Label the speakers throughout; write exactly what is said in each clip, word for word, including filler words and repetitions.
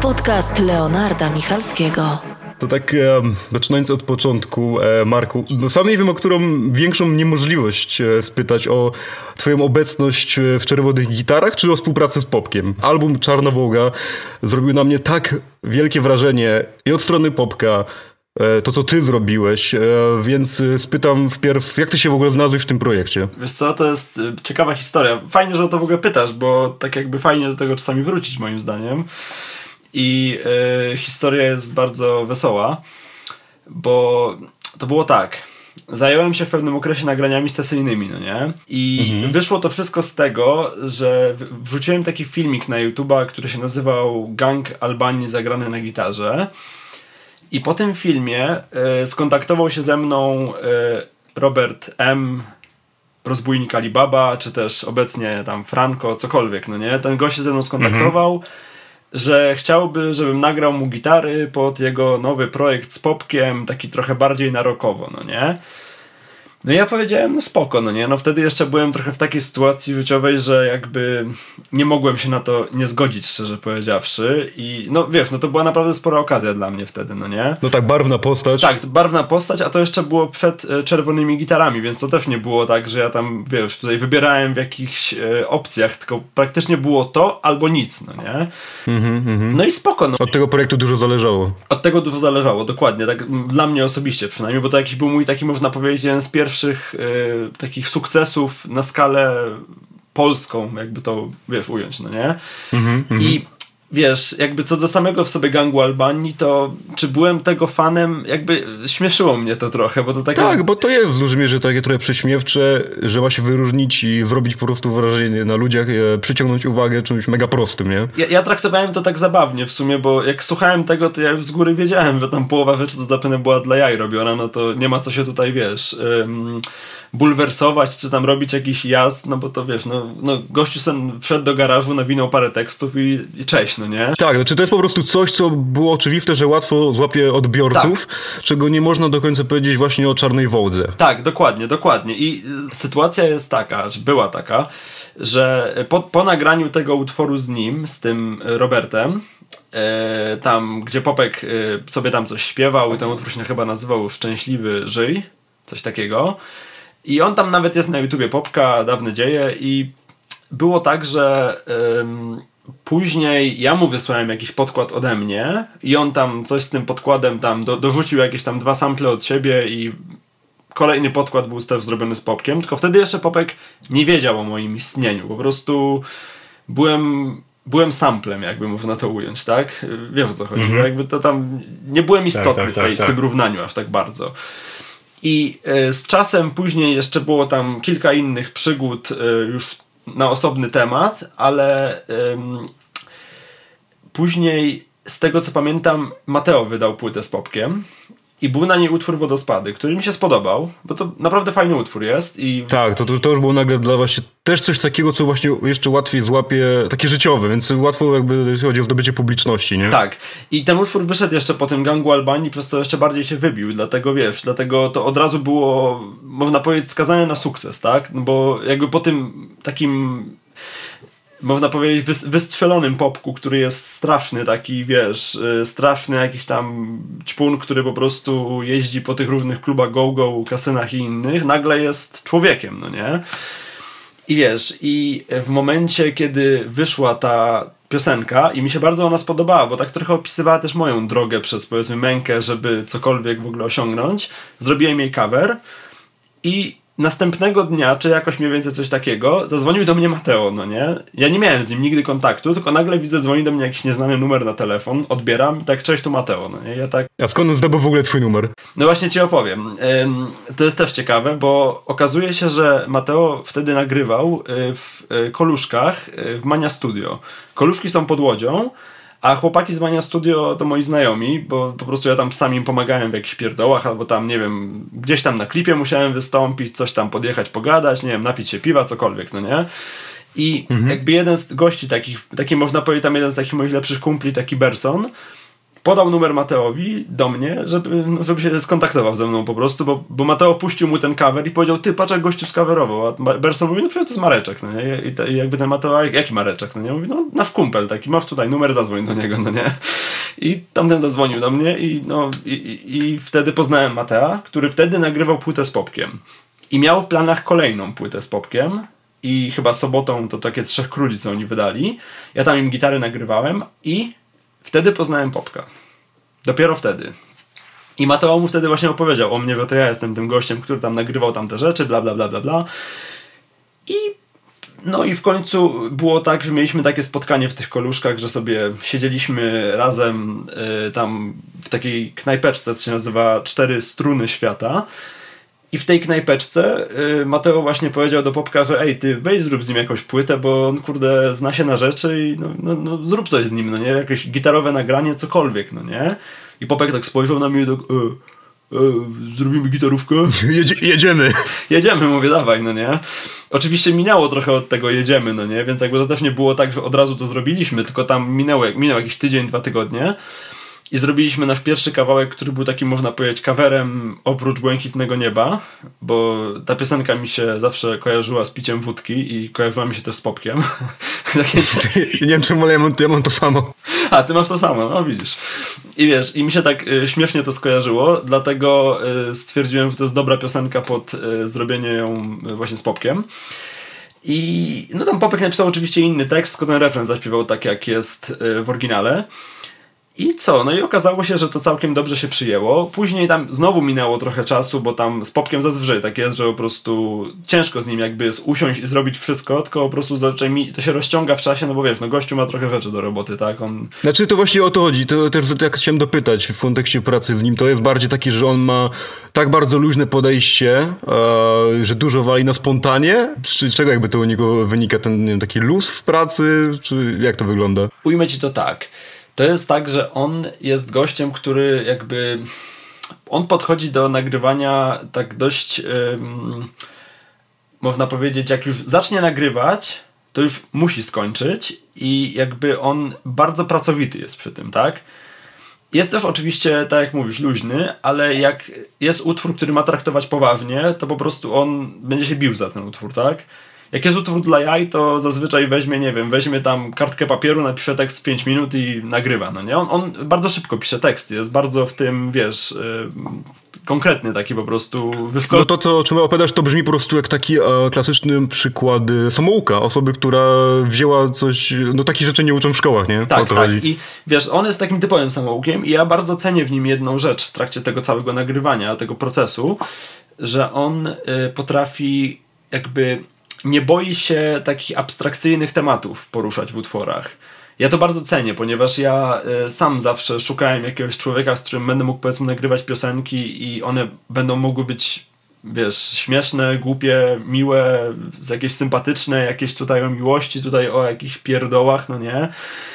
Speaker 1: Podcast Leonarda Michalskiego.
Speaker 2: To tak, e, zaczynając od początku, e, Marku, no sam nie wiem, o którą większą niemożliwość e, spytać, o twoją obecność w Czerwonych Gitarach, czy o współpracę z Popkiem. Album Czarna Wołga zrobił na mnie tak wielkie wrażenie i od strony Popka, e, to co ty zrobiłeś, e, więc spytam wpierw, jak ty się w ogóle znalazłeś w tym projekcie?
Speaker 3: Wiesz co, to jest ciekawa historia. Fajnie, że o to w ogóle pytasz, bo tak jakby fajnie do tego czasami wrócić, moim zdaniem. I y, historia jest bardzo wesoła, bo to było tak. Zająłem się w pewnym okresie nagraniami sesyjnymi, no nie? I mhm. wyszło to wszystko z tego, że wrzuciłem taki filmik na YouTube'a, który się nazywał Gang Albanii zagrany na gitarze. I po tym filmie y, skontaktował się ze mną y, Robert M., rozbójnik Alibaba, czy też obecnie tam Franco, cokolwiek, no nie? Ten gość się ze mną skontaktował, mhm. że chciałby, żebym nagrał mu gitary pod jego nowy projekt z Popkiem, taki trochę bardziej na rockowo, no nie? No i ja powiedziałem, no spoko, no nie? No wtedy jeszcze byłem trochę w takiej sytuacji życiowej, że jakby nie mogłem się na to nie zgodzić, szczerze powiedziawszy. I no wiesz, no to była naprawdę spora okazja dla mnie wtedy, no nie?
Speaker 2: No tak, barwna postać.
Speaker 3: Tak, barwna postać, a to jeszcze było przed e, Czerwonymi Gitarami, więc to też nie było tak, że ja tam, wiesz, tutaj wybierałem w jakichś e, opcjach, tylko praktycznie było to albo nic, no nie? Mm-hmm, mm-hmm. No i spoko. No.
Speaker 2: Od tego projektu dużo zależało.
Speaker 3: Od tego dużo zależało, dokładnie. Tak dla mnie osobiście przynajmniej, bo to jakiś był mój taki, można powiedzieć, jeden z pierwszych y, takich sukcesów na skalę polską, jakby to, wiesz, ująć, no nie? Mm-hmm, I wiesz, jakby co do samego w sobie gangu Albanii, to czy byłem tego fanem, jakby śmieszyło mnie to trochę, bo to takie...
Speaker 2: Tak, bo to jest w dużej mierze takie trochę prześmiewcze, że ma się wyróżnić i zrobić po prostu wrażenie na ludziach, e, przyciągnąć uwagę czymś mega prostym, nie?
Speaker 3: Ja, ja traktowałem to tak zabawnie w sumie, bo jak słuchałem tego, to ja już z góry wiedziałem, że tam połowa rzeczy to zapewne była dla jaj robiona, no to nie ma co się tutaj, wiesz... Ym... bulwersować, czy tam robić jakiś jazd, no bo to wiesz, no, no gościu sen wszedł do garażu, nawinął parę tekstów i, i cześć, no nie?
Speaker 2: Tak, znaczy to jest po prostu coś, co było oczywiste, że łatwo złapie odbiorców, tak. Czego nie można do końca powiedzieć właśnie o Czarnej Wołdze.
Speaker 3: Tak, dokładnie, dokładnie. I sytuacja jest taka, że była taka, że po, po nagraniu tego utworu z nim, z tym Robertem, e, tam, gdzie Popek e, sobie tam coś śpiewał i ten utwór się chyba nazywał Szczęśliwy Żyj, coś takiego. I on tam nawet jest na YouTubie Popka, dawne dzieje, i było tak, że ym, później ja mu wysłałem jakiś podkład ode mnie i on tam coś z tym podkładem tam do, dorzucił jakieś tam dwa sample od siebie i kolejny podkład był też zrobiony z Popkiem, tylko wtedy jeszcze Popek nie wiedział o moim istnieniu, po prostu byłem... Byłem samplem, jakby można to ująć, tak? Wiesz, o co chodzi, mm-hmm. jakby to tam nie byłem istotny tak, tak, tak, w, tej, w tym równaniu aż tak bardzo. I y, z czasem później jeszcze było tam kilka innych przygód y, już na osobny temat, ale y, później z tego co pamiętam Mateo wydał płytę z Popkiem i był na niej utwór Wodospady, który mi się spodobał, bo to naprawdę fajny utwór jest. I
Speaker 2: tak, to, to już było nagle dla właśnie też coś takiego, co właśnie jeszcze łatwiej złapie, takie życiowe, więc łatwo jakby jeśli chodzi o zdobycie publiczności, nie?
Speaker 3: Tak. I ten utwór wyszedł jeszcze po tym gangu Albanii, przez co jeszcze bardziej się wybił, dlatego wiesz, dlatego to od razu było, można powiedzieć, skazane na sukces, tak? No bo jakby po tym takim... można powiedzieć wystrzelonym Popku, który jest straszny, taki wiesz, straszny jakiś tam ćpun, który po prostu jeździ po tych różnych klubach go-go, kasynach i innych, nagle jest człowiekiem, no nie? I wiesz, i w momencie, kiedy wyszła ta piosenka i mi się bardzo ona spodobała, bo tak trochę opisywała też moją drogę przez, powiedzmy, mękę, żeby cokolwiek w ogóle osiągnąć, zrobiłem jej cover i następnego dnia, czy jakoś mniej więcej coś takiego, zadzwonił do mnie Mateo, no nie? Ja nie miałem z nim nigdy kontaktu, tylko nagle widzę, dzwoni do mnie jakiś nieznany numer na telefon, odbieram i tak, cześć, tu Mateo, no nie? Ja tak...
Speaker 2: A skąd on zdobył w ogóle twój numer?
Speaker 3: No właśnie ci opowiem. To jest też ciekawe, bo okazuje się, że Mateo wtedy nagrywał w Koluszkach w Mania Studio. Koluszki są pod Łodzią, a chłopaki z Mania Studio to moi znajomi, bo po prostu ja tam czasami im pomagałem w jakichś pierdołach, albo tam, nie wiem, gdzieś tam na klipie musiałem wystąpić, coś tam podjechać, pogadać, nie wiem, napić się piwa, cokolwiek, no nie? I mhm. jakby jeden z gości takich, taki można powiedzieć, tam jeden z takich moich lepszych kumpli, taki Berson, podał numer Mateowi do mnie, żeby, no, żeby się skontaktował ze mną po prostu, bo, bo Mateo puścił mu ten cover i powiedział, ty, patrz jak gościu skawerował, a Berson mówi, no przecież to jest Mareczek, no nie? I, te, i jakby ten Mateo, jaki Mareczek, no nie? Mówi, no nasz kumpel taki, masz tutaj numer, zadzwoń do niego, no nie? I tamten zadzwonił do mnie i, no, i, i, i wtedy poznałem Matea, który wtedy nagrywał płytę z Popkiem. I miał w planach kolejną płytę z Popkiem i chyba sobotą to takie Trzech Króli, co oni wydali. Ja tam im gitary nagrywałem i wtedy poznałem Popka. Dopiero wtedy. I Mateo mu wtedy właśnie opowiedział o mnie, że to ja jestem tym gościem, który tam nagrywał tam te rzeczy, bla bla bla bla bla. I no i w końcu było tak, że mieliśmy takie spotkanie w tych Koluszkach, że sobie siedzieliśmy razem y, tam w takiej knajpeczce, co się nazywa Cztery Struny Świata. I w tej knajpeczce y, Mateo właśnie powiedział do Popka, że ej, ty weź zrób z nim jakąś płytę, bo on kurde zna się na rzeczy i no, no, no zrób coś z nim, no nie? Jakieś gitarowe nagranie, cokolwiek, no nie? I Popek tak spojrzał na mnie i tak e, e, zrobimy gitarówkę?
Speaker 2: Jedzie, jedziemy.
Speaker 3: Jedziemy, mówię, dawaj, no nie? Oczywiście minęło trochę od tego jedziemy, no nie? Więc jakby to też nie było tak, że od razu to zrobiliśmy, tylko tam minęło, minął jakiś tydzień, dwa tygodnie. I zrobiliśmy nasz pierwszy kawałek, który był takim, można powiedzieć, coverem oprócz Błękitnego Nieba, bo ta piosenka mi się zawsze kojarzyła z piciem wódki i kojarzyła mi się też z Popkiem.
Speaker 2: Nie wiem czemu, ale ja mam, ja mam to samo.
Speaker 3: A, ty masz to samo, no widzisz. I wiesz, i mi się tak y, śmiesznie to skojarzyło, dlatego y, stwierdziłem, że to jest dobra piosenka pod y, zrobienie ją y, właśnie z Popkiem. I no tam Popek napisał oczywiście inny tekst, tylko ten refren zaśpiewał tak, jak jest y, w oryginale. I co? No i okazało się, że to całkiem dobrze się przyjęło. Później tam znowu minęło trochę czasu, bo tam z Popkiem zazwyczaj tak jest, że po prostu ciężko z nim jakby jest usiąść i zrobić wszystko, tylko po prostu zazwyczaj mi to się rozciąga w czasie, no bo wiesz, no gościu ma trochę rzeczy do roboty, tak? On...
Speaker 2: Znaczy to właśnie o to chodzi, to też tak chciałem dopytać w kontekście pracy z nim, to jest bardziej taki, że on ma tak bardzo luźne podejście, e, że dużo wali na spontanie? Czy z czego jakby to u niego wynika, ten nie wiem, taki luz w pracy, czy jak to wygląda?
Speaker 3: Ujmę ci to tak. To jest tak, że on jest gościem, który jakby... On podchodzi do nagrywania tak dość... Ym, można powiedzieć, jak już zacznie nagrywać, to już musi skończyć i jakby on bardzo pracowity jest przy tym, tak? Jest też oczywiście, tak jak mówisz, luźny, ale jak jest utwór, który ma traktować poważnie, to po prostu on będzie się bił za ten utwór, tak? Jak jest utwór dla jaj, to zazwyczaj weźmie, nie wiem, weźmie tam kartkę papieru, napisze tekst w pięć minut i nagrywa, no nie? On, on bardzo szybko pisze tekst, jest bardzo w tym, wiesz, yy, konkretny taki po prostu wyszkolony.
Speaker 2: No to, co, o czym opowiadasz, to brzmi po prostu jak taki e, klasyczny przykład samouka, osoby, która wzięła coś, no takich rzeczy nie uczą w szkołach, nie?
Speaker 3: Tak,
Speaker 2: tak.
Speaker 3: Chodzi. I wiesz, on jest takim typowym samoukiem i ja bardzo cenię w nim jedną rzecz w trakcie tego całego nagrywania, tego procesu, że on y, potrafi jakby... nie boi się takich abstrakcyjnych tematów poruszać w utworach. Ja to bardzo cenię, ponieważ ja y, sam zawsze szukałem jakiegoś człowieka, z którym będę mógł, powiedzmy, nagrywać piosenki i one będą mogły być, wiesz, śmieszne, głupie, miłe, jakieś sympatyczne, jakieś tutaj o miłości, tutaj o jakichś pierdołach, no nie?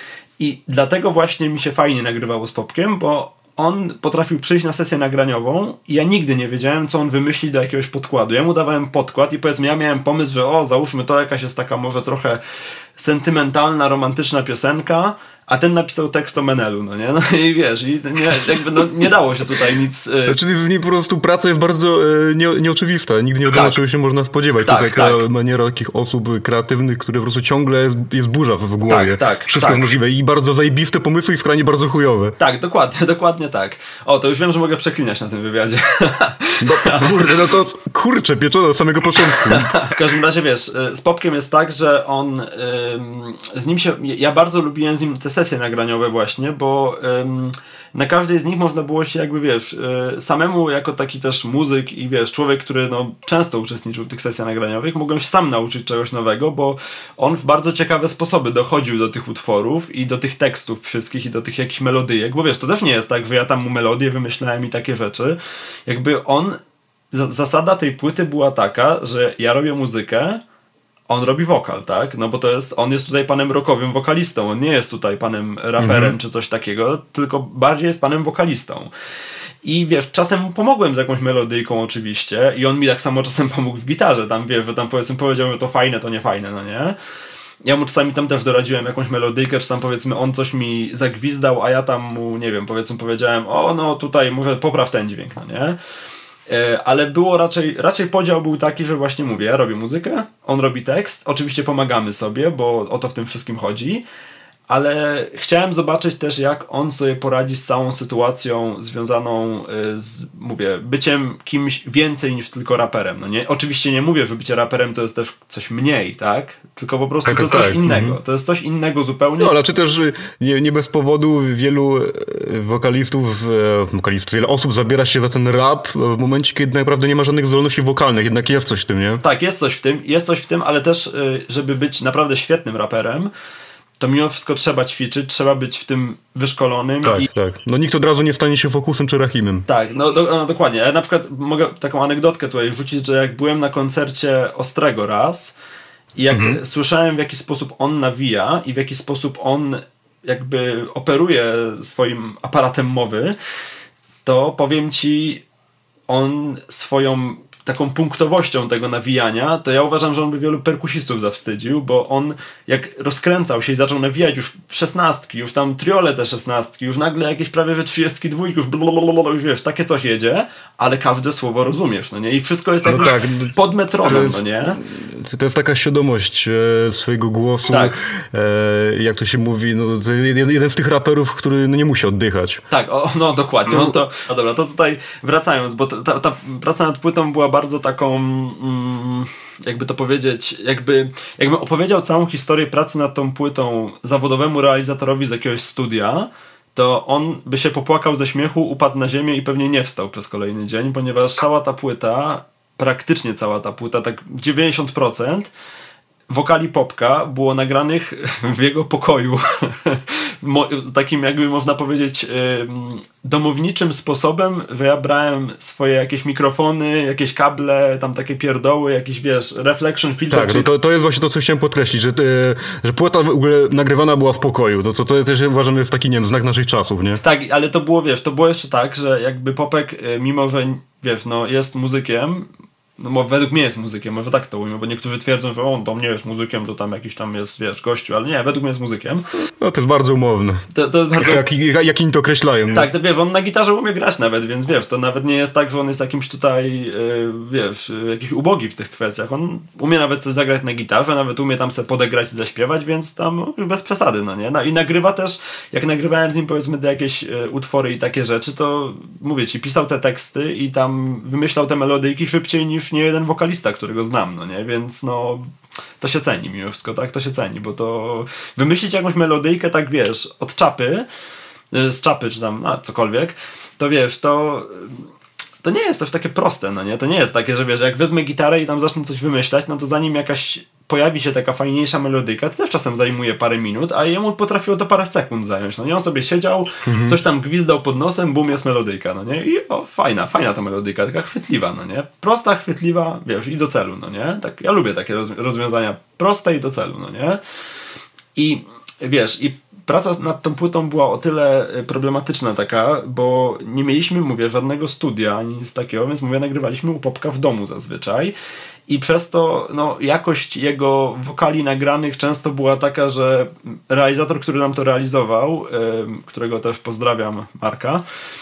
Speaker 3: I dlatego właśnie mi się fajnie nagrywało z Popkiem, bo on potrafił przyjść na sesję nagraniową i ja nigdy nie wiedziałem, co on wymyśli do jakiegoś podkładu. Ja mu dawałem podkład i powiedzmy, ja miałem pomysł, że o, załóżmy to, jakaś jest taka może trochę sentymentalna, romantyczna piosenka, a ten napisał tekst o Menelu, no nie? No i wiesz, i nie, jakby no, nie dało się tutaj nic... Y...
Speaker 2: Znaczy z niej po prostu praca jest bardzo e, nie, nieoczywista. Nigdy nie wiadomo, tak. czego się można spodziewać.
Speaker 3: Tak,
Speaker 2: to taka
Speaker 3: tak.
Speaker 2: maniera takich osób kreatywnych, które po prostu ciągle jest, jest burza w, w głowie.
Speaker 3: Tak, tak,
Speaker 2: Wszystko
Speaker 3: tak.
Speaker 2: jest możliwe i bardzo zajebiste pomysły i skrajnie bardzo chujowe.
Speaker 3: Tak, dokładnie, dokładnie tak. O, to już wiem, że mogę przeklinać na tym wywiadzie.
Speaker 2: No kurde, no to kurczę, pieczono od samego początku.
Speaker 3: W każdym razie, wiesz, z Popkiem jest tak, że on... Ym, z nim się... Ja bardzo lubiłem z nim te sesje nagraniowe właśnie, bo ym, na każdej z nich można było się jakby, wiesz, y, samemu jako taki też muzyk i wiesz, człowiek, który no, często uczestniczył w tych sesjach nagraniowych, mogłem się sam nauczyć czegoś nowego, bo on w bardzo ciekawe sposoby dochodził do tych utworów i do tych tekstów wszystkich i do tych jakichś melodyjek, bo wiesz, to też nie jest tak, że ja tam mu melodię wymyślałem i takie rzeczy. Jakby on... Z- zasada tej płyty była taka, że ja robię muzykę, on robi wokal, tak? No bo to jest, on jest tutaj panem rockowym wokalistą, on nie jest tutaj panem raperem mhm. czy coś takiego, tylko bardziej jest panem wokalistą. I wiesz, czasem mu pomogłem z jakąś melodyjką oczywiście i on mi tak samo czasem pomógł w gitarze, tam wiesz, że tam powiedzmy powiedział, że to fajne, to nie fajne, no nie? ja mu czasami tam też doradziłem jakąś melodyjkę, czy tam powiedzmy on coś mi zagwizdał, a ja tam mu, nie wiem, powiedzmy powiedziałem, o no tutaj może popraw ten dźwięk, no nie? Ale było raczej, raczej podział był taki, że właśnie mówię, ja robię muzykę, on robi tekst, oczywiście pomagamy sobie, bo o to w tym wszystkim chodzi, ale chciałem zobaczyć też, jak on sobie poradzi z całą sytuacją związaną z, mówię, byciem kimś więcej niż tylko raperem, no nie? Oczywiście nie mówię, że bycie raperem to jest też coś mniej, tak? Tylko po prostu
Speaker 2: tak,
Speaker 3: to jest
Speaker 2: tak.
Speaker 3: coś innego.
Speaker 2: Mhm.
Speaker 3: To jest coś innego zupełnie.
Speaker 2: No, ale czy też nie, nie bez powodu wielu wokalistów, wokalistów, wiele osób zabiera się za ten rap w momencie, kiedy naprawdę nie ma żadnych zdolności wokalnych, jednak jest coś w tym, nie?
Speaker 3: Tak, jest coś w tym, jest coś w tym, ale też, żeby być naprawdę świetnym raperem, to mimo wszystko trzeba ćwiczyć, trzeba być w tym wyszkolonym.
Speaker 2: Tak,
Speaker 3: i...
Speaker 2: tak. No nikt od razu nie stanie się Fokusem czy Rahimem.
Speaker 3: Tak, no, do, no dokładnie. Ja na przykład mogę taką anegdotkę tutaj rzucić, że jak byłem na koncercie Ostrego raz i jak mhm. słyszałem, w jaki sposób on nawija i w jaki sposób on jakby operuje swoim aparatem mowy, to powiem ci, on swoją taką punktowością tego nawijania, to ja uważam, że on by wielu perkusistów zawstydził, bo on jak rozkręcał się i zaczął nawijać już w szesnastki, już tam triole te szesnastki, już nagle jakieś prawie że trzydziestki dwójki, już blablabla, już wiesz, takie coś jedzie, ale każde słowo rozumiesz, no nie? I wszystko jest jakby no tak, pod metronem, jest, no nie?
Speaker 2: To jest taka świadomość e, swojego głosu,
Speaker 3: tak.
Speaker 2: e, jak to się mówi, no to jeden, jeden z tych raperów, który no, nie musi oddychać.
Speaker 3: Tak, o, no dokładnie, no to, no dobra, to tutaj wracając, bo ta, ta praca nad płytą była bardzo taką, mm, jakby to powiedzieć, jakby, jakbym opowiedział całą historię pracy nad tą płytą zawodowemu realizatorowi z jakiegoś studia, to on by się popłakał ze śmiechu, upadł na ziemię i pewnie nie wstał przez kolejny dzień, ponieważ cała ta płyta, praktycznie cała ta płyta, tak dziewięćdziesiąt procent wokali Popka było nagranych w jego pokoju. Takim jakby można powiedzieć domowniczym sposobem, że ja brałem swoje jakieś mikrofony, jakieś kable, tam takie pierdoły, jakiś wiesz, reflection filter.
Speaker 2: Tak,
Speaker 3: czyli...
Speaker 2: to, to jest właśnie to, co chciałem podkreślić, że, że płyta w ogóle nagrywana była w pokoju. To, to, to też uważam, że jest taki, nie wiem, znak naszych czasów, nie?
Speaker 3: Tak, ale to było, wiesz, to było jeszcze tak, że jakby Popek, mimo że wiesz, no jest muzykiem, no bo według mnie jest muzykiem, może tak to ujmę, bo niektórzy twierdzą, że on tam nie jest muzykiem, to tam jakiś tam jest, wiesz, gościu, ale nie, według mnie jest muzykiem.
Speaker 2: No to jest bardzo umowne.
Speaker 3: To, to jest bardzo...
Speaker 2: Jak, jak, jak inni to określają.
Speaker 3: Tak, to wiesz, on na gitarze umie grać nawet, więc wiesz, to nawet nie jest tak, że on jest jakimś tutaj, yy, wiesz, yy, jakiś ubogi w tych kwestiach. On umie nawet coś zagrać na gitarze, nawet umie tam sobie podegrać i zaśpiewać, więc tam już bez przesady, no nie? No, i nagrywa też, jak nagrywałem z nim powiedzmy te jakieś yy, utwory i takie rzeczy, to mówię ci, pisał te teksty i tam wymyślał te melodyjki szybciej niż nie jeden wokalista, którego znam, no nie? Więc no, to się ceni mimo wszystko, tak? To się ceni, bo to wymyślić jakąś melodyjkę, tak wiesz, od czapy, z czapy czy tam, a cokolwiek, to wiesz, to to nie jest też takie proste, no nie? To nie jest takie, że wiesz, jak wezmę gitarę i tam zacznę coś wymyślać, no to zanim jakaś pojawi się taka fajniejsza melodyjka, to też czasem zajmuje parę minut, a jemu potrafiło to parę sekund zająć, no nie? On sobie siedział, mhm. coś tam gwizdał pod nosem, bum, jest melodyjka, no nie? I o, fajna, fajna ta melodyjka, taka chwytliwa, no nie? Prosta, chwytliwa, wiesz, i do celu, no nie? Tak, ja lubię takie roz- rozwiązania proste i do celu, no nie? I wiesz, i praca nad tą płytą była o tyle problematyczna taka, bo nie mieliśmy, mówię, żadnego studia, ani nic takiego, więc mówię, nagrywaliśmy u Popka w domu zazwyczaj i przez to no, jakość jego wokali nagranych często była taka, że realizator, który nam to realizował, yy, którego też pozdrawiam, Marka,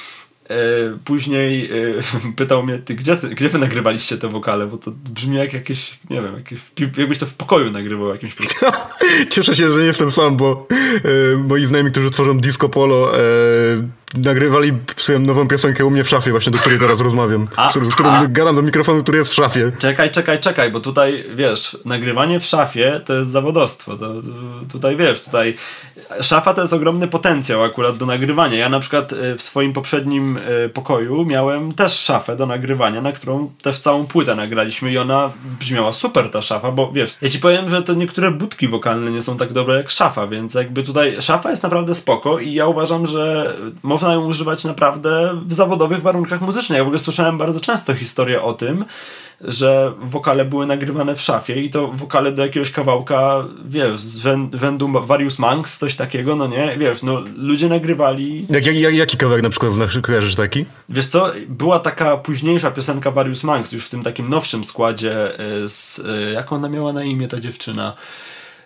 Speaker 3: Yy, później yy, pytał mnie, ty gdzie, ty, gdzie wy nagrywaliście te wokale, bo to brzmi jak jakieś, nie wiem, jakieś, jakbyś to w pokoju nagrywał jakimś
Speaker 2: Cieszę się, że nie jestem sam, bo yy, moi znajomi, którzy tworzą Disco Polo, yy, nagrywali swoją nową piosenkę u mnie w szafie, właśnie do której teraz rozmawiam, a, z którą a... gadam do mikrofonu, który jest w szafie.
Speaker 3: Czekaj, czekaj, czekaj, bo tutaj, wiesz, nagrywanie w szafie to jest zawodowstwo, to, to, tutaj, wiesz, tutaj szafa to jest ogromny potencjał akurat do nagrywania. Ja na przykład w swoim poprzednim pokoju miałem też szafę do nagrywania, na którą też całą płytę nagraliśmy i ona brzmiała super, ta szafa, bo wiesz, ja ci powiem, że to niektóre budki wokalne nie są tak dobre jak szafa, więc jakby tutaj szafa jest naprawdę spoko i ja uważam, że można ją używać naprawdę w zawodowych warunkach muzycznych. Ja w ogóle słyszałem bardzo często historię o tym, że wokale były nagrywane w szafie i to wokale do jakiegoś kawałka, wiesz, z rzędu Various Monks, coś takiego, no nie, wiesz, no ludzie nagrywali...
Speaker 2: Jak, jak, jaki kawałek na przykład znasz, kojarzysz taki?
Speaker 3: Wiesz co, była taka późniejsza piosenka Various Monks, już w tym takim nowszym składzie z... Jak ona miała na imię, ta dziewczyna?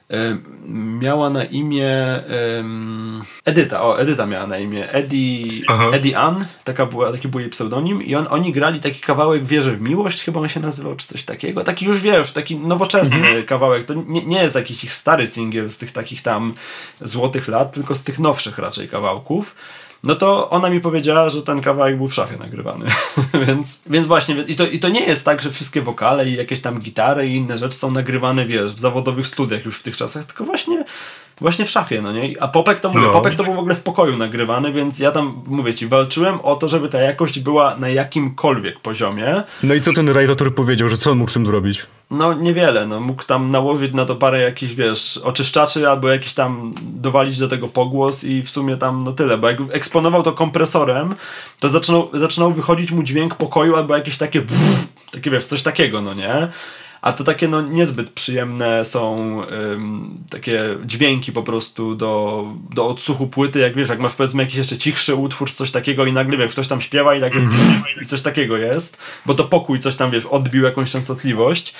Speaker 3: miała na imię um, Edyta, o Edyta miała na imię Eddie, Eddie Ann, taka była, taki był jej pseudonim i on, oni grali taki kawałek Wierzę w miłość, chyba on się nazywał, czy coś takiego, taki już wiesz, taki nowoczesny mhm. kawałek, to nie, nie jest jakiś ich stary singiel z tych takich tam złotych lat, tylko z tych nowszych raczej kawałków. No to ona mi powiedziała, że ten kawałek był w szafie nagrywany. więc, więc właśnie, i to, i to nie jest tak, że wszystkie wokale i jakieś tam gitary i inne rzeczy są nagrywane, wiesz, w zawodowych studiach już w tych czasach, tylko właśnie, właśnie w szafie, no nie? A Popek to mówię, no. Popek to był w ogóle w pokoju nagrywany, więc ja tam, mówię ci, walczyłem o to, żeby ta jakość była na jakimkolwiek poziomie.
Speaker 2: No i co ten realizator powiedział, że co on mógł z tym zrobić?
Speaker 3: No niewiele, no mógł tam nałożyć na to parę jakichś, wiesz, oczyszczaczy albo jakiś tam dowalić do tego pogłos i w sumie tam no tyle, bo jak eksponował to kompresorem, to zaczynał, zaczynał wychodzić mu dźwięk pokoju albo jakieś takie brrr, takie wiesz, coś takiego, no nie? A to takie no niezbyt przyjemne są ym, takie dźwięki po prostu do, do odsłuchu płyty, jak wiesz, jak masz powiedzmy jakiś jeszcze cichszy utwór, coś takiego i nagle wiesz, ktoś tam śpiewa i, takie, i coś takiego jest, bo to pokój coś tam wiesz, odbił jakąś częstotliwość,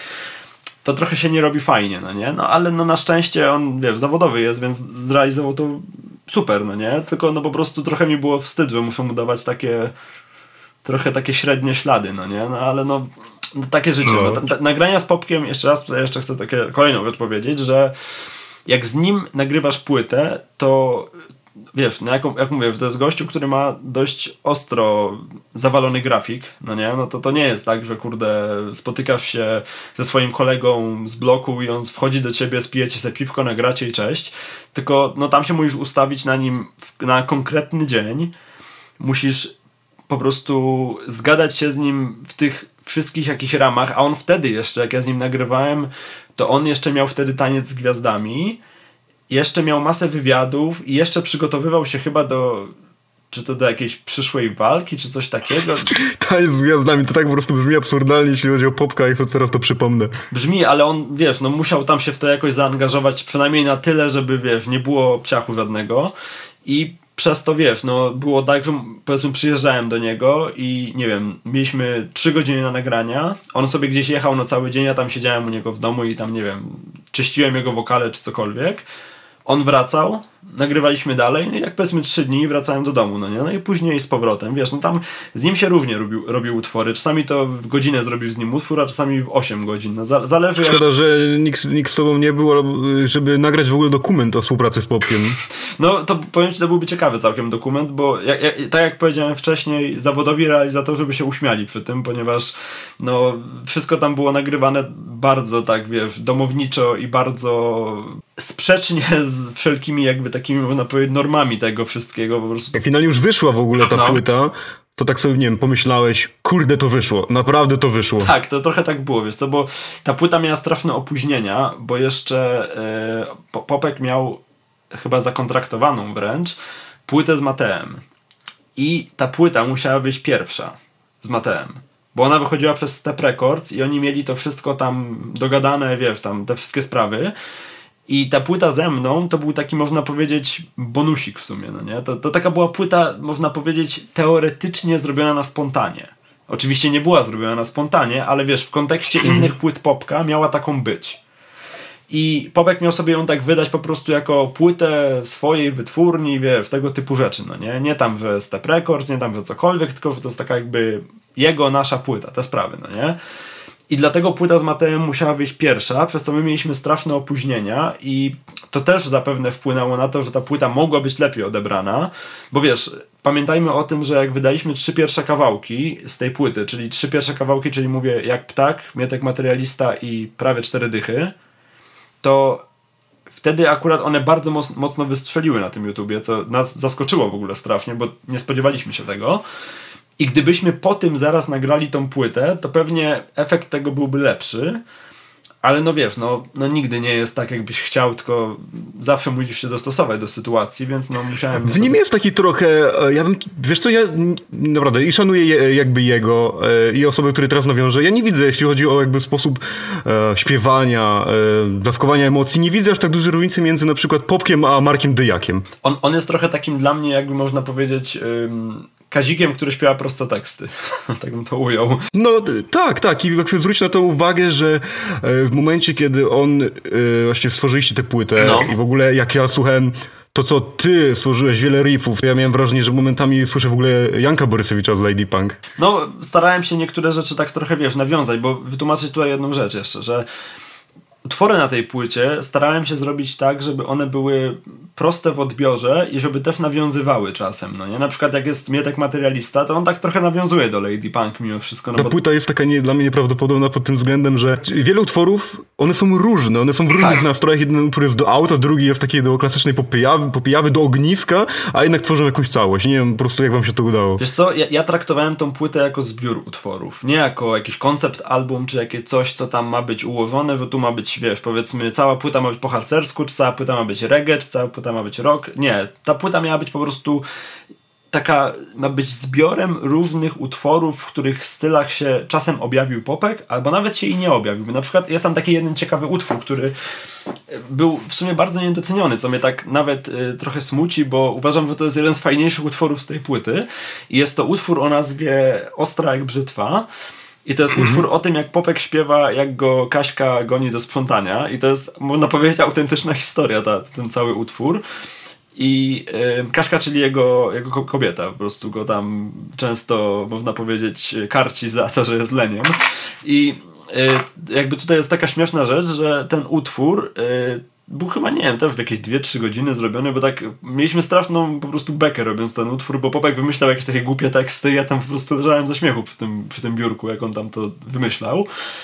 Speaker 3: to trochę się nie robi fajnie, no nie? No ale no na szczęście on, wiesz, zawodowy jest, więc zrealizował to super, no nie? Tylko no po prostu trochę mi było wstyd, że muszę mu dawać takie trochę takie średnie ślady, no nie? No ale no No, takie życie. No. No, nagrania z Popkiem, jeszcze raz tutaj jeszcze chcę takie kolejną rzecz powiedzieć, że jak z nim nagrywasz płytę, to wiesz, no jak, jak mówię, to jest gościu, który ma dość ostro zawalony grafik, no nie, no to to nie jest tak, że kurde, spotykasz się ze swoim kolegą z bloku i on wchodzi do ciebie, spijecie sobie piwko, nagracie i cześć, tylko no tam się musisz ustawić na nim w, na konkretny dzień, musisz po prostu zgadać się z nim w tych wszystkich jakichś ramach, a on wtedy jeszcze, jak ja z nim nagrywałem, to on jeszcze miał wtedy Taniec z Gwiazdami, jeszcze miał masę wywiadów i jeszcze przygotowywał się chyba do, czy to do jakiejś przyszłej walki, czy coś takiego.
Speaker 2: Taniec z Gwiazdami, to tak po prostu brzmi absurdalnie, jeśli chodzi o Popka, jak to teraz to przypomnę.
Speaker 3: Brzmi, ale on, wiesz, no musiał tam się w to jakoś zaangażować, przynajmniej na tyle, żeby, wiesz, nie było obciachu żadnego i przez to, wiesz, no było tak, że powiedzmy przyjeżdżałem do niego i nie wiem, mieliśmy trzy godziny na nagrania, on sobie gdzieś jechał na cały dzień, ja tam siedziałem u niego w domu i tam, nie wiem, czyściłem jego wokale czy cokolwiek. On wracał, nagrywaliśmy dalej, no i jak powiedzmy trzy dni wracałem do domu, no nie? No i później z powrotem, wiesz, no tam z nim się różnie robił, robił utwory. Czasami to w godzinę zrobisz z nim utwór, a czasami w osiem godzin. No za, zależy
Speaker 2: Szkoda,
Speaker 3: jak...
Speaker 2: że nikt, nikt z tobą nie był, żeby nagrać w ogóle dokument o współpracy z Popkiem.
Speaker 3: No to powiem ci, to byłby ciekawy całkiem dokument, bo jak, jak, tak jak powiedziałem wcześniej, zawodowi realizatorzy by się uśmiali przy tym, ponieważ no wszystko tam było nagrywane bardzo tak, wiesz, domowniczo i bardzo sprzecznie z wszelkimi jakby takimi, można powiedzieć, normami tego wszystkiego po prostu.
Speaker 2: Jak finalnie już wyszła w ogóle ta no. płyta, to tak sobie, nie wiem, pomyślałeś, kurde, to wyszło, naprawdę to wyszło.
Speaker 3: Tak, to trochę tak było, wiesz co, bo ta płyta miała straszne opóźnienia, bo jeszcze yy, Popek miał chyba zakontraktowaną wręcz płytę z Mateem. I ta płyta musiała być pierwsza z Mateem. Bo ona wychodziła przez Step Records i oni mieli to wszystko tam dogadane, wiesz, tam te wszystkie sprawy. I ta płyta ze mną to był taki, można powiedzieć, bonusik w sumie, no nie? To, to taka była płyta, można powiedzieć, teoretycznie zrobiona na spontanie. Oczywiście nie była zrobiona na spontanie, ale wiesz, w kontekście innych płyt Popka miała taką być. I Popek miał sobie ją tak wydać po prostu jako płytę swojej wytwórni, wiesz, tego typu rzeczy, no nie? Nie tam, że Step Records, nie tam, że cokolwiek, tylko że to jest taka jakby jego, nasza płyta, te sprawy, no nie? I dlatego płyta z Mateem musiała być pierwsza, przez co my mieliśmy straszne opóźnienia i to też zapewne wpłynęło na to, że ta płyta mogła być lepiej odebrana, bo wiesz, pamiętajmy o tym, że jak wydaliśmy trzy pierwsze kawałki z tej płyty, czyli trzy pierwsze kawałki, czyli mówię Jak Ptak, Mietek Materialista i Prawie cztery dychy, to wtedy akurat one bardzo mocno wystrzeliły na tym YouTubie, co nas zaskoczyło w ogóle strasznie, bo nie spodziewaliśmy się tego. I gdybyśmy po tym zaraz nagrali tą płytę, to pewnie efekt tego byłby lepszy, ale no wiesz, no, no nigdy nie jest tak, jakbyś chciał, tylko zawsze musisz się dostosować do sytuacji, więc no musiałem...
Speaker 2: W sobie... nim jest taki trochę, ja bym, wiesz co, ja naprawdę i szanuję jakby jego i osoby, które teraz nawiążę, ja nie widzę, jeśli chodzi o jakby sposób e, śpiewania, e, dawkowania emocji, nie widzę aż tak dużej różnicy między na przykład Popkiem a Markiem Dyjakiem.
Speaker 3: On, on jest trochę takim dla mnie, jakby można powiedzieć... Ym, Kazikiem, który śpiewa prostoteksty. Tak bym to ujął.
Speaker 2: No tak, tak. I jakby zwróć na to uwagę, że w momencie, kiedy on właśnie stworzyliście tę płytę
Speaker 3: no.
Speaker 2: i w ogóle jak ja słuchałem to, co ty stworzyłeś, wiele riffów, ja miałem wrażenie, że momentami słyszę w ogóle Janka Borysewicza z Lady Punk.
Speaker 3: No, starałem się niektóre rzeczy tak trochę, wiesz, nawiązać, bo wytłumaczę tutaj jedną rzecz jeszcze, że utwory na tej płycie starałem się zrobić tak, żeby one były proste w odbiorze i żeby też nawiązywały czasem, no nie? Na przykład jak jest Mietek Materialista, to on tak trochę nawiązuje do Lady Punk mimo wszystko. No
Speaker 2: Ta
Speaker 3: bo...
Speaker 2: płyta jest taka nie, dla mnie nieprawdopodobna pod tym względem, że wiele utworów, one są różne, one są w różnych tak. nastrojach. Jeden utwór jest do auta, drugi jest taki do klasycznej popijawy, popijawy, do ogniska, a jednak tworzą jakąś całość. Nie wiem po prostu jak wam się to udało.
Speaker 3: Wiesz co, ja, ja traktowałem tą płytę jako zbiór utworów, nie jako jakiś koncept album, czy jakieś coś, co tam ma być ułożone, że tu ma być, wiesz, powiedzmy cała płyta ma być po harcersku, czy cała płyta ma być reggae, czy cała płyta ma być rock. Nie, ta płyta miała być po prostu taka, ma być zbiorem różnych utworów, w których stylach się czasem objawił Popek, albo nawet się i nie objawił. Na przykład jest tam taki jeden ciekawy utwór, który był w sumie bardzo niedoceniony, co mnie tak nawet y, trochę smuci, bo uważam, że to jest jeden z fajniejszych utworów z tej płyty. I jest to utwór o nazwie Ostra jak brzytwa. I to jest mm-hmm. utwór o tym, jak Popek śpiewa, jak go Kaśka goni do sprzątania. I to jest, można powiedzieć, autentyczna historia, ta, ten cały utwór. I y, Kaśka, czyli jego, jego kobieta, po prostu go tam często, można powiedzieć, karci za to, że jest leniem. I y, jakby tutaj jest taka śmieszna rzecz, że ten utwór y, był chyba, nie wiem, też w jakieś dwie trzy godziny zrobiony, bo tak mieliśmy straszną po prostu bekę robiąc ten utwór, bo Popek wymyślał jakieś takie głupie teksty i ja tam po prostu leżałem ze śmiechu przy tym, przy tym biurku, jak on tam to wymyślał.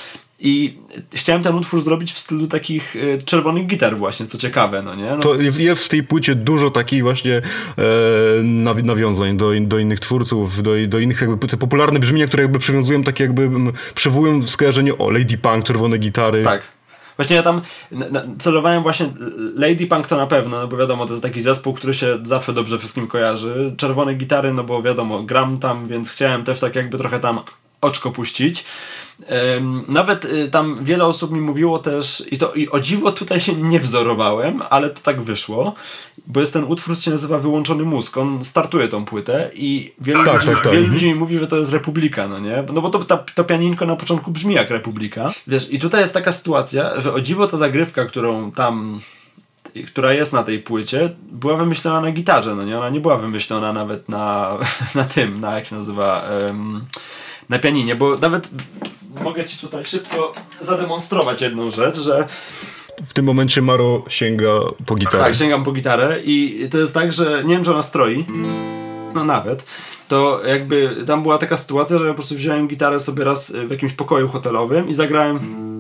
Speaker 3: I chciałem ten utwór zrobić w stylu takich y, czerwonych gitar właśnie, co ciekawe, no nie? No.
Speaker 2: To jest, jest w tej płycie dużo takich właśnie e, nawiązań do, do innych twórców, do, do innych jakby te popularne brzmienia, które jakby przywiązują takie jakby, przywołują skojarzenie o Lady Punk, czerwone gitary.
Speaker 3: Tak. Właśnie ja tam celowałem właśnie Lady Punk to na pewno, no bo wiadomo, to jest taki zespół, który się zawsze dobrze wszystkim kojarzy. Czerwone gitary, no bo wiadomo, gram tam, więc chciałem też tak jakby trochę tam oczko puścić. Um, nawet y, tam wiele osób mi mówiło też, i to i o dziwo tutaj się nie wzorowałem, ale to tak wyszło, bo jest ten utwór, co się nazywa Wyłączony Mózg, on startuje tą płytę i wielu,
Speaker 2: tak,
Speaker 3: ludzi,
Speaker 2: tak, tak.
Speaker 3: wielu ludzi mi mówi, że to jest Republika, no nie? No bo to, ta, to pianinko na początku brzmi jak Republika. Wiesz, i tutaj jest taka sytuacja, że o dziwo ta zagrywka, którą tam która jest na tej płycie, była wymyślona na gitarze, no nie? Ona nie była wymyślona nawet na, na tym, na jak się nazywa, um, na pianinie, bo nawet mogę ci tutaj szybko zademonstrować jedną rzecz, że
Speaker 2: w tym momencie Maro sięga po gitarę.
Speaker 3: Tak, sięgam po gitarę i to jest tak, że nie wiem, czy ona stroi, no nawet, to jakby tam była taka sytuacja, że ja po prostu wziąłem gitarę sobie raz w jakimś pokoju hotelowym i zagrałem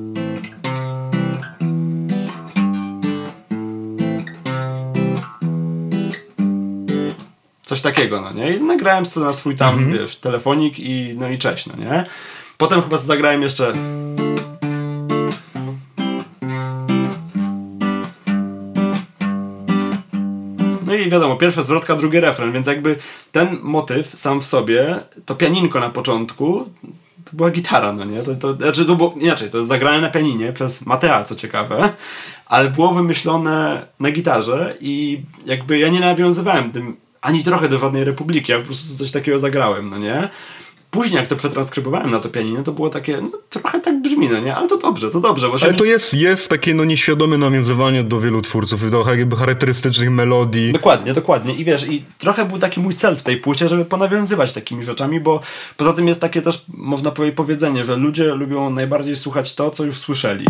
Speaker 3: coś takiego, no nie? I nagrałem sobie na swój tam, mm-hmm. wiesz, telefonik i no i cześć, no nie? Potem chyba zagrałem jeszcze no i wiadomo, pierwsza zwrotka, drugi refren, więc jakby ten motyw sam w sobie, to pianinko na początku, to była gitara, no nie? To, to, znaczy, to było, inaczej, to jest zagrane na pianinie przez Matea, co ciekawe, ale było wymyślone na gitarze i jakby ja nie nawiązywałem tym ani trochę do żadnej Republiki, ja po prostu coś takiego zagrałem, no nie? Później jak to przetranskrybowałem na to pianinie, to było takie, no trochę tak brzmi, no nie? Ale to dobrze, to dobrze.
Speaker 2: Ale
Speaker 3: mi...
Speaker 2: to jest, jest takie no nieświadome nawiązywanie do wielu twórców, do jakby charakterystycznych melodii.
Speaker 3: Dokładnie, dokładnie. I wiesz, i trochę był taki mój cel w tej płycie, żeby ponawiązywać takimi rzeczami, bo poza tym jest takie też, można powiedzieć, powiedzenie, że ludzie lubią najbardziej słuchać to, co już słyszeli.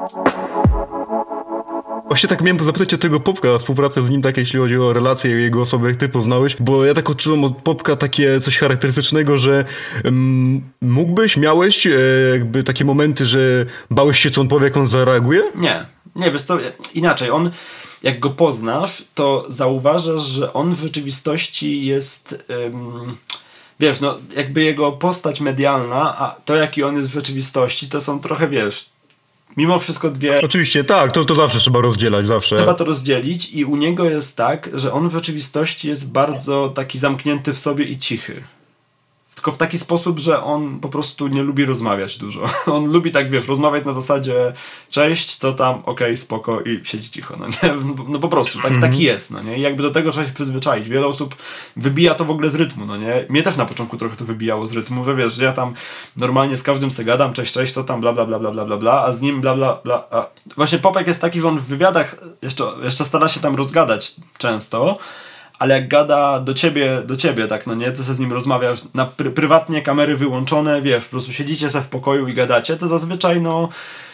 Speaker 2: Właśnie tak miałem zapytać o tego Popka, współpracę z nim, tak jeśli chodzi o relacje i jego osobę, jak ty poznałeś, bo ja tak odczułem od Popka takie coś charakterystycznego, że um, mógłbyś, miałeś e, jakby takie momenty, że bałeś się, co on powie, jak on zareaguje?
Speaker 3: Nie, nie, wiesz co, inaczej, on, jak go poznasz, to zauważasz, że on w rzeczywistości jest... Um, wiesz, no jakby jego postać medialna, a to jaki on jest w rzeczywistości, to są trochę, wiesz... Mimo wszystko dwie...
Speaker 2: Oczywiście, tak, to, to zawsze trzeba rozdzielać, zawsze.
Speaker 3: Trzeba to rozdzielić i u niego jest tak, że on w rzeczywistości jest bardzo taki zamknięty w sobie i cichy. tylko w taki sposób, że on po prostu nie lubi rozmawiać dużo. On lubi tak, wiesz, rozmawiać na zasadzie cześć, co tam, okej, okay, spoko i siedzi cicho, no nie? No po prostu, tak, taki jest, no nie? I jakby do tego trzeba się przyzwyczaić. Wiele osób wybija to w ogóle z rytmu, no nie? Mnie też na początku trochę to wybijało z rytmu, że wiesz, że ja tam normalnie z każdym se gadam, cześć, cześć, co tam, bla, bla, bla, bla, bla, bla, bla, a z nim bla, bla, bla, a... Właśnie Popek jest taki, że on w wywiadach jeszcze, jeszcze stara się tam rozgadać często, ale jak gada do ciebie, do ciebie, tak, no nie, ty se z nim rozmawiasz na pr- prywatnie, kamery wyłączone, wiesz, po prostu siedzicie se w pokoju i gadacie, to zazwyczaj, no,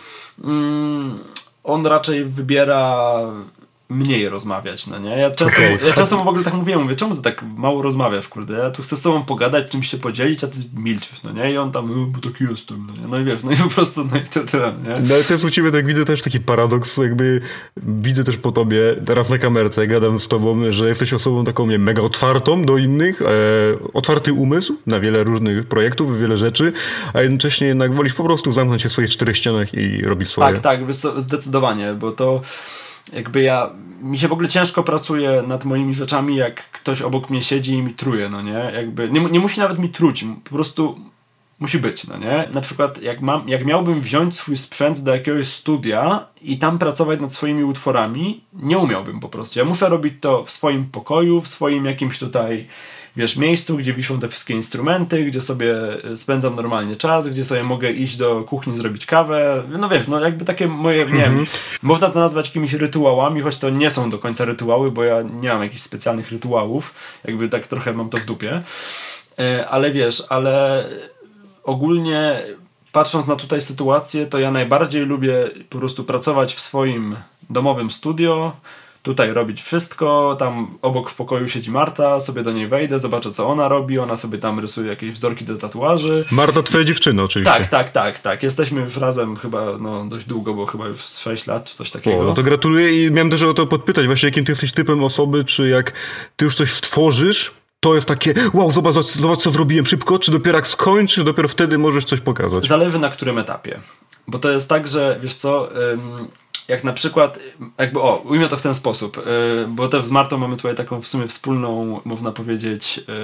Speaker 3: mm, on raczej wybiera mniej rozmawiać, no nie? Ja często, okay. ja często mu w ogóle tak mówiłem, mówię, czemu ty tak mało rozmawiasz, kurde? Ja tu chcę z tobą pogadać, czymś się podzielić, a ty milczysz, no nie? I on tam, no, bo taki jestem, no nie? No i wiesz, no i po prostu, no i to tyle, nie?
Speaker 2: No ale to jest u ciebie, tak widzę też taki paradoks, jakby widzę też po tobie, teraz na kamerce gadam z tobą, że jesteś osobą taką, nie, mega otwartą do innych, e, otwarty umysł na wiele różnych projektów, wiele rzeczy, a jednocześnie jednak wolisz po prostu zamknąć się w swoich czterech ścianach i robić swoje.
Speaker 3: Tak, tak, wiesz co, zdecydowanie, bo to jakby ja, mi się w ogóle ciężko pracuje nad moimi rzeczami, jak ktoś obok mnie siedzi i mi truje, no nie? Jakby, nie, nie musi nawet mi truć, po prostu musi być, no nie? Na przykład jak, mam, jak miałbym wziąć swój sprzęt do jakiegoś studia i tam pracować nad swoimi utworami, nie umiałbym po prostu. Ja muszę robić to w swoim pokoju, w swoim jakimś tutaj, wiesz, miejscu, gdzie wiszą te wszystkie instrumenty, gdzie sobie spędzam normalnie czas, gdzie sobie mogę iść do kuchni, zrobić kawę. No wiesz, no jakby takie moje, nie wiem, można to nazwać jakimiś rytuałami, choć to nie są do końca rytuały, bo ja nie mam jakichś specjalnych rytuałów. Jakby tak trochę mam to w dupie. Ale wiesz, ale ogólnie patrząc na tutaj sytuację, to ja najbardziej lubię po prostu pracować w swoim domowym studio, tutaj robić wszystko, tam obok w pokoju siedzi Marta, sobie do niej wejdę, zobaczę co ona robi, ona sobie tam rysuje jakieś wzorki do tatuaży.
Speaker 2: Marta twoja dziewczyna oczywiście.
Speaker 3: Tak, tak, tak, tak. Jesteśmy już razem chyba no, dość długo, bo chyba już sześć lat czy coś takiego.
Speaker 2: O, no to gratuluję i miałem też o to podpytać właśnie, jakim ty jesteś typem osoby, czy jak ty już coś stworzysz, to jest takie, wow, zobacz, zobacz co zrobiłem szybko, czy dopiero jak skończysz, dopiero wtedy możesz coś pokazać?
Speaker 3: Zależy na którym etapie. Bo to jest tak, że wiesz co... Ym, jak na przykład, jakby o, ujmę to w ten sposób, yy, bo też z Martą mamy tutaj taką w sumie wspólną, można powiedzieć, yy,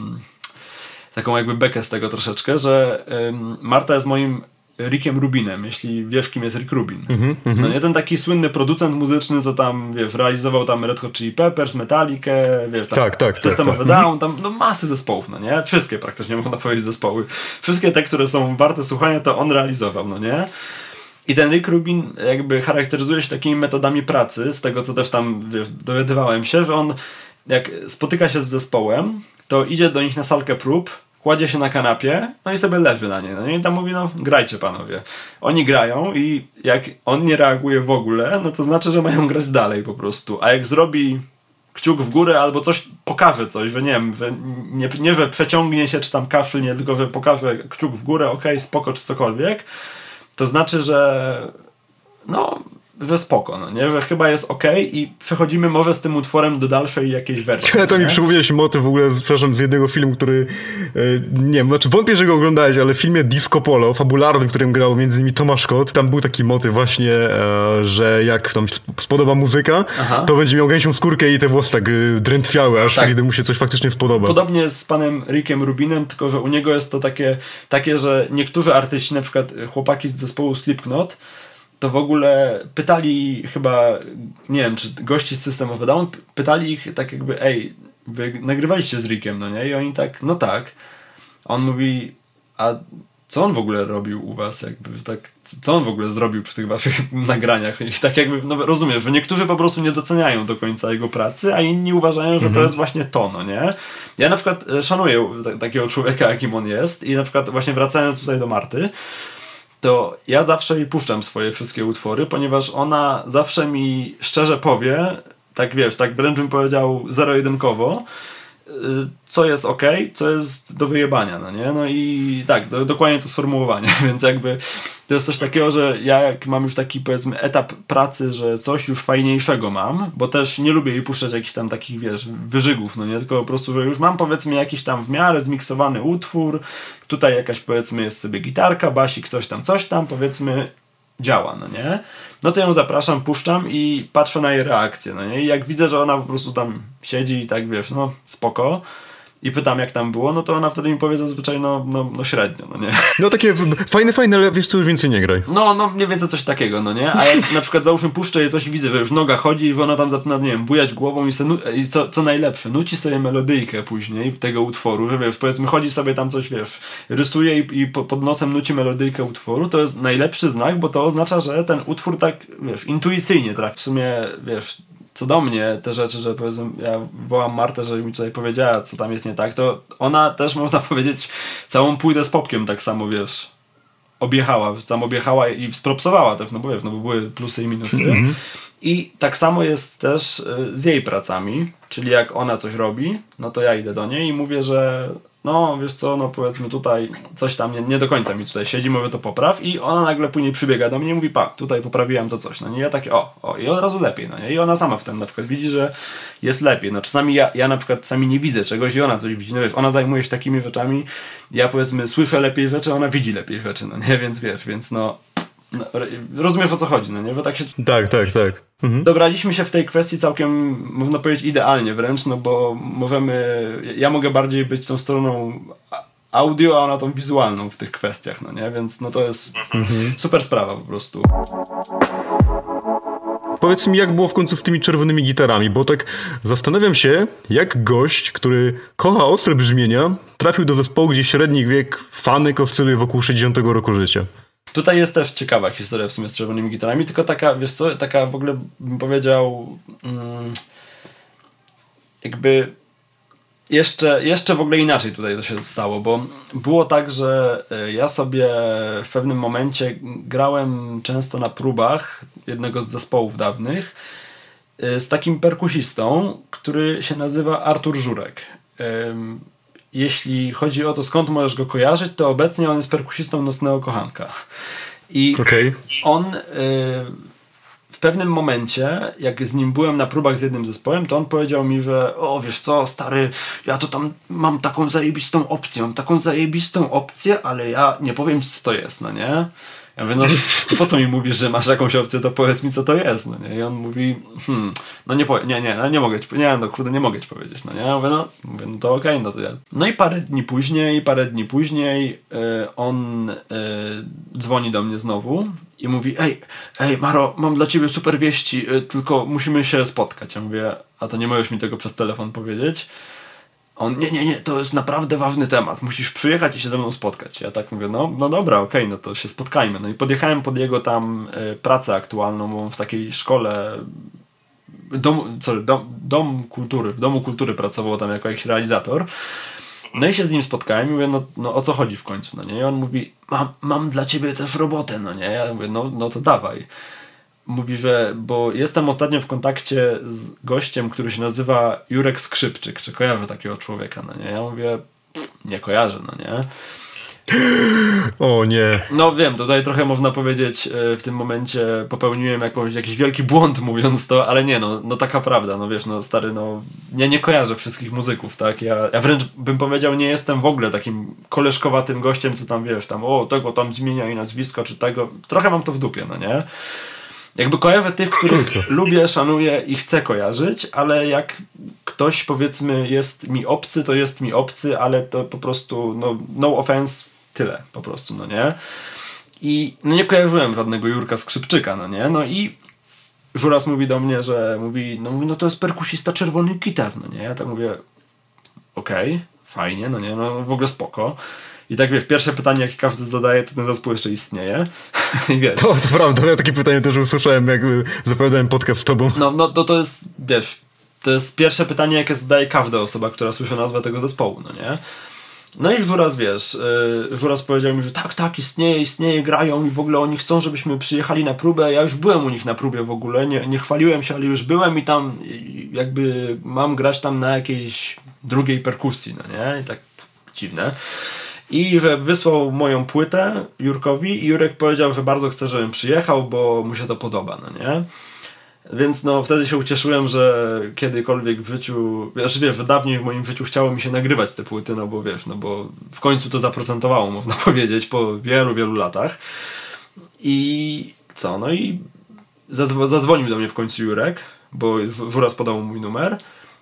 Speaker 3: taką jakby bekę z tego troszeczkę, że yy, Marta jest moim Rickiem Rubinem, jeśli wiesz kim jest Rick Rubin. Mm-hmm, no nie, ten taki słynny producent muzyczny, co tam, wiesz, realizował tam Red Hot Chili Peppers, Metallicę, wiesz, tam
Speaker 2: tak, tak,
Speaker 3: System
Speaker 2: tak,
Speaker 3: of a Down, tam no masy zespołów, no nie? Wszystkie praktycznie można powiedzieć zespoły. Wszystkie te, które są warte słuchania, to on realizował, no nie? I ten Rick Rubin jakby charakteryzuje się takimi metodami pracy, z tego co też tam, wiesz, dowiadywałem się, że on jak spotyka się z zespołem, to idzie do nich na salkę prób, kładzie się na kanapie, no i sobie leży na niej. No i tam mówi, no grajcie panowie. Oni grają i jak on nie reaguje w ogóle, no to znaczy, że mają grać dalej po prostu. A jak zrobi kciuk w górę albo coś, pokaże coś, że nie wiem, że nie, nie że przeciągnie się, czy tam kaszlnie, tylko że pokaże kciuk w górę, okej, okay, spoko, czy cokolwiek, to znaczy, że no, że spoko, no nie? Że chyba jest okej okay i przechodzimy może z tym utworem do dalszej jakiejś wersji.
Speaker 2: To mi przypomniałeś motyw w ogóle, przepraszam, z jednego filmu, który nie wiem, znaczy wątpię, że go oglądałeś, ale w filmie Disco Polo, fabularnym, w którym grał między innymi Tomasz Kot, tam był taki motyw właśnie, że jak tam spodoba muzyka, Aha. to będzie miał gęsią skórkę i te włosy tak drętwiały, aż tak. Kiedy mu się coś faktycznie spodoba.
Speaker 3: Podobnie z panem Rickiem Rubinem, tylko że u niego jest to takie, takie, że niektórzy artyści, na przykład chłopaki z zespołu Slipknot, to w ogóle pytali chyba, nie wiem, czy gości z System of a Down, pytali ich tak jakby, ej, wy nagrywaliście z Rickiem, no nie? I oni tak, no tak. A on mówi, a co on w ogóle robił u was? Jakby tak, co on w ogóle zrobił przy tych waszych nagraniach? I tak jakby, no rozumiesz, że niektórzy po prostu nie doceniają do końca jego pracy, a inni uważają, że mhm. to jest właśnie to, no nie? Ja na przykład szanuję t- takiego człowieka, jakim on jest i na przykład właśnie wracając tutaj do Marty, to ja zawsze jej puszczam swoje wszystkie utwory, ponieważ ona zawsze mi szczerze powie, tak wiesz, tak wręcz bym powiedział zero-jedynkowo, co jest okej, co jest do wyjebania, no nie? No i tak, do, dokładnie to sformułowanie, więc jakby to jest coś takiego, że ja jak mam już taki powiedzmy etap pracy, że coś już fajniejszego mam, bo też nie lubię jej puszczać jakichś tam takich, wiesz, wyżygów, no nie? Tylko po prostu, że już mam powiedzmy jakiś tam w miarę zmiksowany utwór, tutaj jakaś powiedzmy jest sobie gitarka, basik, coś tam, coś tam, powiedzmy działa, no nie? No to ją zapraszam, puszczam i patrzę na jej reakcję, no nie? I jak widzę, że ona po prostu tam siedzi i tak, wiesz, no spoko, i pytam jak tam było, no to ona wtedy mi powie zazwyczaj no, no, no średnio, no nie?
Speaker 2: No takie fajne, fajne, ale wiesz co, już więcej nie graj.
Speaker 3: No, no mniej więcej coś takiego, no nie? A jak na przykład załóżmy puszczę jej coś i widzę, że już noga chodzi i że ona tam zaczyna, nie wiem, bujać głową i, se nu- i co, co najlepsze, nuci sobie melodyjkę później tego utworu, że wiesz, powiedzmy chodzi sobie tam coś, wiesz, rysuje i, i pod nosem nuci melodyjkę utworu, to jest najlepszy znak, bo to oznacza, że ten utwór tak, wiesz, intuicyjnie trafi. W sumie, wiesz, co do mnie, te rzeczy, że powiedzmy, ja wołam Martę, żeby mi tutaj powiedziała, co tam jest nie tak, to ona też, można powiedzieć, całą płytę z Popkiem tak samo, wiesz, objechała, tam objechała i spropsowała też, no bo wiesz, no bo były plusy i minusy. Mm-hmm. I tak samo jest też z jej pracami, czyli jak ona coś robi, no to ja idę do niej i mówię, że no wiesz co, no powiedzmy tutaj coś tam nie, nie do końca mi tutaj siedzi, może to popraw i ona nagle później przybiega do mnie i mówi, pa, tutaj poprawiłem to coś, no nie, ja takie o, o i od razu lepiej, no nie, i ona sama w tym na przykład widzi, że jest lepiej, no czasami ja, ja na przykład czasami nie widzę czegoś i ona coś widzi, no wiesz, ona zajmuje się takimi rzeczami, ja powiedzmy słyszę lepiej rzeczy, ona widzi lepiej rzeczy, no nie, więc wiesz, więc no No, rozumiesz o co chodzi, no nie? Bo tak się...
Speaker 2: Tak, tak, tak. Mhm.
Speaker 3: Dobraliśmy się w tej kwestii całkiem, można powiedzieć, idealnie wręcz, no bo możemy, ja mogę bardziej być tą stroną audio, a ona tą wizualną w tych kwestiach, no nie? Więc no to jest mhm. super sprawa po prostu.
Speaker 2: Powiedz mi, jak było w końcu z tymi czerwonymi gitarami, bo tak zastanawiam się, jak gość, który kocha ostre brzmienia, trafił do zespołu, gdzie średni wiek fanek oscyluje wokół sześćdziesiątego roku życia.
Speaker 3: Tutaj jest też ciekawa historia w sumie z czerwonymi gitarami, tylko taka, wiesz co, taka w ogóle bym powiedział mm, jakby jeszcze, jeszcze w ogóle inaczej tutaj to się stało, bo było tak, że ja sobie w pewnym momencie grałem często na próbach jednego z zespołów dawnych z takim perkusistą, który się nazywa Artur Żurek. Jeśli chodzi o to, skąd możesz go kojarzyć, to obecnie on jest perkusistą Nocnego Kochanka. I okay. on y, w pewnym momencie, jak z nim byłem na próbach z jednym zespołem, to on powiedział mi, że o, wiesz co, stary, ja to tam mam taką zajebistą opcję, mam taką zajebistą opcję, ale ja nie powiem ci, co to jest, no nie? Ja mówię, no to po co mi mówisz, że masz jakąś opcję, to powiedz mi, co to jest, no nie? I on mówi, hmm, no nie powiem, nie, nie, no nie mogę ci, nie, no kurde, nie mogę ci powiedzieć, no nie? Ja mówię, no, mówię, no to okej, okay, no to ja. No i parę dni później, parę dni później yy, on yy, dzwoni do mnie znowu i mówi, ej, ej, Maro, mam dla ciebie super wieści, yy, tylko musimy się spotkać. Ja mówię, a to nie możesz mi tego przez telefon powiedzieć? On, nie, nie, nie, to jest naprawdę ważny temat, musisz przyjechać i się ze mną spotkać. Ja tak mówię, no, no dobra, okej, okay, no to się spotkajmy. No i podjechałem pod jego tam y, pracę aktualną, bo on w takiej szkole, dom, sorry, dom, dom kultury, w Domu Kultury pracował tam jako jakiś realizator. No i się z nim spotkałem i mówię, no, no o co chodzi w końcu, no nie? I on mówi, mam, mam dla ciebie też robotę, no nie? Ja mówię, no, no to dawaj. Mówi, że, bo jestem ostatnio w kontakcie z gościem, który się nazywa Jurek Skrzypczyk. Czy kojarzę takiego człowieka, no nie? Ja mówię, nie kojarzę, no nie?
Speaker 2: O nie.
Speaker 3: No wiem, tutaj trochę można powiedzieć, w tym momencie popełniłem jakąś, jakiś wielki błąd mówiąc to, ale nie, no, no taka prawda, no wiesz, no stary, no ja nie kojarzę wszystkich muzyków, tak? Ja, ja wręcz bym powiedział, nie jestem w ogóle takim koleżkowatym gościem, co tam, wiesz, tam, o, tego tam zmienia i nazwisko, czy tego, trochę mam to w dupie, no nie? Jakby kojarzę tych, których Krótko. lubię, szanuję i chcę kojarzyć, ale jak ktoś, powiedzmy, jest mi obcy, to jest mi obcy, ale to po prostu, no, no offense, tyle po prostu, no nie? I no nie kojarzyłem żadnego Jurka Skrzypczyka, no nie? No i Żuras mówi do mnie, że mówi, no mówi, no to jest perkusista czerwonych gitar, no nie? Ja tak mówię, okej, okay, fajnie, no nie? No w ogóle spoko. I tak wiesz, pierwsze pytanie, jakie każdy zadaje, to ten zespół jeszcze istnieje. I wiesz.
Speaker 2: To, to prawda, ja takie pytanie też usłyszałem, jak zapowiadałem podcast z tobą.
Speaker 3: No, no to, to jest, wiesz, to jest pierwsze pytanie, jakie zadaje każda osoba, która słyszy nazwę tego zespołu, no nie? No i Żuras, wiesz, yy, Żuras powiedział mi, że tak, tak, istnieje, istnieje, grają i w ogóle oni chcą, żebyśmy przyjechali na próbę. Ja już byłem u nich na próbie w ogóle, nie, nie chwaliłem się, ale już byłem i tam jakby mam grać tam na jakiejś drugiej perkusji, no nie? I tak dziwne. I że wysłał moją płytę Jurkowi i Jurek powiedział, że bardzo chce, żebym przyjechał, bo mu się to podoba, no nie? Więc no wtedy się ucieszyłem, że kiedykolwiek w życiu, wiesz, wiesz, że dawniej w moim życiu chciało mi się nagrywać te płyty, no bo wiesz, no bo w końcu to zaprocentowało, można powiedzieć, po wielu, wielu latach. I co, no i zadzw- zadzwonił do mnie w końcu Jurek, bo Żuras podał mu mój numer.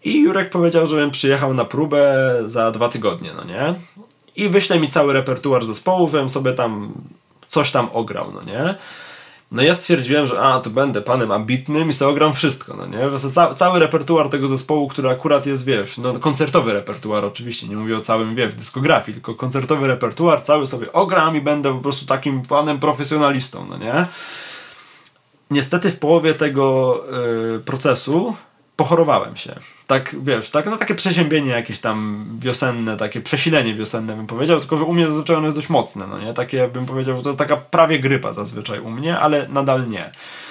Speaker 3: I Jurek powiedział, żebym przyjechał na próbę za dwa tygodnie, no nie? I wyśle mi cały repertuar zespołu, żebym sobie tam coś tam ograł, no nie? No ja stwierdziłem, że a, to będę panem ambitnym i sobie ogram wszystko, no nie? Że ca- cały repertuar tego zespołu, który akurat jest, wiesz, no koncertowy repertuar oczywiście, nie mówię o całym, wiesz, dyskografii, tylko koncertowy repertuar, cały sobie ogram i będę po prostu takim panem profesjonalistą, no nie? Niestety w połowie tego y, procesu pochorowałem się. Tak, wiesz, tak, no takie przeziębienie jakieś tam wiosenne, takie przesilenie wiosenne bym powiedział, tylko że u mnie zazwyczaj ono jest dość mocne, no nie? Takie bym powiedział, że to jest taka prawie grypa zazwyczaj u mnie, ale nadal nie.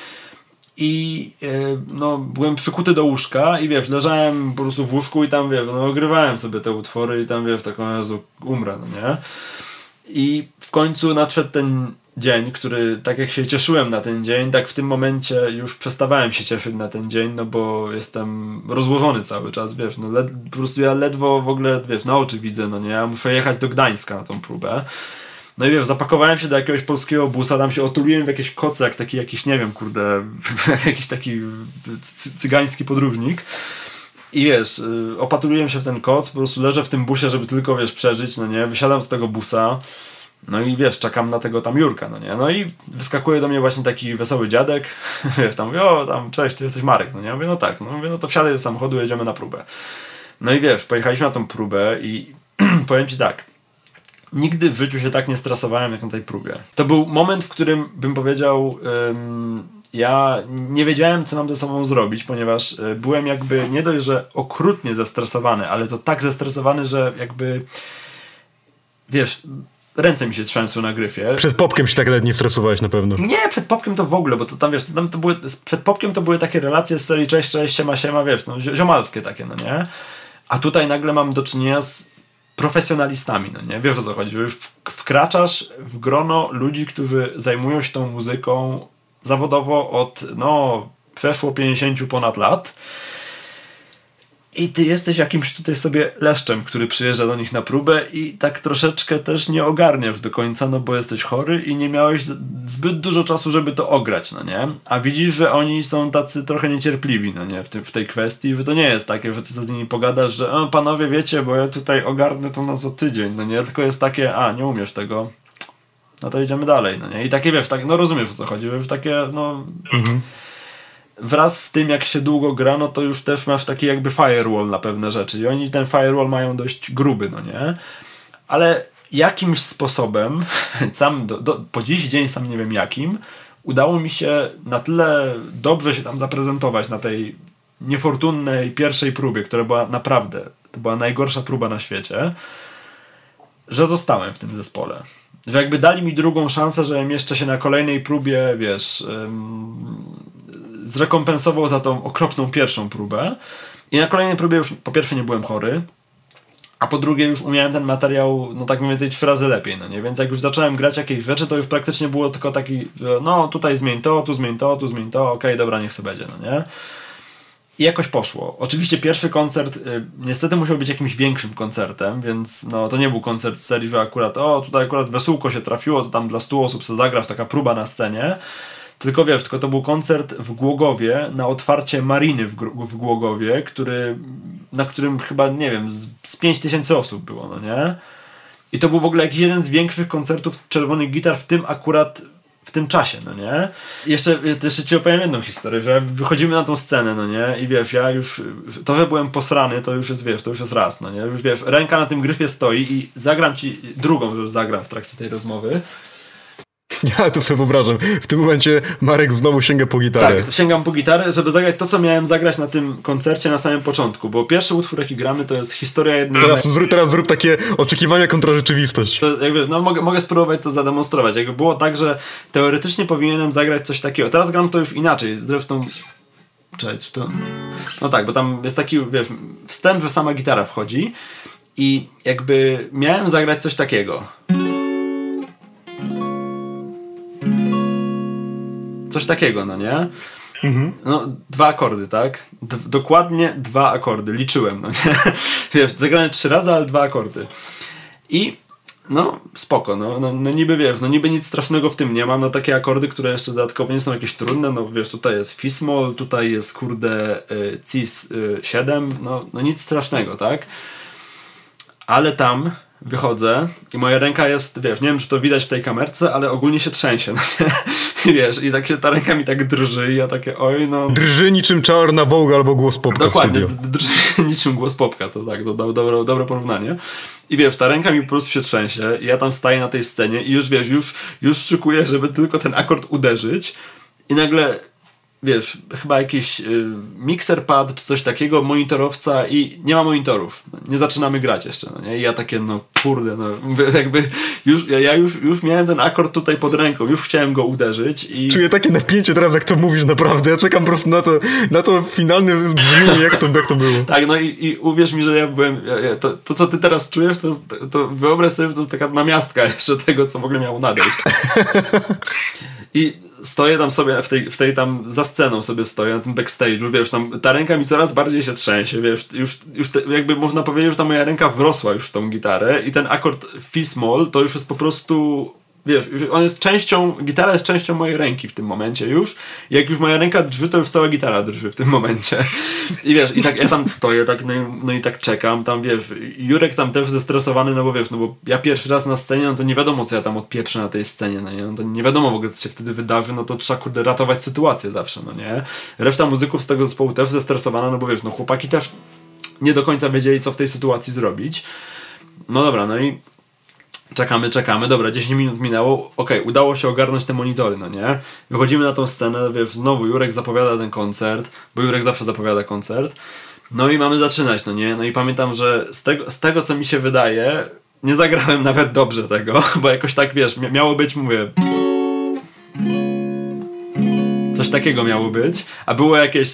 Speaker 3: I yy, no, byłem przykuty do łóżka i wiesz, leżałem po prostu w łóżku i tam, wiesz, no ogrywałem sobie te utwory i tam, wiesz, taką, Jezu, umrę, no nie? I w końcu nadszedł ten dzień, który, tak jak się cieszyłem na ten dzień, tak w tym momencie już przestawałem się cieszyć na ten dzień, no bo jestem rozłożony cały czas, wiesz, no led, po prostu ja ledwo w ogóle, wiesz, na oczy widzę, no nie, ja muszę jechać do Gdańska na tą próbę. No i wiesz, zapakowałem się do jakiegoś polskiego busa, tam się otuliłem w jakieś koce, jak taki jakiś, nie wiem, kurde, jakiś taki cy- cygański podróżnik. I wiesz, opatrułem się w ten koc, po prostu leżę w tym busie, żeby tylko, wiesz, przeżyć, no nie, wysiadam z tego busa. No i wiesz, czekam na tego tam Jurka, no nie? No i wyskakuje do mnie właśnie taki wesoły dziadek, wiesz, tam mówi, o, tam, cześć, ty jesteś Marek, no nie? Ja mówię, no tak, no mówię, no to wsiadaj do samochodu, jedziemy na próbę. No i wiesz, pojechaliśmy na tą próbę i powiem ci tak, nigdy w życiu się tak nie stresowałem jak na tej próbie. To był moment, w którym bym powiedział, ym, ja nie wiedziałem, co mam ze sobą zrobić, ponieważ y, byłem jakby nie dość, że okrutnie zestresowany, ale to tak zestresowany, że jakby, wiesz, ręce mi się trzęsły na gryfie.
Speaker 2: Przed popkiem się tak nawet nie stresowałeś na pewno.
Speaker 3: Nie, przed popkiem to w ogóle, bo to tam, wiesz, to tam to były, przed popkiem to były takie relacje z serii cześć, cześć, siema, siema, wiesz, no ziomalskie takie, no nie? A tutaj nagle mam do czynienia z profesjonalistami, no nie? Wiesz, o co chodzi, że już wkraczasz w grono ludzi, którzy zajmują się tą muzyką zawodowo od, no, przeszło pięćdziesięciu ponad lat. I ty jesteś jakimś tutaj sobie leszczem, który przyjeżdża do nich na próbę i tak troszeczkę też nie ogarniasz do końca, no bo jesteś chory i nie miałeś zbyt dużo czasu, żeby to ograć, no nie? A widzisz, że oni są tacy trochę niecierpliwi, no nie? W, tym, w tej kwestii, że to nie jest takie, że ty z nimi pogadasz, że o, panowie, wiecie, bo ja tutaj ogarnę to na za tydzień, no nie? Tylko jest takie, a, nie umiesz tego, no to idziemy dalej, no nie? I takie, wiesz, tak, no rozumiesz, o co chodzi, że takie, no... Mhm. Wraz z tym, jak się długo gra, no to już też masz taki jakby firewall na pewne rzeczy i oni ten firewall mają dość gruby, no nie? Ale jakimś sposobem, sam do, do, po dziś dzień sam nie wiem jakim, udało mi się na tyle dobrze się tam zaprezentować na tej niefortunnej pierwszej próbie, która była naprawdę, to była najgorsza próba na świecie, że zostałem w tym zespole. Że jakby dali mi drugą szansę, żebym jeszcze się na kolejnej próbie, wiesz... Ym, zrekompensował za tą okropną pierwszą próbę i na kolejnej próbie już po pierwsze nie byłem chory, a po drugie już umiałem ten materiał no tak mniej więcej trzy razy lepiej, no nie? Więc jak już zacząłem grać jakieś rzeczy, to już praktycznie było tylko taki, że no tutaj zmień to, tu zmień to, tu zmień to, okej, okay, dobra, niech sobie będzie, no nie? I jakoś poszło. Oczywiście pierwszy koncert y, niestety musiał być jakimś większym koncertem, więc no to nie był koncert z serii, że akurat o, tutaj akurat wesołko się trafiło, to tam dla stu osób se zagrasz, taka próba na scenie. Tylko wiesz, tylko to był koncert w Głogowie, na otwarcie Mariny w, w Głogowie, który, na którym chyba, nie wiem, z, z pięć tysięcy osób było, no nie? I to był w ogóle jakiś jeden z większych koncertów Czerwonych Gitar w tym akurat, w tym czasie, no nie? Jeszcze, jeszcze ci opowiem jedną historię, że wychodzimy na tą scenę, no nie? I wiesz, ja już, to, że byłem posrany, to już jest, wiesz, to już jest raz, no nie? Już wiesz, ręka na tym gryfie stoi i zagram ci drugą, że już zagram w trakcie tej rozmowy.
Speaker 2: Ja to sobie wyobrażam. W tym momencie Marek znowu sięga po gitarę.
Speaker 3: Tak, sięgam po gitarę, żeby zagrać to, co miałem zagrać na tym koncercie na samym początku, bo pierwszy utwór, jaki gramy, to jest historia jednej...
Speaker 2: Teraz zrób, teraz zrób takie oczekiwania kontra rzeczywistość.
Speaker 3: To jakby, no mogę, mogę spróbować to zademonstrować. Jakby było tak, że teoretycznie powinienem zagrać coś takiego. Teraz gram to już inaczej, zresztą... Cześć, to... No tak, bo tam jest taki, wiesz, wstęp, że sama gitara wchodzi i jakby miałem zagrać coś takiego. Coś takiego, no nie? Mhm. No, dwa akordy, tak? D- dokładnie dwa akordy. Liczyłem, no nie? Wiesz, zagrałem trzy razy, ale dwa akordy. I No, spoko, no, no, no niby wiesz, no niby nic strasznego w tym nie ma, no takie akordy, które jeszcze dodatkowo nie są jakieś trudne, no wiesz, tutaj jest Fismol, tutaj jest kurde y, Cis siedem, no, no nic strasznego, tak? Ale tam wychodzę i moja ręka jest, wiesz, nie wiem czy to widać w tej kamerce, ale ogólnie się trzęsie, no nie? I wiesz, i tak się ta ręka mi tak drży i ja takie, oj no...
Speaker 2: Drży niczym czarna wołga albo głos popka.
Speaker 3: Dokładnie, d- drży niczym głos popka, to tak, to do, dobre, dobre porównanie. I wiesz, ta ręka mi po prostu się trzęsie i ja tam staję na tej scenie i już wiesz, już, już szykuję, żeby tylko ten akord uderzyć i nagle... Wiesz, chyba jakiś y, mixer pad czy coś takiego, monitorowca i nie ma monitorów. Nie zaczynamy grać jeszcze, no nie? I ja takie, no kurde, no jakby już, ja, ja już, już miałem ten akord tutaj pod ręką, już chciałem go uderzyć i...
Speaker 2: Czuję takie napięcie teraz, jak to mówisz, naprawdę. Ja czekam po prostu na to, na to finalne brzmienie, jak to, jak to było.
Speaker 3: Tak, no i, i uwierz mi, że ja byłem, ja, ja, to, to co ty teraz czujesz, to, jest, to wyobraź sobie, że to jest taka namiastka jeszcze tego, co w ogóle miało nadejść. I stoję tam sobie w tej, w tej tam za sceną sobie stoję na tym backstage'u, wiesz, tam ta ręka mi coraz bardziej się trzęsie, wiesz, już, już te, jakby można powiedzieć, że ta moja ręka wrosła już w tą gitarę i ten akord Fismol to już jest po prostu, wiesz, już on jest częścią, gitara jest częścią mojej ręki w tym momencie już i jak już moja ręka drży, to już cała gitara drży w tym momencie i wiesz, i tak ja tam stoję, tak, no, no i tak czekam, tam wiesz, Jurek tam też zestresowany, no bo wiesz, no bo ja pierwszy raz na scenie, no to nie wiadomo co ja tam odpieprzę na tej scenie, no nie, no to nie wiadomo w ogóle co się wtedy wydarzy, no to trzeba kurde ratować sytuację zawsze, no nie, reszta muzyków z tego zespołu też zestresowana, no bo wiesz, no chłopaki też nie do końca wiedzieli co w tej sytuacji zrobić, no dobra, no i czekamy, czekamy, dobra, dziesięć minut minęło, okej, okay, udało się ogarnąć te monitory, no nie? Wychodzimy na tą scenę, wiesz, znowu Jurek zapowiada ten koncert, bo Jurek zawsze zapowiada koncert, no i mamy zaczynać, no nie? No i pamiętam, że z tego, z tego co mi się wydaje, nie zagrałem nawet dobrze tego, bo jakoś tak, wiesz, miało być, mówię... Coś takiego miało być, a było jakieś...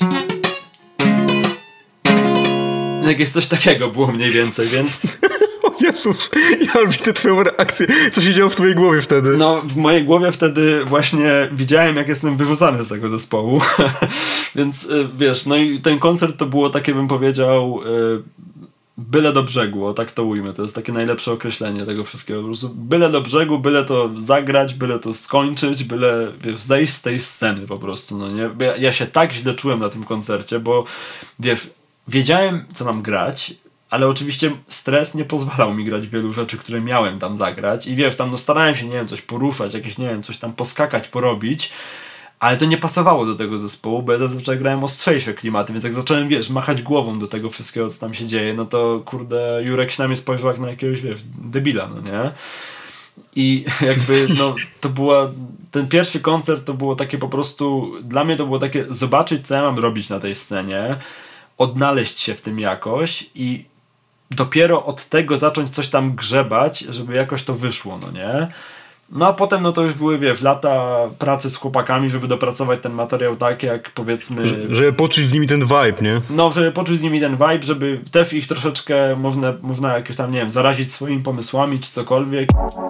Speaker 3: Jakieś coś takiego było mniej więcej, więc...
Speaker 2: Jezus, ja widzę twoją reakcję. Co się działo w twojej głowie wtedy?
Speaker 3: No, w mojej głowie wtedy właśnie widziałem, jak jestem wyrzucany z tego zespołu. Więc wiesz, no i ten koncert to było takie, bym powiedział, byle do brzegu, o tak to ujmę. To jest takie najlepsze określenie tego wszystkiego. Po prostu byle do brzegu, byle to zagrać, byle to skończyć, byle wiesz, zejść z tej sceny po prostu, no nie? Ja, ja się tak źle czułem na tym koncercie, bo wiesz, wiedziałem, co mam grać, ale oczywiście stres nie pozwalał mi grać wielu rzeczy, które miałem tam zagrać i wiesz, tam no starałem się, nie wiem, coś poruszać, jakieś, nie wiem, coś tam poskakać, porobić, ale to nie pasowało do tego zespołu, bo ja zazwyczaj grałem ostrzejsze klimaty, więc jak zacząłem, wiesz, machać głową do tego wszystkiego, co tam się dzieje, no to kurde, Jurek się na mnie spojrzał jak na jakiegoś, wiesz, debila, no nie? I jakby, no, to była, ten pierwszy koncert to było takie po prostu, dla mnie to było takie zobaczyć, co ja mam robić na tej scenie, odnaleźć się w tym jakoś i dopiero od tego zacząć coś tam grzebać, żeby jakoś to wyszło, no nie? No a potem no to już były, wiesz, lata pracy z chłopakami, żeby dopracować ten materiał tak, jak powiedzmy...
Speaker 2: Że, żeby poczuć z nimi ten vibe, nie?
Speaker 3: No, żeby poczuć z nimi ten vibe, żeby też ich troszeczkę można, można jakieś tam, nie wiem, zarazić swoimi pomysłami czy cokolwiek.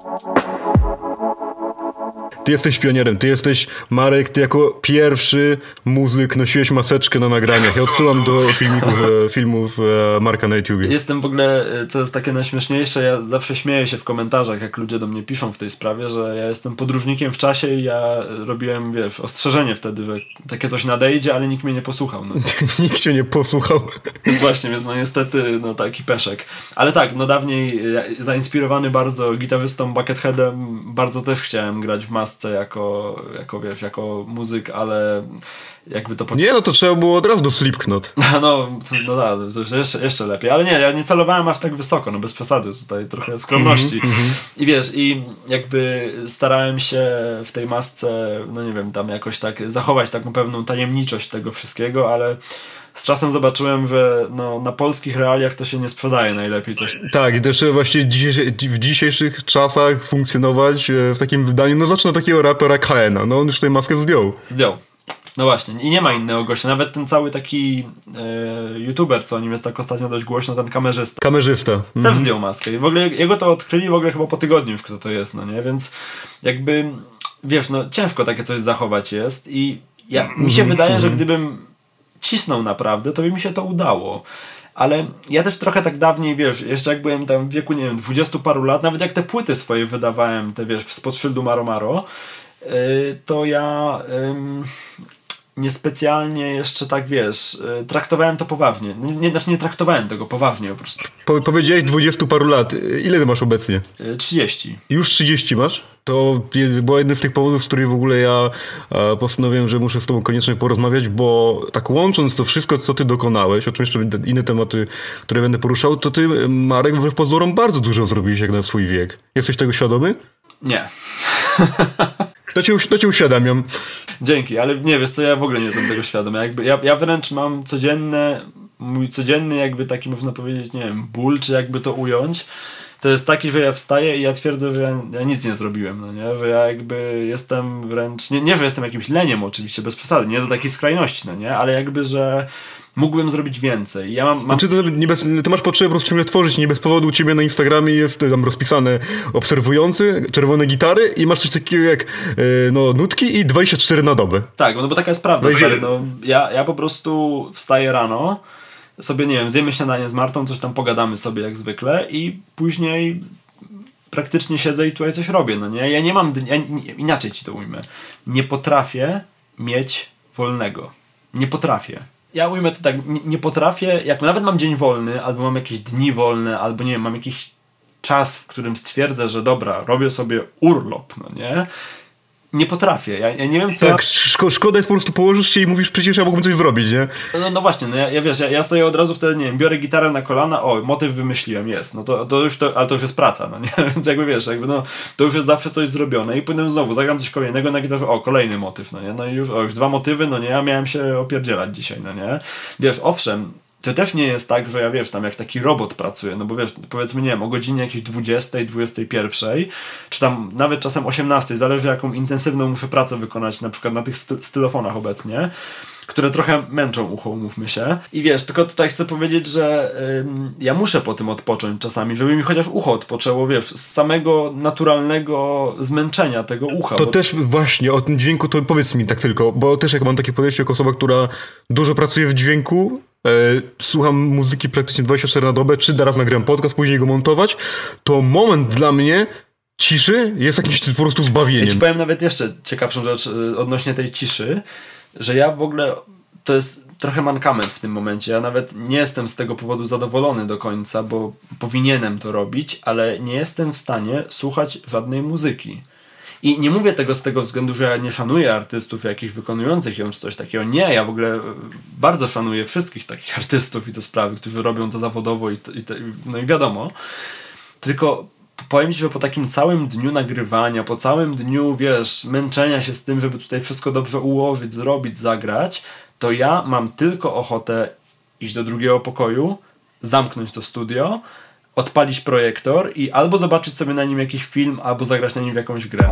Speaker 2: Ty jesteś pionierem, ty jesteś, Marek, ty jako pierwszy muzyk nosiłeś maseczkę na nagraniach. Ja odsyłam do filmików, filmów Marka na YouTubie.
Speaker 3: Jestem w ogóle, co jest takie najśmieszniejsze, ja zawsze śmieję się w komentarzach, jak ludzie do mnie piszą w tej sprawie, że ja jestem podróżnikiem w czasie i ja robiłem, wiesz, ostrzeżenie wtedy, że takie coś nadejdzie, ale nikt mnie nie posłuchał. No.
Speaker 2: Nikt cię nie posłuchał.
Speaker 3: Więc właśnie, więc no niestety, no taki peszek. Ale tak, no dawniej zainspirowany bardzo gitarzystą Bucketheadem, bardzo też chciałem grać w masce jako, jako wiesz, jako muzyk, ale jakby to...
Speaker 2: Nie, no to trzeba było od razu do Slipknot.
Speaker 3: No, no, no tak, to już jeszcze, jeszcze lepiej, ale nie, ja nie celowałem aż tak wysoko, no bez przesady, tutaj trochę skromności. Mm-hmm. I wiesz, i jakby starałem się w tej masce, no nie wiem, tam jakoś tak zachować taką pewną tajemniczość tego wszystkiego, ale z czasem zobaczyłem, że no, na polskich realiach to się nie sprzedaje najlepiej coś.
Speaker 2: Tak, i też właśnie w dzisiejszych czasach funkcjonować w takim wydaniu, no zacznę takiego rapera K N a, no on już tę maskę zdjął.
Speaker 3: Zdjął. No właśnie, i nie ma innego gościa, nawet ten cały taki e, youtuber, co o nim jest tak ostatnio dość głośno, ten kamerzysta.
Speaker 2: Kamerzysta.
Speaker 3: Też
Speaker 2: Mhm.
Speaker 3: zdjął maskę i w ogóle jego to odkryli w ogóle chyba po tygodniu już kto to jest, no nie, więc jakby, wiesz, no ciężko takie coś zachować jest i ja, mi się wydaje, że gdybym cisnął naprawdę, to by mi się to udało. Ale ja też trochę tak dawniej, wiesz, jeszcze jak byłem tam w wieku, nie wiem, dwudziestu paru lat, nawet jak te płyty swoje wydawałem, te wiesz, spod szyldu Maro Maro, yy, to ja yy, niespecjalnie jeszcze tak, wiesz, yy, traktowałem to poważnie. Nie, znaczy nie traktowałem tego poważnie po prostu.
Speaker 2: Po, powiedziałeś dwudziestu paru lat. Ile ty masz obecnie?
Speaker 3: Yy, trzydzieści.
Speaker 2: Już trzydzieści masz? To był jeden z tych powodów, z których w ogóle ja e, postanowiłem, że muszę z tobą koniecznie porozmawiać, bo tak łącząc to wszystko, co ty dokonałeś, o czym jeszcze inne tematy, które będę poruszał, to ty, Marek, wbrew pozorom bardzo dużo zrobiłeś jak na swój wiek. Jesteś tego świadomy?
Speaker 3: Nie.
Speaker 2: To cię, to cię uświadamiam.
Speaker 3: Dzięki, ale nie, wiesz co, ja w ogóle nie jestem tego świadomy. Jakby ja, ja wręcz mam codzienne, mój codzienny jakby taki, można powiedzieć, nie wiem, ból, czy jakby to ująć, to jest taki, że ja wstaję i ja twierdzę, że ja, ja nic nie zrobiłem, no nie? Że ja jakby jestem wręcz, nie, nie, że jestem jakimś leniem oczywiście, bez przesady, nie do takiej skrajności, no nie? Ale jakby, że mógłbym zrobić więcej. Ja mam, mam...
Speaker 2: Znaczy, to nie bez, ty masz potrzebę po prostu ciągle tworzyć, nie bez powodu u ciebie na Instagramie jest tam rozpisane obserwujący, czerwone gitary i masz coś takiego jak yy, no, nutki i dwadzieścia cztery na dobę.
Speaker 3: Tak, no bo taka jest prawda,
Speaker 2: no
Speaker 3: stary, no, ja, ja po prostu wstaję rano, sobie, nie wiem, zjemy śniadanie z Martą, coś tam pogadamy sobie jak zwykle i później praktycznie siedzę i tutaj coś robię, no nie? Ja nie mam, ja, inaczej ci to ujmę, nie potrafię mieć wolnego. Nie potrafię. Ja ujmę to tak, nie potrafię, jak nawet mam dzień wolny, albo mam jakieś dni wolne, albo nie wiem, mam jakiś czas, w którym stwierdzę, że dobra, robię sobie urlop, no nie? Nie potrafię, ja, ja nie wiem co...
Speaker 2: Tak, szko- szkoda jest po prostu położysz się i mówisz, przecież ja mógłbym coś zrobić, nie?
Speaker 3: No, no właśnie, no ja, ja wiesz, ja, ja sobie od razu wtedy, nie wiem, biorę gitarę na kolana, o, motyw wymyśliłem, jest, no to, to już, to, ale to już jest praca, no nie? Więc jakby wiesz, jakby no, to już jest zawsze coś zrobione i potem znowu zagram coś kolejnego na gitarze, o, kolejny motyw, no nie? No i już, o, już dwa motywy, no nie? Ja miałem się opierdzielać dzisiaj, no nie? Wiesz, owszem, to też nie jest tak, że ja wiesz, tam jak taki robot pracuję, no bo wiesz, powiedzmy, nie wiem, o godzinie jakiejś dwudziestej, dwudziestej pierwszej, czy tam nawet czasem osiemnastej, zależy jaką intensywną muszę pracę wykonać, na przykład na tych styl- stylofonach obecnie, które trochę męczą ucho, umówmy się. I wiesz, tylko tutaj chcę powiedzieć, że ym, ja muszę po tym odpocząć czasami, żeby mi chociaż ucho odpoczęło, wiesz, z samego naturalnego zmęczenia tego ucha.
Speaker 2: To
Speaker 3: bo...
Speaker 2: też właśnie o tym dźwięku to powiedz mi tak tylko, bo też jak mam takie podejście jako osoba, która dużo pracuje w dźwięku, e, słucham muzyki praktycznie dwadzieścia cztery na dobę, czy teraz nagram podcast, później go montować, to moment dla mnie ciszy jest jakimś po prostu zbawieniem.
Speaker 3: Ja ci powiem nawet jeszcze ciekawszą rzecz odnośnie tej ciszy, że ja w ogóle, to jest trochę mankament w tym momencie, ja nawet nie jestem z tego powodu zadowolony do końca, bo powinienem to robić, ale nie jestem w stanie słuchać żadnej muzyki. I nie mówię tego z tego względu, że ja nie szanuję artystów jakichś wykonujących ją czy coś takiego. Nie, ja w ogóle bardzo szanuję wszystkich takich artystów i te sprawy, którzy robią to zawodowo i, i te, no i wiadomo. Tylko powiem ci, że po takim całym dniu nagrywania, po całym dniu, wiesz, męczenia się z tym, żeby tutaj wszystko dobrze ułożyć, zrobić, zagrać, to ja mam tylko ochotę iść do drugiego pokoju, zamknąć to studio, odpalić projektor i albo zobaczyć sobie na nim jakiś film, albo zagrać na nim w jakąś grę.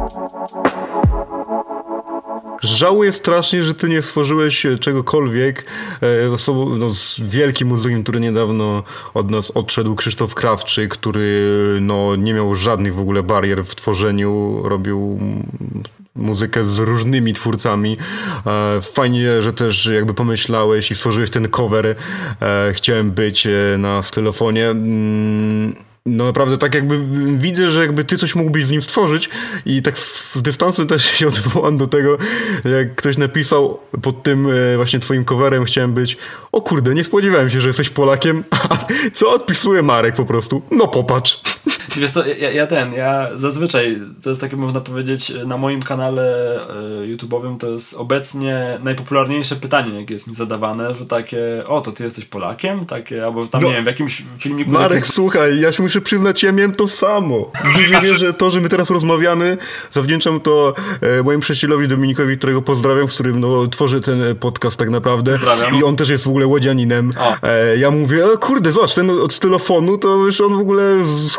Speaker 2: Żałuję strasznie, że ty nie stworzyłeś czegokolwiek e, osobą, no, z wielkim muzykiem, który niedawno od nas odszedł, Krzysztof Krawczyk, który no, nie miał żadnych w ogóle barier w tworzeniu, robił muzykę z różnymi twórcami. E, fajnie, że też jakby pomyślałeś i stworzyłeś ten cover e, Chciałem być na stylofonie. Mm, No naprawdę tak jakby widzę, że jakby ty coś mógłbyś z nim stworzyć i tak z dystansu też się odwołam do tego, jak ktoś napisał pod tym właśnie twoim coverem Chciałem być, o kurde, nie spodziewałem się, że jesteś Polakiem, a co odpisuje Marek po prostu? No popatrz.
Speaker 3: Wiesz co, ja, ja ten, ja zazwyczaj, to jest takie można powiedzieć, na moim kanale y, YouTube'owym to jest obecnie najpopularniejsze pytanie, jakie jest mi zadawane, że takie, o to ty jesteś Polakiem? Takie, albo że tam,
Speaker 2: no,
Speaker 3: nie wiem, w jakimś filmiku...
Speaker 2: Marek,
Speaker 3: jakimś...
Speaker 2: słuchaj, ja się muszę przyznać, ja miałem to samo. Dużo wie, że to, że my teraz rozmawiamy, zawdzięczam to e, mojemu przyjacielowi Dominikowi, którego pozdrawiam, z którym no, tworzy ten podcast tak naprawdę.
Speaker 3: Pozdrawiam.
Speaker 2: I on też jest w ogóle łodzianinem. E, ja mówię, o kurde, zobacz, ten od stylofonu, to już on w ogóle z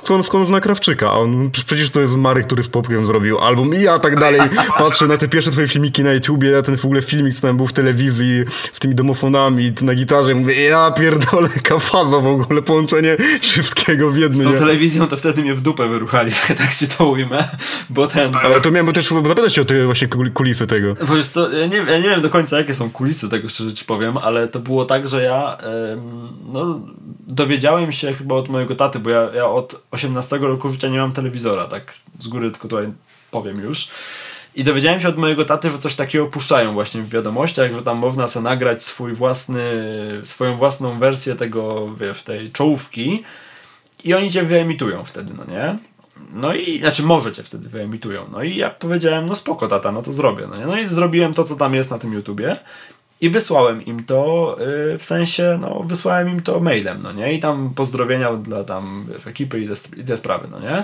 Speaker 2: skąd, skąd zna Krawczyka? A on, przecież to jest Marek, który z Popkiem zrobił album i ja tak dalej patrzę na te pierwsze twoje filmiki na YouTubie, na ten w ogóle filmik, co tam był w telewizji z tymi domofonami, na gitarze, mówię, ja pierdolę, kafaza w ogóle, połączenie wszystkiego w jednym.
Speaker 3: Z tą telewizją to wtedy mnie w dupę wyruchali, tak ci to ujmę, bo ten...
Speaker 2: Ale to miałem też zapytać się o te właśnie kulisy tego.
Speaker 3: Bo wiesz co, ja nie, ja nie wiem do końca, jakie są kulisy tego, szczerze ci powiem, ale to było tak, że ja ym, no, dowiedziałem się chyba od mojego taty, bo ja, ja od osiemnastego roku życia nie mam telewizora, tak z góry tylko tutaj powiem już. I dowiedziałem się od mojego taty, że coś takiego puszczają właśnie w wiadomościach, że tam można sobie nagrać swój własny, swoją własną wersję tego, wiesz, tej czołówki i oni cię wyemitują wtedy, no nie? No i, znaczy może cię wtedy wyemitują. No i ja powiedziałem, no spoko tata, no to zrobię, no nie? No i zrobiłem to, co tam jest na tym YouTubie i wysłałem im to, yy, w sensie, no wysłałem im to mailem, no nie? I tam pozdrowienia dla tam, wiesz, ekipy i te, i te sprawy, no nie?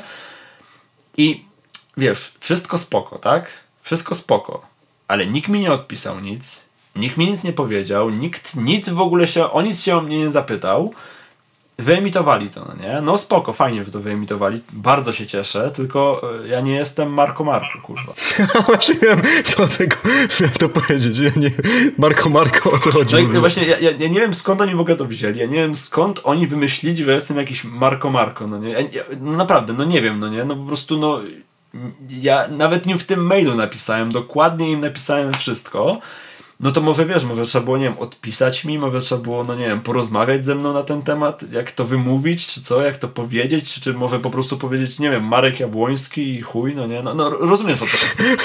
Speaker 3: I wiesz, wszystko spoko, tak? Wszystko spoko. Ale nikt mi nie odpisał nic, nikt mi nic nie powiedział, nikt nic w ogóle się, o nic się o mnie nie zapytał. Wyemitowali to, no nie? No spoko, fajnie, że to wyemitowali. Bardzo się cieszę, tylko ja nie jestem Marko Marko, kurwa.
Speaker 2: Właśnie miałem to, tego, miałem to powiedzieć. Ja nie, Marko Marko, o co chodzi?
Speaker 3: No właśnie, ja, ja, ja nie wiem skąd oni w ogóle to wzięli. Ja nie wiem skąd oni wymyślili, że jestem jakiś Marko Marko, no nie? Ja, ja, no naprawdę, no nie wiem, no nie? No po prostu, no... Ja nawet im w tym mailu napisałem, dokładnie im napisałem wszystko. No to może wiesz, może trzeba było, nie wiem, odpisać mi, może trzeba było, no nie wiem, porozmawiać ze mną na ten temat, jak to wymówić, czy co, jak to powiedzieć, czy, czy może po prostu powiedzieć, nie wiem, Marek Jabłoński i chuj, no nie, no, no rozumiesz o co.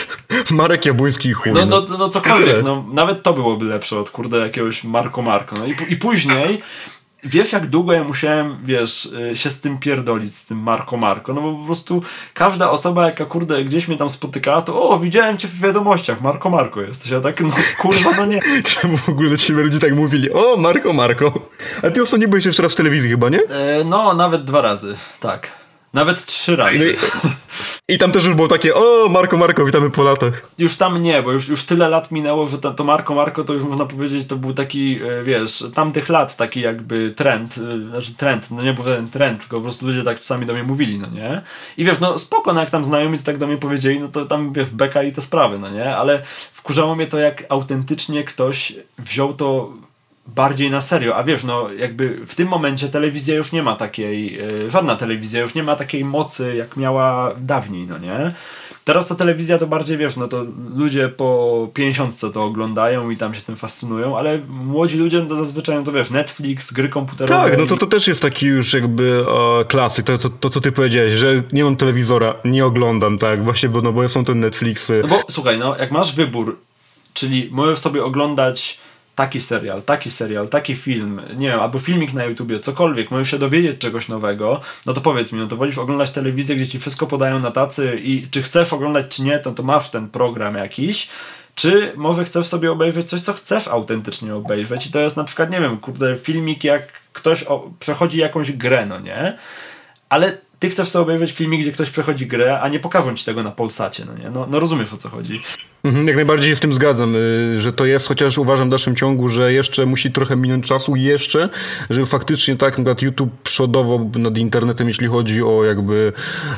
Speaker 2: Marek Jabłoński i chuj.
Speaker 3: No, no, no cokolwiek, no nawet to byłoby lepsze od kurde jakiegoś Marko Marko, no i, i później wiesz jak długo ja musiałem, wiesz, się z tym pierdolić, z tym Marko Marko, no bo po prostu każda osoba jaka kurde gdzieś mnie tam spotykała, to o, widziałem cię w wiadomościach, Marko Marko jesteś, ja tak, no kurwa, no nie.
Speaker 2: Czemu w ogóle do ciebie ludzie tak mówili, o, Marko Marko. A ty ostatnio byłeś jeszcze raz w telewizji chyba, nie?
Speaker 3: E, no, nawet dwa razy, tak. Nawet trzy razy.
Speaker 2: I, I tam też już było takie, o, Marko Marko, witamy po latach.
Speaker 3: Już tam nie, bo już, już tyle lat minęło, że to, to Marko Marko to już można powiedzieć, to był taki, wiesz, tamtych lat taki jakby trend, znaczy trend, no nie był ten trend, tylko po prostu ludzie tak czasami do mnie mówili, no nie? I wiesz, no spoko, no jak tam znajomi tak do mnie powiedzieli, no to tam, wiesz, beka i te sprawy, no nie? Ale wkurzało mnie to, jak autentycznie ktoś wziął to bardziej na serio, a wiesz, no jakby w tym momencie telewizja już nie ma takiej, yy, żadna telewizja już nie ma takiej mocy, jak miała dawniej, no nie? Teraz ta telewizja to bardziej, wiesz, no to ludzie po pięćdziesiątce to oglądają i tam się tym fascynują, ale młodzi ludzie to zazwyczaj, to wiesz, Netflix, gry komputerowe.
Speaker 2: Tak, no to, to też jest taki już jakby e, klasyk, to, to, to co ty powiedziałeś, że nie mam telewizora, nie oglądam, tak, właśnie, bo, no, bo są te Netflixy.
Speaker 3: No bo słuchaj, no jak masz wybór, czyli możesz sobie oglądać taki serial, taki serial, taki film, nie wiem, albo filmik na YouTubie, cokolwiek, możesz się dowiedzieć czegoś nowego, no to powiedz mi, no to wolisz oglądać telewizję, gdzie ci wszystko podają na tacy i czy chcesz oglądać, czy nie, to, to masz ten program jakiś, czy może chcesz sobie obejrzeć coś, co chcesz autentycznie obejrzeć i to jest na przykład, nie wiem, kurde, filmik, jak ktoś o, przechodzi jakąś grę, no nie? Ale ty chcesz sobie obejrzeć filmik, gdzie ktoś przechodzi grę, a nie pokażą ci tego na Polsacie, no nie? No, no rozumiesz, o co chodzi.
Speaker 2: Mhm, jak najbardziej się z tym zgadzam, że to jest, chociaż uważam w dalszym ciągu, że jeszcze musi trochę minąć czasu jeszcze, żeby faktycznie tak na przykład YouTube przodował nad internetem, jeśli chodzi o jakby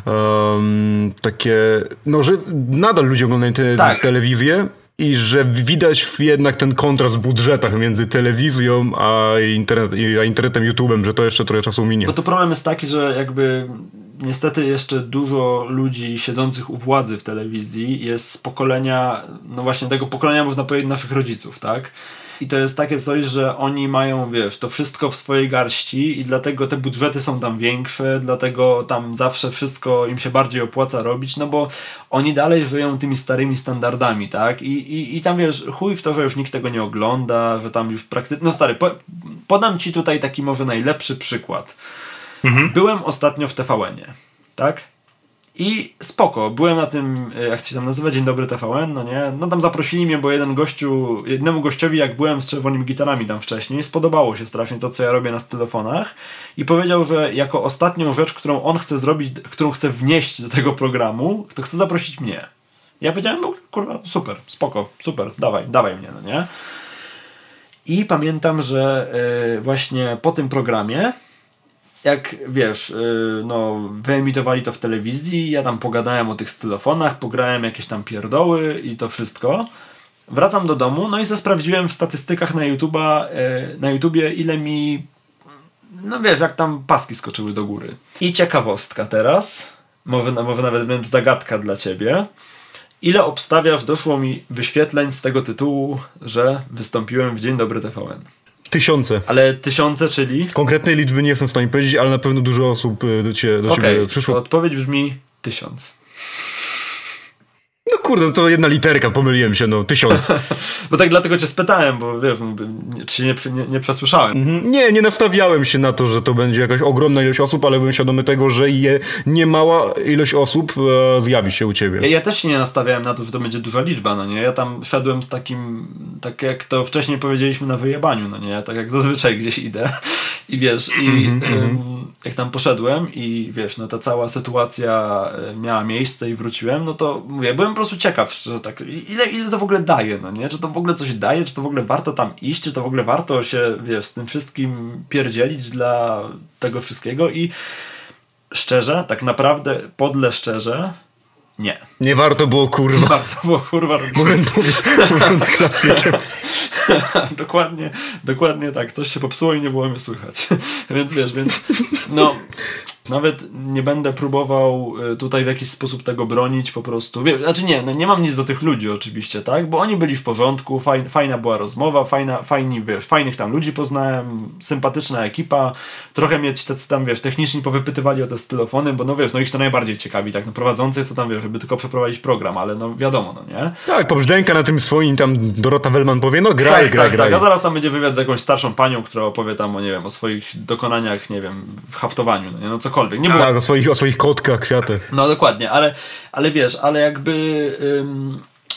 Speaker 2: um, takie, no że nadal ludzie oglądają te,
Speaker 3: tak.
Speaker 2: telewizję. I że widać jednak ten kontrast w budżetach między telewizją a, internet, a internetem, YouTube'em, że to jeszcze trochę czasu minie.
Speaker 3: Bo to problem jest taki, że jakby niestety jeszcze dużo ludzi siedzących u władzy w telewizji jest z pokolenia, no właśnie tego pokolenia można powiedzieć naszych rodziców, tak? I to jest takie coś, że oni mają, wiesz, to wszystko w swojej garści i dlatego te budżety są tam większe, dlatego tam zawsze wszystko im się bardziej opłaca robić, no bo oni dalej żyją tymi starymi standardami, tak? I, i, i tam, wiesz, chuj w to, że już nikt tego nie ogląda, że tam już praktycznie... No stary, po, podam ci tutaj taki może najlepszy przykład. Mhm. Byłem ostatnio w T V N-ie, tak? I spoko, byłem na tym, jak się tam nazywa, Dzień Dobry T V N, no nie? No tam zaprosili mnie, bo jeden gościu, jednemu gościowi, jak byłem z czerwonymi gitarami tam wcześniej, spodobało się strasznie to, co ja robię na stylofonach i powiedział, że jako ostatnią rzecz, którą on chce zrobić, którą chce wnieść do tego programu, to chce zaprosić mnie. Ja powiedziałem, no kurwa, super, spoko, super, dawaj, dawaj mnie, no nie? I pamiętam, że yy, właśnie po tym programie jak wiesz, yy, no wyemitowali to w telewizji, ja tam pogadałem o tych stylofonach, pograłem jakieś tam pierdoły i to wszystko. Wracam do domu, no i sobie sprawdziłem w statystykach na YouTube'a, yy, na YouTubie, ile mi, no wiesz, jak tam paski skoczyły do góry. I ciekawostka teraz, może, może nawet wręcz zagadka dla ciebie. Ile obstawiasz, doszło mi wyświetleń z tego tytułu, że wystąpiłem w Dzień Dobry T V N?
Speaker 2: Tysiące.
Speaker 3: Ale tysiące, czyli?
Speaker 2: Konkretnej liczby nie jestem w stanie powiedzieć, ale na pewno dużo osób do, cie, do
Speaker 3: okay,
Speaker 2: ciebie przyszło.
Speaker 3: To odpowiedź brzmi tysiąc.
Speaker 2: No kurde, to jedna literka, pomyliłem się, no tysiąc.
Speaker 3: Bo tak dlatego cię spytałem, bo wiesz, czy się nie, nie, nie przesłyszałem.
Speaker 2: Mhm. Nie, nie nastawiałem się na to, że to będzie jakaś ogromna ilość osób, ale byłem świadomy tego, że je niemała ilość osób e, zjawi się u ciebie.
Speaker 3: Ja, ja też się nie nastawiałem na to, że to będzie duża liczba, no nie? Ja tam szedłem z takim, tak jak to wcześniej powiedzieliśmy, na wyjebaniu, no nie? Tak jak zazwyczaj gdzieś idę. I wiesz, i mm-hmm. ym, jak tam poszedłem i wiesz, no ta cała sytuacja miała miejsce i wróciłem, no to mówię, byłem po prostu ciekaw, że tak, ile, ile to w ogóle daje, no nie? Czy to w ogóle coś daje, czy to w ogóle warto tam iść, czy to w ogóle warto się, wiesz, z tym wszystkim pierdzielić dla tego wszystkiego i szczerze, tak naprawdę, podle szczerze, nie.
Speaker 2: Nie warto było, kurwa.
Speaker 3: Nie warto było, kurwa, robić.
Speaker 2: Mówiąc, mówiąc klasykiem.
Speaker 3: dokładnie, dokładnie tak. Coś się popsuło i nie było mnie słychać. Więc wiesz, więc no nawet nie będę próbował tutaj w jakiś sposób tego bronić, po prostu. Wie, znaczy nie, no nie mam nic do tych ludzi oczywiście, tak? Bo oni byli w porządku, faj, fajna była rozmowa, fajna, fajni, wiesz, fajnych tam ludzi poznałem, sympatyczna ekipa, trochę mnie ci tacy tam, wiesz, techniczni powypytywali o te stylofony, bo no wiesz, no ich to najbardziej ciekawi, tak? No prowadzący to tam, wiesz, żeby tylko przeprowadzić program, ale no wiadomo, no nie?
Speaker 2: Tak, pobrzdęka na tym swoim, tam Dorota Wellman powie, no graj,
Speaker 3: tak,
Speaker 2: graj,
Speaker 3: tak,
Speaker 2: graj.
Speaker 3: Tak, a zaraz tam będzie wywiad z jakąś starszą panią, która opowie tam o, nie wiem, o swoich dokonaniach, nie wiem, w haftowaniu, no nie? No cokolwiek. Nie było...
Speaker 2: Tak, o swoich, o swoich kotkach, kwiatach.
Speaker 3: No dokładnie, ale, ale wiesz, ale jakby ym,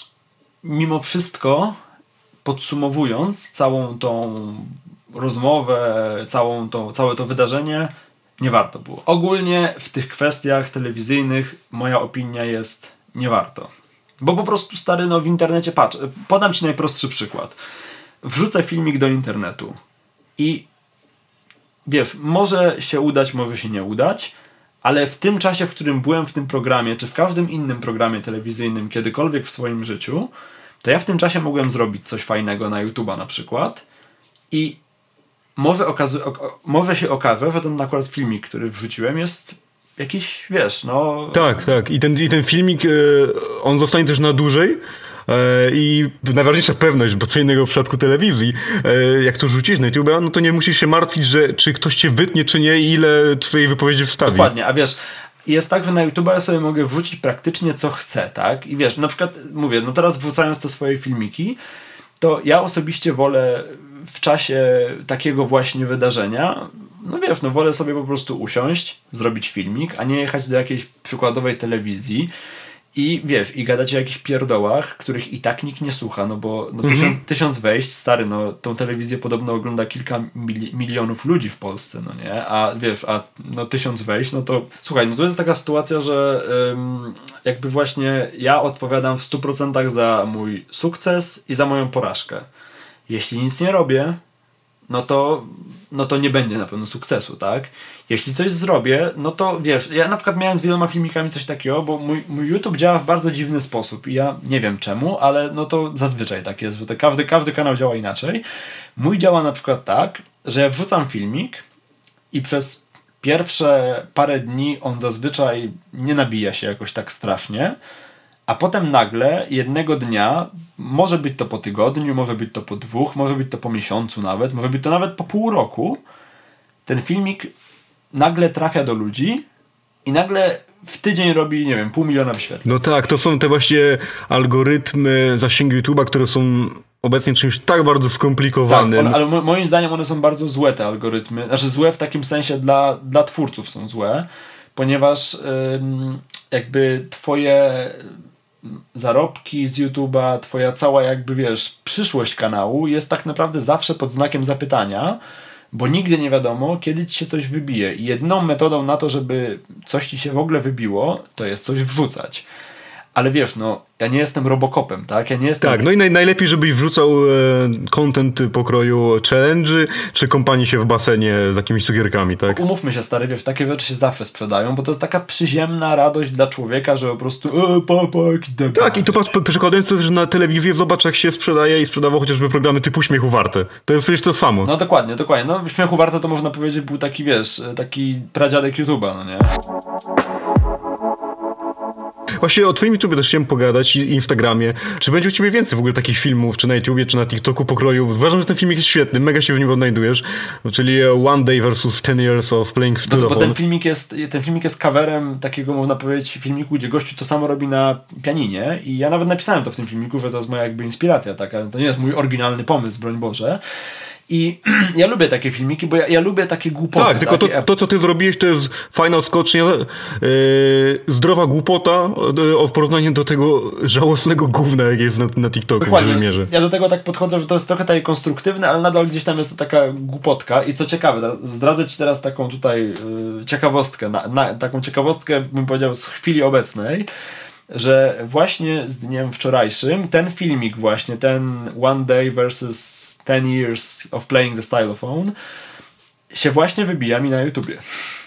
Speaker 3: mimo wszystko podsumowując całą tą rozmowę, całą tą, całe to wydarzenie, nie warto było. Ogólnie w tych kwestiach telewizyjnych moja opinia jest nie warto. Bo po prostu stary, no w internecie, patrz, podam ci najprostszy przykład. Wrzucę filmik do internetu i wiesz, może się udać, może się nie udać, ale w tym czasie, w którym byłem w tym programie, czy w każdym innym programie telewizyjnym kiedykolwiek w swoim życiu, to ja w tym czasie mogłem zrobić coś fajnego na YouTube'a na przykład i może, okazu- o- może się okaże, że ten akurat filmik, który wrzuciłem, jest jakiś, wiesz, no...
Speaker 2: Tak, tak. I ten, i ten filmik, on zostanie też na dłużej. I najważniejsza pewność, bo co innego w przypadku telewizji, jak to rzucisz na YouTube, no to nie musisz się martwić, że czy ktoś cię wytnie, czy nie, i ile twojej wypowiedzi wstawi.
Speaker 3: Dokładnie, a wiesz, jest tak, że na YouTube ja sobie mogę wrzucić praktycznie co chcę, tak? I wiesz, na przykład mówię, no teraz wrzucając te swoje filmiki, to ja osobiście wolę w czasie takiego właśnie wydarzenia, no wiesz, no wolę sobie po prostu usiąść, zrobić filmik, a nie jechać do jakiejś przykładowej telewizji i wiesz, i gadać o jakichś pierdołach, których i tak nikt nie słucha, no bo no, tysiąc, mm-hmm. tysiąc wejść, stary, no tą telewizję podobno ogląda kilka mil- milionów ludzi w Polsce, no nie? A wiesz, a no tysiąc wejść, no to słuchaj, no to jest taka sytuacja, że ym, jakby właśnie ja odpowiadam w stu procentach za mój sukces i za moją porażkę. Jeśli nic nie robię, no to, no to nie będzie na pewno sukcesu, tak? Jeśli coś zrobię, no to wiesz, ja na przykład miałem z wieloma filmikami coś takiego, bo mój, mój YouTube działa w bardzo dziwny sposób i ja nie wiem czemu, ale no to zazwyczaj tak jest, że to każdy, każdy kanał działa inaczej. Mój działa na przykład tak, że ja wrzucam filmik i przez pierwsze parę dni on zazwyczaj nie nabija się jakoś tak strasznie, a potem nagle jednego dnia, może być to po tygodniu, może być to po dwóch, może być to po miesiącu nawet, może być to nawet po pół roku, ten filmik nagle trafia do ludzi i nagle w tydzień robi, nie wiem, pół miliona wyświetleń.
Speaker 2: No tak, to są te właśnie algorytmy zasięgu YouTube'a, które są obecnie czymś tak bardzo skomplikowanym.
Speaker 3: Tak, on, ale mo- moim zdaniem one są bardzo złe, te algorytmy. Znaczy złe w takim sensie dla, dla twórców są złe, ponieważ ym, jakby twoje zarobki z YouTube'a, twoja cała jakby, wiesz, przyszłość kanału jest tak naprawdę zawsze pod znakiem zapytania, bo nigdy nie wiadomo, kiedy ci się coś wybije. I jedną metodą na to, żeby coś ci się w ogóle wybiło, to jest coś wrzucać. ale wiesz, no, ja nie jestem Robocopem, tak? Ja nie jestem...
Speaker 2: Tak, no i naj, najlepiej, żebyś wrzucał e, content pokroju challenge'y, czy kąpanie się w basenie z jakimiś cukierkami, tak?
Speaker 3: Umówmy się, stary, wiesz, takie rzeczy się zawsze sprzedają, bo to jest taka przyziemna radość dla człowieka, że po prostu e, papa, jaki debil.
Speaker 2: Tak, i to patrz, przykładając to, że na telewizję zobacz, jak się sprzedaje i sprzedawał chociażby programy typu Śmiechu Warte. To jest przecież to samo.
Speaker 3: No dokładnie, dokładnie. No Śmiechu Warte to można powiedzieć był taki, wiesz, taki pradziadek YouTube'a, no nie?
Speaker 2: Właśnie o twoim YouTubie też chciałem pogadać i Instagramie. Czy będzie u ciebie więcej w ogóle takich filmów, czy na YouTubie, czy na TikToku pokroju? Uważam, że ten filmik jest świetny, mega się w nim odnajdujesz. Czyli One Day versus ten years of Playing Xylophone.
Speaker 3: Bo, bo ten filmik jest, ten filmik jest coverem takiego, można powiedzieć, filmiku, gdzie gościu to samo robi na pianinie i ja nawet napisałem to w tym filmiku, że to jest moja jakby inspiracja taka. To nie jest mój oryginalny pomysł, broń Boże. I ja lubię takie filmiki, bo ja, ja lubię takie głupoty.
Speaker 2: Tak, tylko to,
Speaker 3: takie...
Speaker 2: to, co ty zrobiłeś, to jest fajna odskocznia, yy, zdrowa głupota w porównaniu do tego żałosnego gówna, jak jest na, na TikToku.
Speaker 3: Dokładnie.
Speaker 2: W mierze.
Speaker 3: Ja do tego tak podchodzę, że to jest trochę takie konstruktywne, ale nadal gdzieś tam jest to taka głupotka. I co ciekawe, zdradzę ci teraz taką tutaj yy, ciekawostkę, na, na, taką ciekawostkę, bym powiedział, z chwili obecnej, że właśnie z dniem wczorajszym ten filmik właśnie, ten One Day versus ten years of Playing the Xylophone się właśnie wybija mi na YouTubie.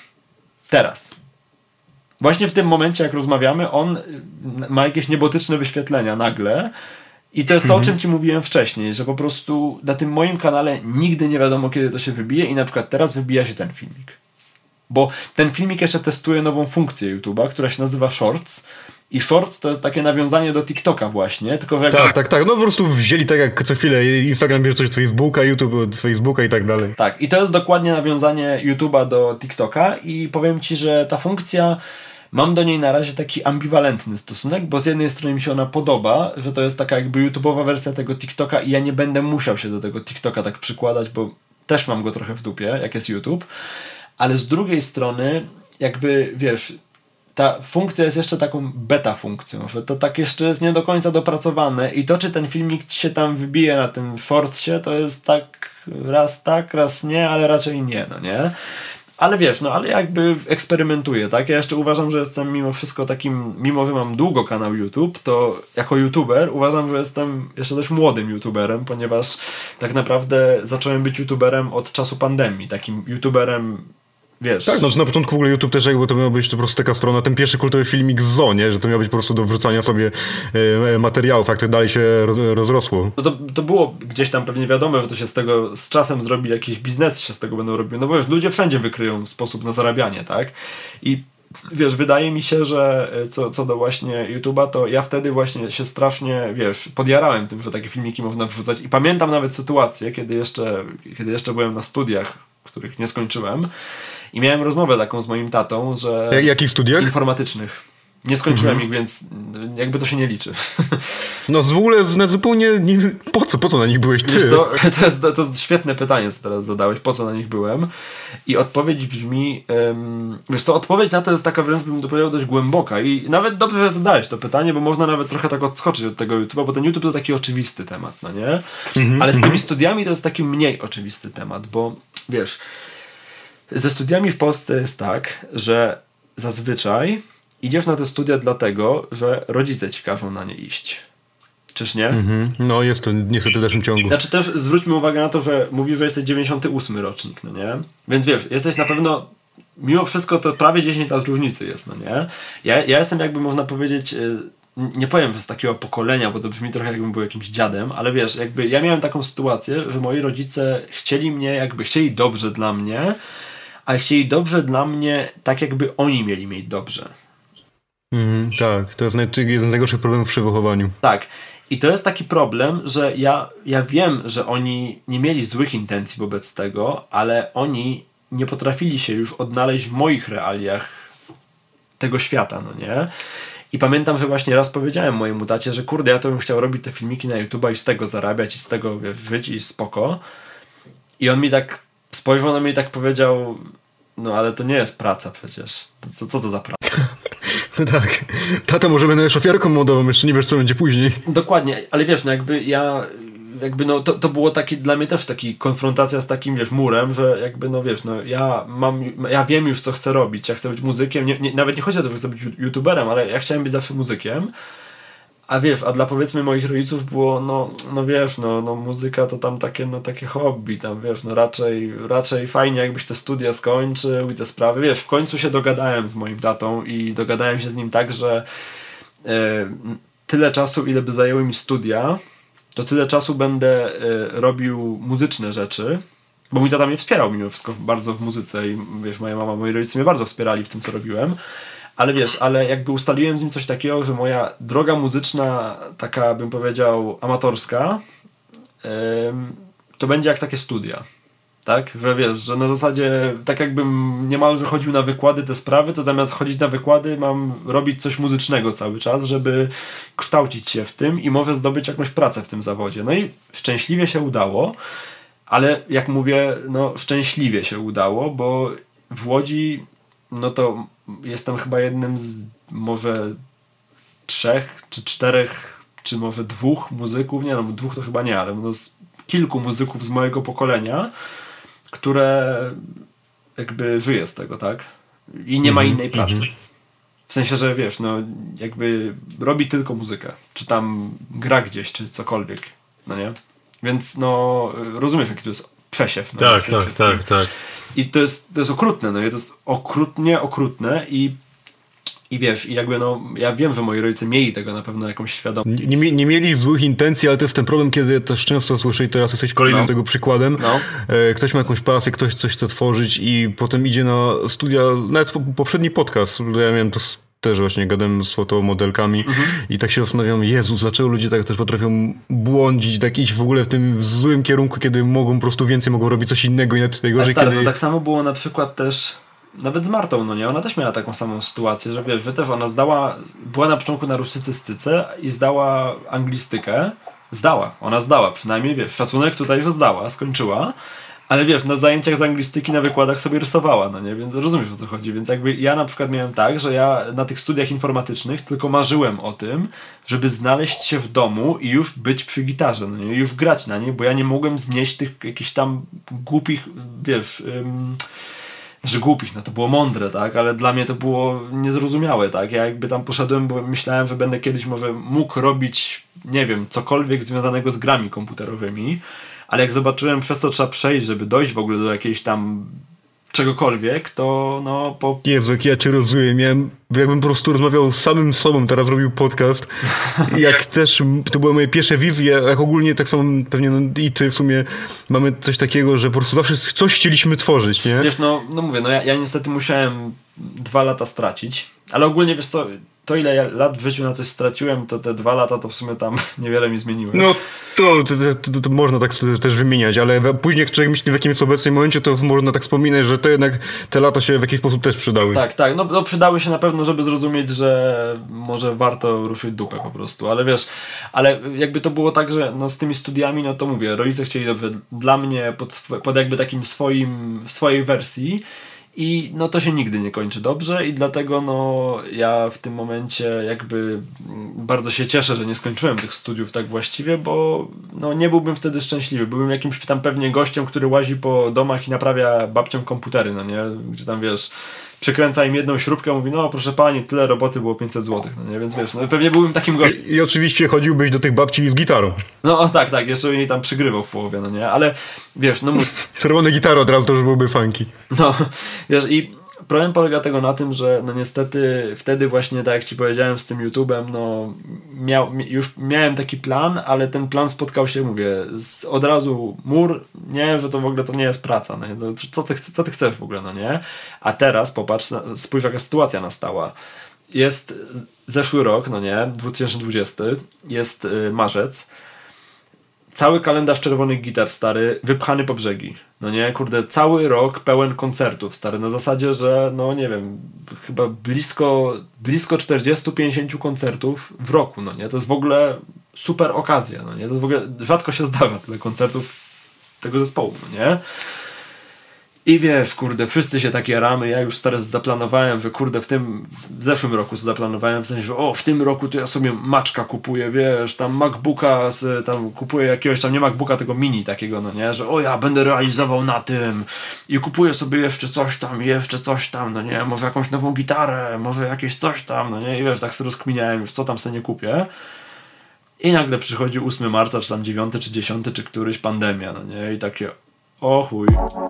Speaker 3: Teraz. Właśnie w tym momencie, jak rozmawiamy, on ma jakieś niebotyczne wyświetlenia nagle i to jest to, o czym ci mówiłem wcześniej, że po prostu na tym moim kanale nigdy nie wiadomo, kiedy to się wybije i na przykład teraz wybija się ten filmik. Bo ten filmik jeszcze testuje nową funkcję YouTube'a, która się nazywa Shorts. I Shorts to jest takie nawiązanie do TikToka właśnie, tylko że...
Speaker 2: Tak, tak, tak. No po prostu wzięli tak jak co chwilę Instagram bierze coś od Facebooka, YouTube od Facebooka i tak dalej.
Speaker 3: Tak, i to jest dokładnie nawiązanie YouTube'a do TikToka i powiem ci, że ta funkcja, mam do niej na razie taki ambiwalentny stosunek, bo z jednej strony mi się ona podoba, że to jest taka jakby YouTube'owa wersja tego TikToka i ja nie będę musiał się do tego TikToka tak przykładać, bo też mam go trochę w dupie, jak jest YouTube, ale z drugiej strony jakby, wiesz... Ta funkcja jest jeszcze taką beta funkcją, że to tak jeszcze jest nie do końca dopracowane i to, czy ten filmik ci się tam wybije na tym shortsie, to jest tak raz tak, raz nie, ale raczej nie, no nie? Ale wiesz, no ale jakby eksperymentuję, tak? Ja jeszcze uważam, że jestem mimo wszystko takim, mimo że mam długo kanał YouTube, to jako YouTuber uważam, że jestem jeszcze dość młodym YouTuberem, ponieważ tak naprawdę zacząłem być YouTuberem od czasu pandemii, takim YouTuberem. Wiesz.
Speaker 2: Tak, no że na początku w ogóle YouTube też jakby to miała być to po prostu taka strona, ten pierwszy kultowy filmik z Zoo, nie? Że to miał być po prostu do wrzucania sobie e, materiałów, jak to dalej się roz, rozrosło.
Speaker 3: No to, to było gdzieś tam pewnie wiadomo, że to się z tego z czasem zrobi, jakieś biznesy się z tego będą robiły, no bo wiesz, ludzie wszędzie wykryją sposób na zarabianie, tak? I wiesz, wydaje mi się, że co, co do właśnie YouTube'a, to ja wtedy właśnie się strasznie, wiesz, podjarałem tym, że takie filmiki można wrzucać i pamiętam nawet sytuację, kiedy jeszcze, kiedy jeszcze byłem na studiach, których nie skończyłem, i miałem rozmowę taką z moim tatą, że...
Speaker 2: Jak, jakich studiach?
Speaker 3: Informatycznych. Nie skończyłem
Speaker 2: mhm.
Speaker 3: ich, więc jakby to się nie liczy.
Speaker 2: No w ogóle na zupełnie... Nie... Po co? Po co na nich byłeś ty?
Speaker 3: Wiesz co? To jest, to jest świetne pytanie, co teraz zadałeś. Po co na nich byłem? I odpowiedź brzmi... Um, wiesz co? Odpowiedź na to jest taka, wręcz bym powiedział, dość głęboka. I nawet dobrze, że zadałeś to pytanie, bo można nawet trochę tak odskoczyć od tego YouTube'a, bo ten YouTube to taki oczywisty temat, no nie? Mhm, ale z tymi mhm. studiami to jest taki mniej oczywisty temat, bo wiesz... Ze studiami w Polsce jest tak, że zazwyczaj idziesz na te studia dlatego, że rodzice ci każą na nie iść. Czyż nie? Mm-hmm.
Speaker 2: No jest to niestety w dalszym ciągu.
Speaker 3: Znaczy też zwróćmy uwagę na to, że mówisz, że jesteś dziewięćdziesiąty ósmy rocznik, no nie? Więc wiesz, jesteś na pewno, mimo wszystko to prawie dziesięć lat różnicy jest, no nie? Ja, ja jestem jakby, można powiedzieć, nie powiem, że z takiego pokolenia, bo to brzmi trochę jakbym był jakimś dziadem, ale wiesz, jakby ja miałem taką sytuację, że moi rodzice chcieli mnie, jakby chcieli dobrze dla mnie, ale chcieli dobrze dla mnie tak, jakby oni mieli mieć dobrze.
Speaker 2: Mm, tak, to jest jeden z najgorszych problemów przy wychowaniu.
Speaker 3: Tak. I to jest taki problem, że ja, ja wiem, że oni nie mieli złych intencji wobec tego, ale oni nie potrafili się już odnaleźć w moich realiach tego świata, no nie? I pamiętam, że właśnie raz powiedziałem mojemu tacie, że kurde, ja to bym chciał robić te filmiki na YouTube'a i z tego zarabiać i z tego, wiesz, żyć i spoko. I on mi tak spojrzał na mnie i tak powiedział, no ale to nie jest praca przecież. To, co, co to za praca?
Speaker 2: No tak. Tata może będę już ofiarką modową, jeszcze nie wiesz, co będzie później.
Speaker 3: Dokładnie, ale wiesz, no jakby ja jakby no to, to było taki dla mnie też taki konfrontacja z takim, wiesz, murem, że jakby no wiesz, no ja mam, ja wiem już co chcę robić, ja chcę być muzykiem, nie, nie, nawet nie chodzi o to, że chcę być youtuberem, ale ja chciałem być zawsze muzykiem. A wiesz, a dla powiedzmy moich rodziców było, no, no wiesz, no, no muzyka to tam takie, no takie hobby, tam wiesz, no raczej, raczej fajnie jakbyś te studia skończył i te sprawy, wiesz, w końcu się dogadałem z moim tatą i dogadałem się z nim tak, że e, tyle czasu, ile by zajęły mi studia, to tyle czasu będę e, robił muzyczne rzeczy, bo mój tata mnie wspierał mimo wszystko bardzo w muzyce i wiesz, moja mama, moi rodzice mnie bardzo wspierali w tym, co robiłem. Ale wiesz, ale jakby ustaliłem z nim coś takiego, że moja droga muzyczna, taka bym powiedział amatorska, ym, to będzie jak takie studia. Tak? Że wiesz, że na zasadzie tak jakbym niemalże chodził na wykłady te sprawy, to zamiast chodzić na wykłady mam robić coś muzycznego cały czas, żeby kształcić się w tym i może zdobyć jakąś pracę w tym zawodzie. No i szczęśliwie się udało, ale jak mówię, no szczęśliwie się udało, bo w Łodzi no to jestem chyba jednym z może trzech, czy czterech, czy może dwóch muzyków, nie no, dwóch to chyba nie, ale no z kilku muzyków z mojego pokolenia, które jakby żyje z tego, tak? I nie ma innej pracy. W sensie, że wiesz, no jakby robi tylko muzykę, czy tam gra gdzieś, czy cokolwiek, no nie? Więc no rozumiesz, jaki to jest przesiew. No,
Speaker 4: tak, tak, tak, tak.
Speaker 3: I to jest, to jest okrutne, no i to jest okrutnie okrutne i, i wiesz, i jakby no, ja wiem, że moi rodzice mieli tego na pewno jakąś świadomość.
Speaker 2: Nie, nie, nie mieli złych intencji, ale to jest ten problem, kiedy też często słyszę i teraz jesteś kolejnym
Speaker 3: no.
Speaker 2: tego przykładem.
Speaker 3: No.
Speaker 2: Ktoś ma jakąś pasję, ktoś coś chce tworzyć i potem idzie na studia, nawet poprzedni podcast, ja miałem to też właśnie gadałem z fotomodelkami mhm. i tak się zastanawiam, Jezus, dlaczego ludzie tak też potrafią błądzić, tak iść w ogóle w tym złym kierunku, kiedy mogą po prostu więcej, mogą robić coś innego i nawet tego, że
Speaker 3: stary,
Speaker 2: kiedy...
Speaker 3: no tak samo było na przykład też nawet z Martą, no nie? Ona też miała taką samą sytuację, że wiesz, że też ona zdała, była na początku na rusycystyce i zdała anglistykę, zdała, ona zdała, przynajmniej wiesz, szacunek tutaj, że zdała, skończyła. Ale wiesz, na zajęciach z anglistyki, na wykładach sobie rysowała, no nie? Więc rozumiesz, o co chodzi. Więc jakby ja na przykład miałem tak, że ja na tych studiach informatycznych tylko marzyłem o tym, żeby znaleźć się w domu i już być przy gitarze, no nie? Już grać na niej, bo ja nie mogłem znieść tych jakichś tam głupich, wiesz... Ym, że głupich, no to było mądre, tak? Ale dla mnie to było niezrozumiałe, tak? Ja jakby tam poszedłem, bo myślałem, że będę kiedyś może mógł robić, nie wiem, cokolwiek związanego z grami komputerowymi, ale jak zobaczyłem, przez co trzeba przejść, żeby dojść w ogóle do jakiejś tam czegokolwiek, to no po...
Speaker 2: Jezu, jak ja cię rozumiem, miałem, jakbym po prostu rozmawiał z samym sobą, teraz robił podcast, jak też, to były moje pierwsze wizje, jak ogólnie tak samo pewnie no, i ty w sumie mamy coś takiego, że po prostu zawsze coś chcieliśmy tworzyć, nie?
Speaker 3: Wiesz, no, no mówię, no ja, ja niestety musiałem dwa lata stracić, ale ogólnie wiesz co, to ile ja lat w życiu na coś straciłem, to te dwa lata to w sumie tam niewiele mi zmieniły.
Speaker 2: No to, to, to, to, to można tak też wymieniać, ale później jak człowiek myśli w jakimś obecnym momencie, to można tak wspominać, że to jednak te lata się w jakiś sposób też przydały.
Speaker 3: Tak, tak, no, no przydały się na pewno, żeby zrozumieć, że może warto ruszyć dupę po prostu, ale wiesz, ale jakby to było tak, że no z tymi studiami, no to mówię, rodzice chcieli dobrze dla mnie pod, pod jakby takim swoim, w swojej wersji. I no to się nigdy nie kończy dobrze i dlatego no ja w tym momencie jakby bardzo się cieszę, że nie skończyłem tych studiów tak właściwie, bo no nie byłbym wtedy szczęśliwy. Byłbym jakimś tam pewnie gościem, który łazi po domach i naprawia babciom komputery, no nie? Gdzie tam wiesz, przykręca im jedną śrubkę, mówi, no proszę pani, tyle roboty było pięćset złotych, no nie? Więc wiesz, no pewnie byłbym takim gościem.
Speaker 2: I, I oczywiście chodziłbyś do tych babci z gitarą.
Speaker 3: No o, tak, tak, jeszcze jej tam przygrywał w połowie, no nie? Ale wiesz, no...
Speaker 2: Czerwone gitary od razu to już byłyby funky.
Speaker 3: No, wiesz, i problem polega tego na tym, że no niestety wtedy właśnie, tak jak ci powiedziałem z tym YouTube'em, no miał, już miałem taki plan, ale ten plan spotkał się, mówię, z, od razu mur, nie, że to w ogóle to nie jest praca, no nie? To, co, ty, co ty chcesz w ogóle, no nie? A teraz popatrz, spójrz jaka sytuacja nastała. Jest zeszły rok, no nie, dwa tysiące dwudziesty, jest y, marzec, cały kalendarz czerwonych gitar, stary, wypchany po brzegi. No nie, kurde, cały rok pełen koncertów, stary, na zasadzie, że no nie wiem, chyba blisko, blisko czterdzieści do pięćdziesięciu koncertów w roku, no nie, to jest w ogóle super okazja, no nie, to w ogóle rzadko się zdarza tyle koncertów tego zespołu, no nie. I wiesz, kurde, wszyscy się takie ramy, ja już teraz zaplanowałem, że kurde w tym, w zeszłym roku zaplanowałem, w sensie, że o, w tym roku to ja sobie Maczka kupuję, wiesz, tam MacBooka, z, tam kupuję jakiegoś tam, nie MacBooka, tego mini takiego, no nie, że o, ja będę realizował na tym i kupuję sobie jeszcze coś tam, jeszcze coś tam, no nie, może jakąś nową gitarę, może jakieś coś tam, no nie, i wiesz, tak sobie rozkminiałem już, co tam sobie nie kupię. I nagle przychodzi ósmego marca, czy tam dziewiątego, czy dziesiątego, czy któryś, pandemia, no nie, i takie o chuj.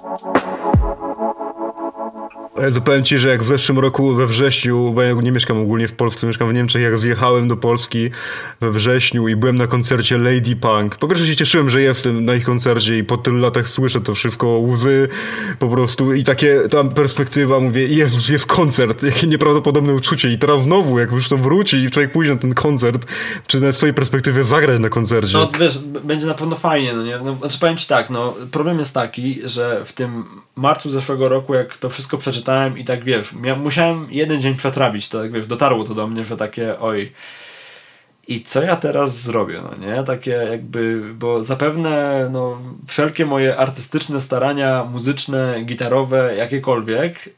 Speaker 2: Ja powiem ci, że jak w zeszłym roku we wrześniu, bo ja nie mieszkam ogólnie w Polsce, mieszkam w Niemczech, jak zjechałem do Polski we wrześniu i byłem na koncercie Lady Punk. Po pierwsze się cieszyłem, że jestem na ich koncercie i po tylu latach słyszę to wszystko, łzy po prostu i takie tam perspektywa, mówię, Jezus, jest koncert, jakie nieprawdopodobne uczucie i teraz znowu, jak już to wróci i człowiek pójdzie na ten koncert, czy na swojej perspektywie zagrać na koncercie.
Speaker 3: No wiesz, b- będzie na pewno fajnie, no nie? No, znaczy powiem ci tak, no problem jest taki, że w tym marcu zeszłego roku, jak to wszystko przeczytałem i tak wiesz, mia- musiałem jeden dzień przetrawić, to tak wiesz, dotarło to do mnie, że takie oj, i co ja teraz zrobię, no nie? Takie jakby, bo zapewne no, wszelkie moje artystyczne starania, muzyczne, gitarowe, jakiekolwiek,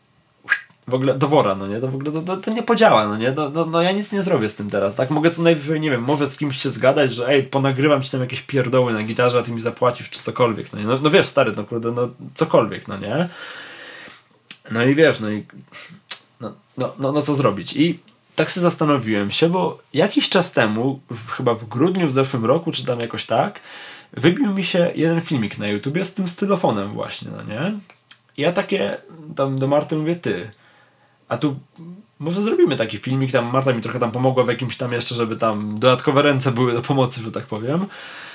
Speaker 3: w ogóle do wora, no nie? To w ogóle to, to, to nie podziała, no nie? No, no, no ja nic nie zrobię z tym teraz, tak? Mogę co najwyżej, nie wiem, może z kimś się zgadać, że ej, ponagrywam ci tam jakieś pierdoły na gitarze, a ty mi zapłacisz czy cokolwiek, no nie? No, no wiesz, stary, no kurde, no cokolwiek, no nie? No i wiesz, no i no, no, no, no co zrobić? I tak się zastanowiłem się, bo jakiś czas temu, w, chyba w grudniu w zeszłym roku, czy tam jakoś tak, wybił mi się jeden filmik na YouTubie z tym stylofonem właśnie, no nie? I ja takie tam do Marty mówię, ty, a tu może zrobimy taki filmik, tam Marta mi trochę tam pomogła w jakimś tam jeszcze, żeby tam dodatkowe ręce były do pomocy, że tak powiem.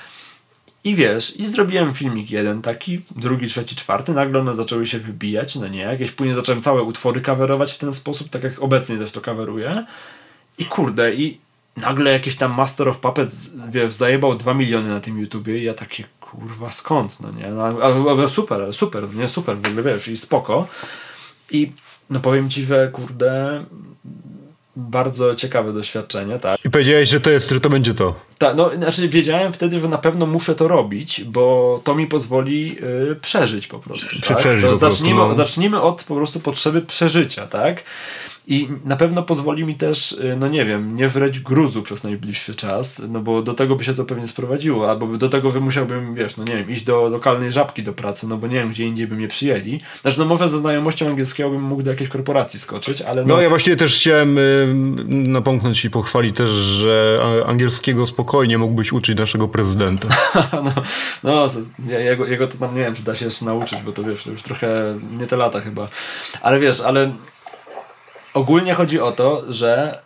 Speaker 3: I wiesz, i zrobiłem filmik jeden taki, drugi, trzeci, czwarty, nagle one zaczęły się wybijać, no nie, jakieś później zacząłem całe utwory coverować w ten sposób, tak jak obecnie też to coveruję. I kurde, i nagle jakiś tam Master of Puppets, wiesz, zajebał dwa miliony na tym YouTubie i ja takie, kurwa, skąd, no nie, no, ale super, super, nie, super, w ogóle, wiesz, i spoko. I no powiem ci, że kurde, bardzo ciekawe doświadczenie, tak.
Speaker 2: I powiedziałeś, że to jest, że to będzie to.
Speaker 3: Tak, no znaczy wiedziałem wtedy, że na pewno muszę to robić, bo to mi pozwoli y, przeżyć po prostu. Tak?
Speaker 2: Przeżyć
Speaker 3: To
Speaker 2: po
Speaker 3: zacznijmy,
Speaker 2: prostu, no.
Speaker 3: zacznijmy od po prostu potrzeby przeżycia, tak? I na pewno pozwoli mi też, y, no nie wiem, nie żreć gruzu przez najbliższy czas, no bo do tego by się to pewnie sprowadziło, albo do tego, że musiałbym, wiesz, no nie wiem, iść do lokalnej żabki do pracy, no bo nie wiem, gdzie indziej by mnie przyjęli. Znaczy, no może ze znajomością angielskiego bym mógł do jakiejś korporacji skoczyć, ale no...
Speaker 2: No ja właściwie też chciałem y, napomknąć i pochwalić też, że angielskiego spokojnie mógłbyś uczyć naszego prezydenta.
Speaker 3: no, no jego, jego to tam nie wiem, czy da się jeszcze nauczyć, bo to wiesz, to już trochę nie te lata chyba. Ale wiesz, ale ogólnie chodzi o to, że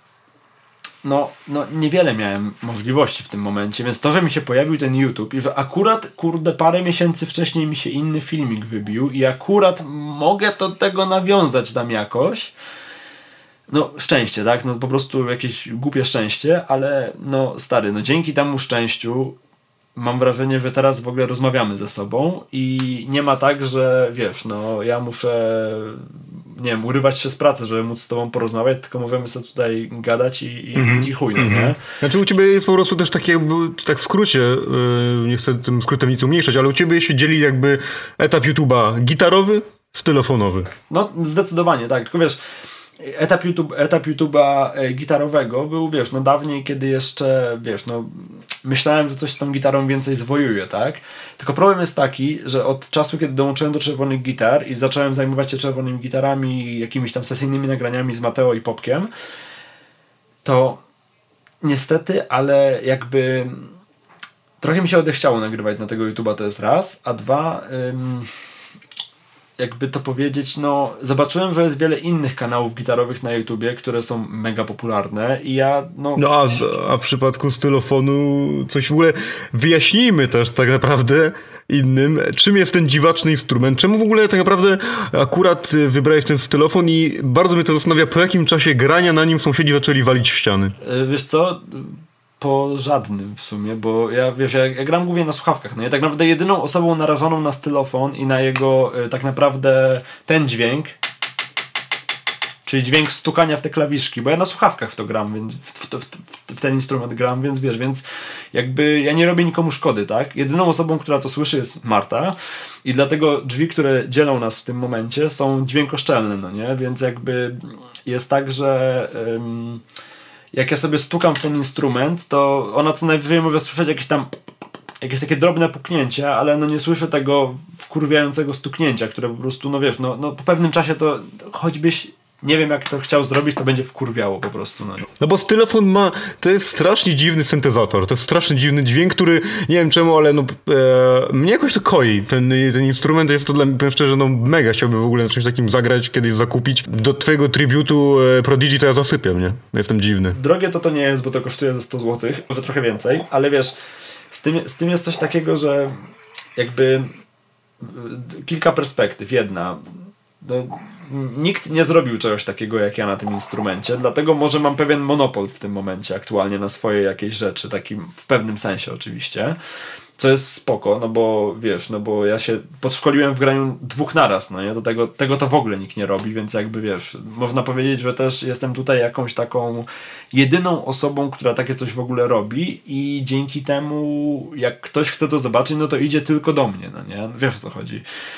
Speaker 3: no, no niewiele miałem możliwości w tym momencie, więc to, że mi się pojawił ten YouTube i że akurat, kurde, parę miesięcy wcześniej mi się inny filmik wybił i akurat mogę do tego nawiązać tam jakoś, no szczęście, tak? No po prostu jakieś głupie szczęście, ale no stary, no dzięki temu szczęściu mam wrażenie, że teraz w ogóle rozmawiamy ze sobą i nie ma tak, że wiesz, no ja muszę, nie wiem, urywać się z pracy, żeby móc z tobą porozmawiać, tylko możemy sobie tutaj gadać i, i, mm-hmm. i chuj, no nie?
Speaker 2: Znaczy u ciebie jest po prostu też takie, tak w skrócie, yy, nie chcę tym skrótem nic umniejszać, ale u ciebie się dzieli jakby etap YouTube'a gitarowy z telefonowy.
Speaker 3: No zdecydowanie, tak, tylko wiesz, etap, YouTube, etap YouTube'a gitarowego był, wiesz, no dawniej, kiedy jeszcze, wiesz, no myślałem, że coś z tą gitarą więcej zwojuję, tak? Tylko problem jest taki, że od czasu, kiedy dołączyłem do Czerwonych Gitar i zacząłem zajmować się czerwonymi gitarami, jakimiś tam sesyjnymi nagraniami z Mateo i Popkiem, to niestety, ale jakby trochę mi się odechciało nagrywać na tego YouTube'a, to jest raz, a dwa... Ym... jakby to powiedzieć, no zobaczyłem, że jest wiele innych kanałów gitarowych na YouTubie, które są mega popularne i ja, no...
Speaker 2: No a, a w przypadku stylofonu coś w ogóle wyjaśnijmy też tak naprawdę innym, czym jest ten dziwaczny instrument, czemu w ogóle tak naprawdę akurat wybrałeś ten stylofon i bardzo mnie to zastanawia, po jakim czasie grania na nim sąsiedzi zaczęli walić w ściany.
Speaker 3: Wiesz co... po żadnym w sumie, bo ja wiesz, ja, ja gram głównie na słuchawkach, no i tak naprawdę jedyną osobą narażoną na stylofon i na jego y, tak naprawdę ten dźwięk, czyli dźwięk stukania w te klawiszki, bo ja na słuchawkach w to gram, więc w, w, w, w ten instrument gram, więc wiesz, więc jakby ja nie robię nikomu szkody, tak? Jedyną osobą, która to słyszy, jest Marta i dlatego drzwi, które dzielą nas w tym momencie, są dźwiękoszczelne, no nie? Więc jakby jest tak, że ym, jak ja sobie stukam w ten instrument, to ona co najwyżej może słyszeć jakieś tam jakieś takie drobne puknięcie, ale no nie słyszę tego wkurwiającego stuknięcia, które po prostu, no wiesz, no, no po pewnym czasie to choćbyś nie wiem jak to chciał zrobić, to będzie wkurwiało po prostu. No,
Speaker 2: no bo Stylofon ma, to jest strasznie dziwny syntezator, to jest strasznie dziwny dźwięk, który, nie wiem czemu, ale no e, mnie jakoś to koi. Ten, ten instrument jest to dla mnie, powiem szczerze, no mega chciałbym w ogóle na czymś takim zagrać, kiedyś zakupić. Do twojego tributu e, Prodigy to ja zasypiam, nie? Jestem dziwny.
Speaker 3: Drogie to to nie jest, bo to kosztuje ze sto złotych, może trochę więcej, ale wiesz, z tym, z tym jest coś takiego, że jakby kilka perspektyw. Jedna, no, nikt nie zrobił czegoś takiego jak ja na tym instrumencie, dlatego może mam pewien monopol w tym momencie aktualnie na swoje jakieś rzeczy, takim w pewnym sensie oczywiście, co jest spoko, no bo wiesz, no bo ja się podszkoliłem w graniu dwóch naraz, no nie, do tego, tego to w ogóle nikt nie robi, więc jakby wiesz, można powiedzieć, że też jestem tutaj jakąś taką jedyną osobą, która takie coś w ogóle robi i dzięki temu jak ktoś chce to zobaczyć, no to idzie tylko do mnie, no nie, wiesz o co chodzi.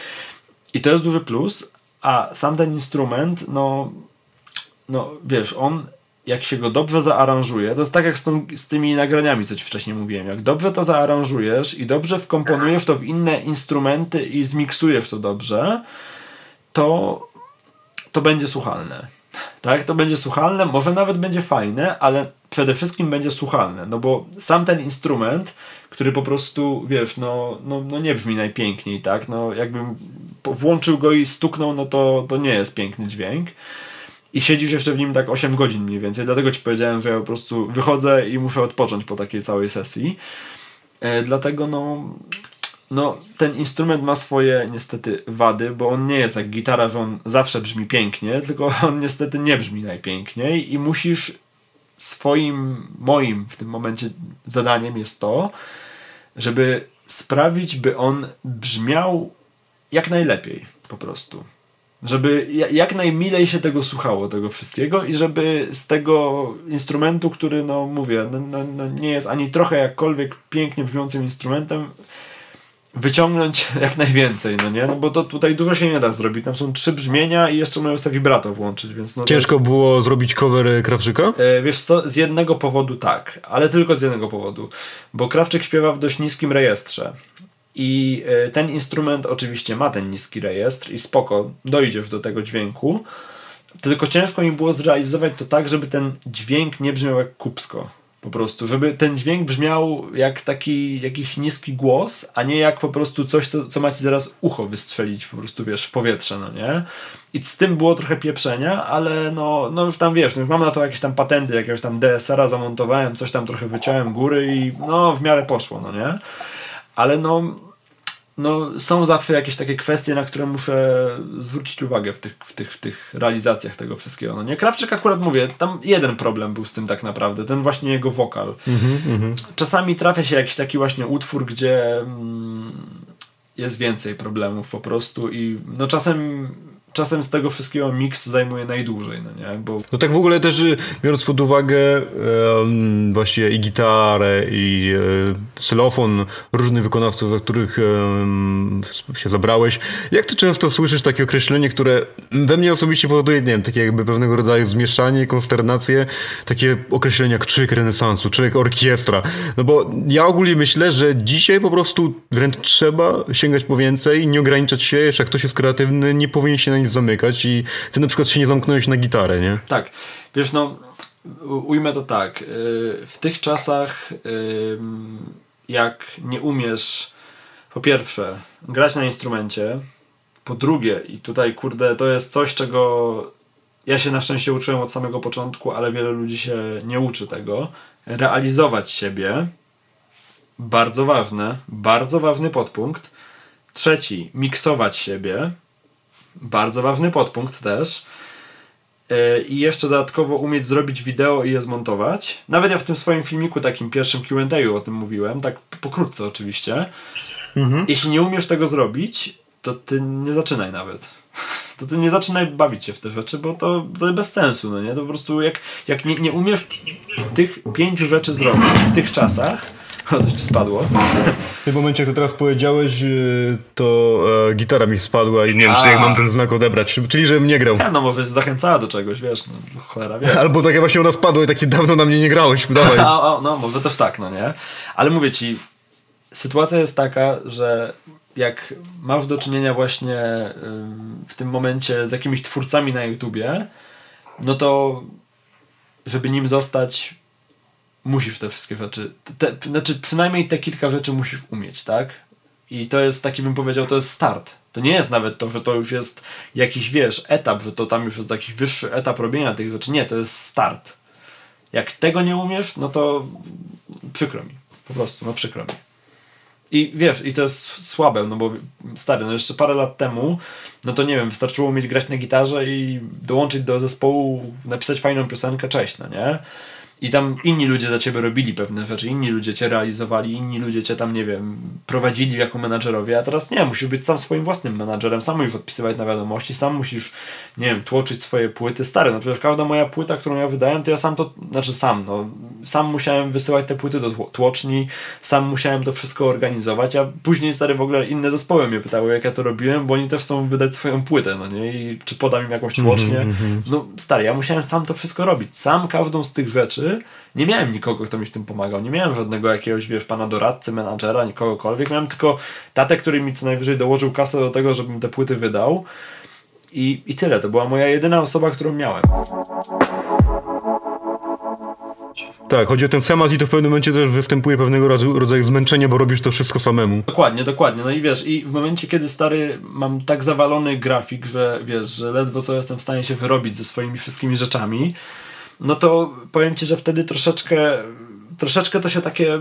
Speaker 3: I to jest duży plus, a sam ten instrument, no, no wiesz, on jak się go dobrze zaaranżuje, to jest tak jak z, tą, z tymi nagraniami, co ci wcześniej mówiłem, jak dobrze to zaaranżujesz i dobrze wkomponujesz to w inne instrumenty i zmiksujesz to dobrze, to, to będzie słuchalne. Tak, to będzie słuchalne, może nawet będzie fajne, ale przede wszystkim będzie słuchalne, no bo sam ten instrument, który po prostu, wiesz, no, no, no nie brzmi najpiękniej, tak, no jakbym włączył go i stuknął, no to, to nie jest piękny dźwięk i siedzisz jeszcze w nim tak osiem godzin mniej więcej, dlatego ci powiedziałem, że ja po prostu wychodzę i muszę odpocząć po takiej całej sesji, e, dlatego no no ten instrument ma swoje niestety wady, bo on nie jest jak gitara, że on zawsze brzmi pięknie, tylko on niestety nie brzmi najpiękniej i musisz swoim, moim w tym momencie zadaniem jest to, żeby sprawić, by on brzmiał jak najlepiej po prostu. Żeby jak najmilej się tego słuchało, tego wszystkiego i żeby z tego instrumentu, który no mówię, no, no, no nie jest ani trochę jakkolwiek pięknie brzmiącym instrumentem, wyciągnąć jak najwięcej, no nie? No bo to tutaj dużo się nie da zrobić. Tam są trzy brzmienia i jeszcze możesz sobie vibrato włączyć, więc no
Speaker 2: ciężko to... było zrobić cover Krawczyka?
Speaker 3: E, wiesz co, z jednego powodu tak, ale tylko z jednego powodu, bo Krawczyk śpiewa w dość niskim rejestrze i e, ten instrument oczywiście ma ten niski rejestr i spoko, dojdziesz do tego dźwięku, tylko ciężko mi było zrealizować to tak, żeby ten dźwięk nie brzmiał jak kupsko. Po prostu, żeby ten dźwięk brzmiał jak taki jakiś niski głos, a nie jak po prostu coś, co, co ma ci zaraz ucho wystrzelić po prostu, wiesz, w powietrze, no nie? I z tym było trochę pieprzenia, ale no, no już tam, wiesz, no już mam na to jakieś tam patenty, jakiegoś tam D S R-a zamontowałem, coś tam trochę wyciąłem góry i no w miarę poszło, no nie? Ale no, no są zawsze jakieś takie kwestie, na które muszę zwrócić uwagę w tych, w tych, w tych realizacjach tego wszystkiego. No nie, Krawczyk akurat mówię, tam jeden problem był z tym tak naprawdę, ten właśnie jego wokal. Mm-hmm, mm-hmm. Czasami trafia się jakiś taki właśnie utwór, gdzie mm, jest więcej problemów po prostu i no czasem czasem z tego wszystkiego mix zajmuje najdłużej, no nie? Bo...
Speaker 2: No tak w ogóle też biorąc pod uwagę e, właśnie i gitarę i e, xylofon różnych wykonawców, za których e, się zabrałeś, jak ty często słyszysz takie określenie, które we mnie osobiście powoduje, nie wiem, takie jakby pewnego rodzaju zmieszanie, konsternację, takie określenia jak człowiek renesansu, człowiek orkiestra, no bo ja ogólnie myślę, że dzisiaj po prostu wręcz trzeba sięgać po więcej, nie ograniczać się, jeszcze jak ktoś jest kreatywny, nie powinien się na nic zamykać i ty na przykład się nie zamknąłeś na gitarę, nie?
Speaker 3: Tak, wiesz, no ujmę to tak, w tych czasach jak nie umiesz po pierwsze grać na instrumencie, po drugie, i tutaj kurde to jest coś, czego ja się na szczęście uczyłem od samego początku, ale wiele ludzi się nie uczy tego, realizować siebie, bardzo ważne, bardzo ważny podpunkt. Trzeci, miksować siebie, bardzo ważny podpunkt też. I jeszcze dodatkowo umieć zrobić wideo i je zmontować. Nawet ja w tym swoim filmiku, takim pierwszym Q and A o tym mówiłem, tak pokrótce oczywiście. Mhm. Jeśli nie umiesz tego zrobić, to ty nie zaczynaj nawet. to ty nie zaczynaj bawić się w te rzeczy, bo to, to jest bez sensu, no nie? To po prostu jak, jak nie, nie umiesz tych pięciu rzeczy zrobić w tych czasach, o, coś ci spadło.
Speaker 2: W tym momencie, jak to teraz powiedziałeś, to e, gitara mi spadła i nie wiem, czy jak mam ten znak odebrać. Czyli, żebym nie grał.
Speaker 3: Ja, no może zachęcała do czegoś, wiesz, no cholera wie.
Speaker 2: Albo tak jak właśnie ona spadła i takie dawno na mnie nie grałeś, dawaj.
Speaker 3: A, a, no może też tak, no nie? Ale mówię ci, sytuacja jest taka, że jak masz do czynienia właśnie ym, w tym momencie z jakimiś twórcami na YouTubie, no to żeby nim zostać, musisz te wszystkie rzeczy, te, te, znaczy przynajmniej te kilka rzeczy musisz umieć, tak? I to jest taki, bym powiedział, to jest start. To nie jest nawet to, że to już jest jakiś, wiesz, etap, że to tam już jest jakiś wyższy etap robienia tych rzeczy. Nie, to jest start. Jak tego nie umiesz, no to przykro mi. Po prostu, no przykro mi. I wiesz, i to jest słabe, no bo stary, no jeszcze parę lat temu, no to nie wiem, wystarczyło umieć grać na gitarze i dołączyć do zespołu, napisać fajną piosenkę, cześć, no nie? I tam inni ludzie za ciebie robili pewne rzeczy, inni ludzie cię realizowali, inni ludzie cię tam, nie wiem, prowadzili jako menadżerowie, a teraz nie, musisz być sam swoim własnym menadżerem, sam musisz odpisywać na wiadomości, sam musisz, nie wiem, tłoczyć swoje płyty. Stary, no przecież każda moja płyta, którą ja wydałem, to ja sam to, znaczy sam, no, sam musiałem wysyłać te płyty do tłoczni, sam musiałem to wszystko organizować, a później, stary, w ogóle inne zespoły mnie pytały, jak ja to robiłem, bo oni też chcą wydać swoją płytę, no nie, i czy podam im jakąś tłocznię. Mm-hmm. No, stary, ja musiałem sam to wszystko robić, sam każdą z tych rzeczy. Nie miałem nikogo, kto mi w tym pomagał. Nie miałem żadnego jakiegoś, wiesz, pana doradcy, menadżera, nikogokolwiek. Miałem tylko tatę, który mi co najwyżej dołożył kasę do tego, żebym te płyty wydał. I, i tyle. To była moja jedyna osoba, którą miałem.
Speaker 2: Tak, chodzi o ten schemat i to w pewnym momencie też występuje pewnego rodzaju zmęczenie, bo robisz to wszystko samemu.
Speaker 3: Dokładnie, dokładnie. No i wiesz, i w momencie, kiedy stary, mam tak zawalony grafik, że wiesz, że ledwo co jestem w stanie się wyrobić ze swoimi wszystkimi rzeczami, no to powiem ci, że wtedy troszeczkę troszeczkę to się takie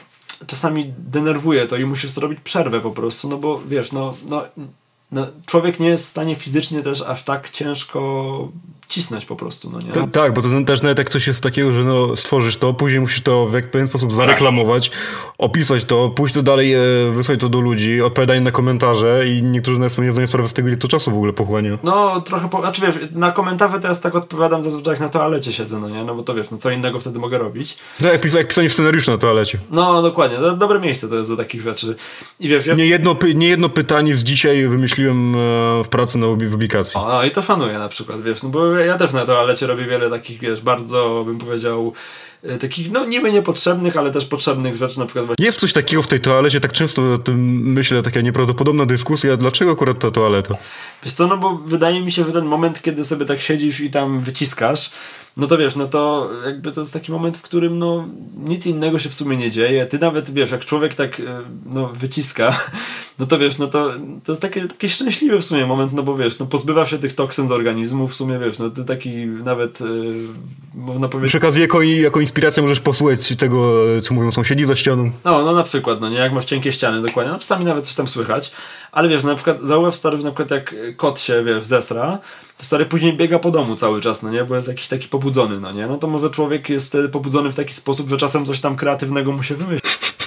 Speaker 3: czasami denerwuje to i musisz zrobić przerwę po prostu, no bo wiesz, no, no, no człowiek nie jest w stanie fizycznie też aż tak ciężko cisnąć po prostu, no nie?
Speaker 2: To, tak, bo to też nawet jak coś jest takiego, że no stworzysz to, później musisz to w pewien sposób zareklamować, tak. Opisać to, pójść to dalej, wysłać to do ludzi, odpowiadanie na komentarze i niektórzy nawet nie zdają sprawy z tego, ile to czasu w ogóle pochłania.
Speaker 3: No trochę, po, znaczy wiesz, na komentarze to ja tak odpowiadam zazwyczaj jak na toalecie siedzę, no nie? No bo to wiesz, no co innego wtedy mogę robić.
Speaker 2: No jak, pis- jak pisanie scenariusza na toalecie.
Speaker 3: No dokładnie, do, dobre miejsce to jest do takich rzeczy. I wiesz, ja...
Speaker 2: nie, jedno, nie jedno pytanie z dzisiaj wymyśliłem w pracy na w publikacji.
Speaker 3: O, no i to szanuję na przykład, wiesz, no bo ja też na toalecie robię wiele takich, wiesz, bardzo bym powiedział takich, no niby niepotrzebnych, ale też potrzebnych rzeczy, na przykład właśnie...
Speaker 2: Jest coś takiego w tej toalecie, tak często o tym myślę, taka nieprawdopodobna dyskusja, dlaczego akurat ta toaleta?
Speaker 3: Wiesz co, no bo wydaje mi się, że ten moment, kiedy sobie tak siedzisz i tam wyciskasz, no to wiesz, no to jakby to jest taki moment, w którym no nic innego się w sumie nie dzieje. Ty nawet, wiesz, jak człowiek tak no wyciska, no to wiesz, no to, to jest taki, taki szczęśliwy w sumie moment, no bo wiesz, no pozbywa się tych toksyn z organizmu, w sumie wiesz, no ty taki nawet yy, można powiedzieć...
Speaker 2: Przekazuje jako, jako inspirację możesz posłuchać tego, co mówią sąsiedzi za ścianą.
Speaker 3: No, no na przykład, no nie, jak masz cienkie ściany, dokładnie, no czasami nawet coś tam słychać, ale wiesz, na przykład zauważ stary, że na przykład jak kot się, wiesz, zesra, to stary później biega po domu cały czas, no nie, bo jest jakiś taki pobudzony, no nie, no to może człowiek jest wtedy pobudzony w taki sposób, że czasem coś tam kreatywnego mu się wymyśli.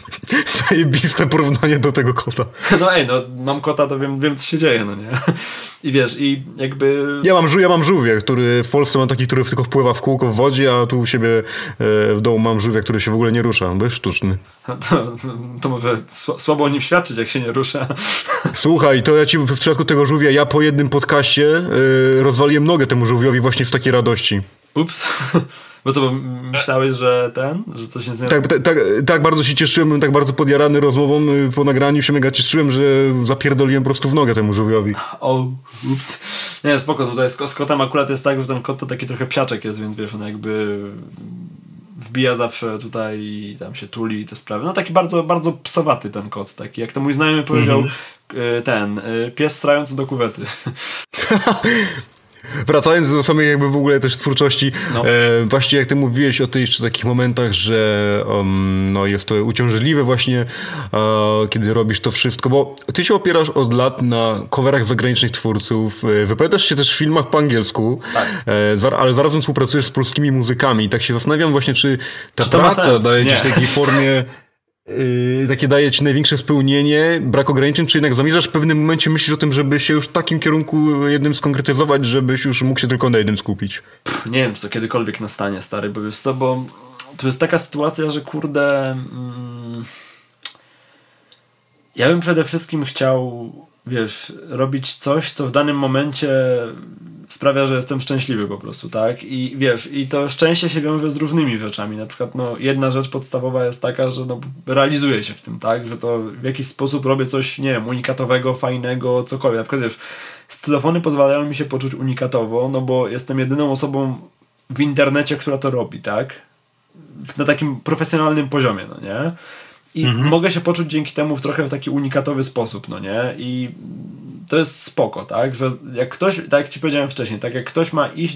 Speaker 2: Zajebiste porównanie do tego kota.
Speaker 3: No ej, no mam kota, to wiem, wiem co się dzieje, no nie. I wiesz, i jakby...
Speaker 2: Ja mam, ja mam żółwia, który w Polsce mam taki, który tylko wpływa w kółko w wodzie, a tu u siebie e, w domu mam żółwia, który się w ogóle nie rusza, bo jest sztuczny.
Speaker 3: To, to może słabo o nim świadczyć, jak się nie rusza.
Speaker 2: Słuchaj, to ja ci w przypadku tego żółwia, ja po jednym podcaście e, rozwaliłem nogę temu żółwiowi właśnie z takiej radości.
Speaker 3: Ups. Bo co, bo myślałeś, że ten, że coś nie
Speaker 2: tak, tak, tak, tak bardzo się cieszyłem, byłem tak bardzo podjarany rozmową, po nagraniu się mega cieszyłem, że zapierdoliłem po prostu w nogę temu żółwiowi.
Speaker 3: O, ups. Nie, spoko, tutaj z, z kotem akurat jest tak, że ten kot to taki trochę psiaczek jest, więc wiesz, on jakby wbija zawsze tutaj i tam się tuli i te sprawy. No taki bardzo, bardzo psowaty ten kot, taki jak to mój znajomy powiedział, mm-hmm. ten, pies strający do kuwety.
Speaker 2: Wracając do samej jakby w ogóle też twórczości,
Speaker 3: no.
Speaker 2: e, właśnie jak ty mówiłeś o tych jeszcze takich momentach, że um, no jest to uciążliwe właśnie, e, kiedy robisz to wszystko, bo ty się opierasz od lat na coverach zagranicznych twórców, e, wypowiadasz się też w filmach po angielsku,
Speaker 3: tak.
Speaker 2: e, za, ale zarazem współpracujesz z polskimi muzykami i tak się zastanawiam właśnie, czy ta
Speaker 3: czy to
Speaker 2: praca daje ci w takiej formie... Yy, takie daje ci największe spełnienie, brak ograniczeń, czy jednak zamierzasz w pewnym momencie myślisz o tym, żeby się już w takim kierunku jednym skonkretyzować, żebyś już mógł się tylko na jednym skupić?
Speaker 3: Pff, nie wiem, czy to kiedykolwiek nastanie, stary, bo wiesz co, bo to jest taka sytuacja, że kurde... Mm, ja bym przede wszystkim chciał, wiesz, robić coś, co w danym momencie sprawia, że jestem szczęśliwy po prostu, tak? I wiesz, i to szczęście się wiąże z różnymi rzeczami. Na przykład, no, jedna rzecz podstawowa jest taka, że no, realizuję się w tym, tak? Że to w jakiś sposób robię coś, nie wiem, unikatowego, fajnego, cokolwiek. Na przykład, wiesz, stylofony pozwalają mi się poczuć unikatowo, no bo jestem jedyną osobą w internecie, która to robi, tak? Na takim profesjonalnym poziomie, no nie? I mhm. mogę się poczuć dzięki temu w trochę w taki unikatowy sposób, no nie? I to jest spoko, tak? Że jak ktoś, tak jak ci powiedziałem wcześniej, tak jak ktoś ma iść,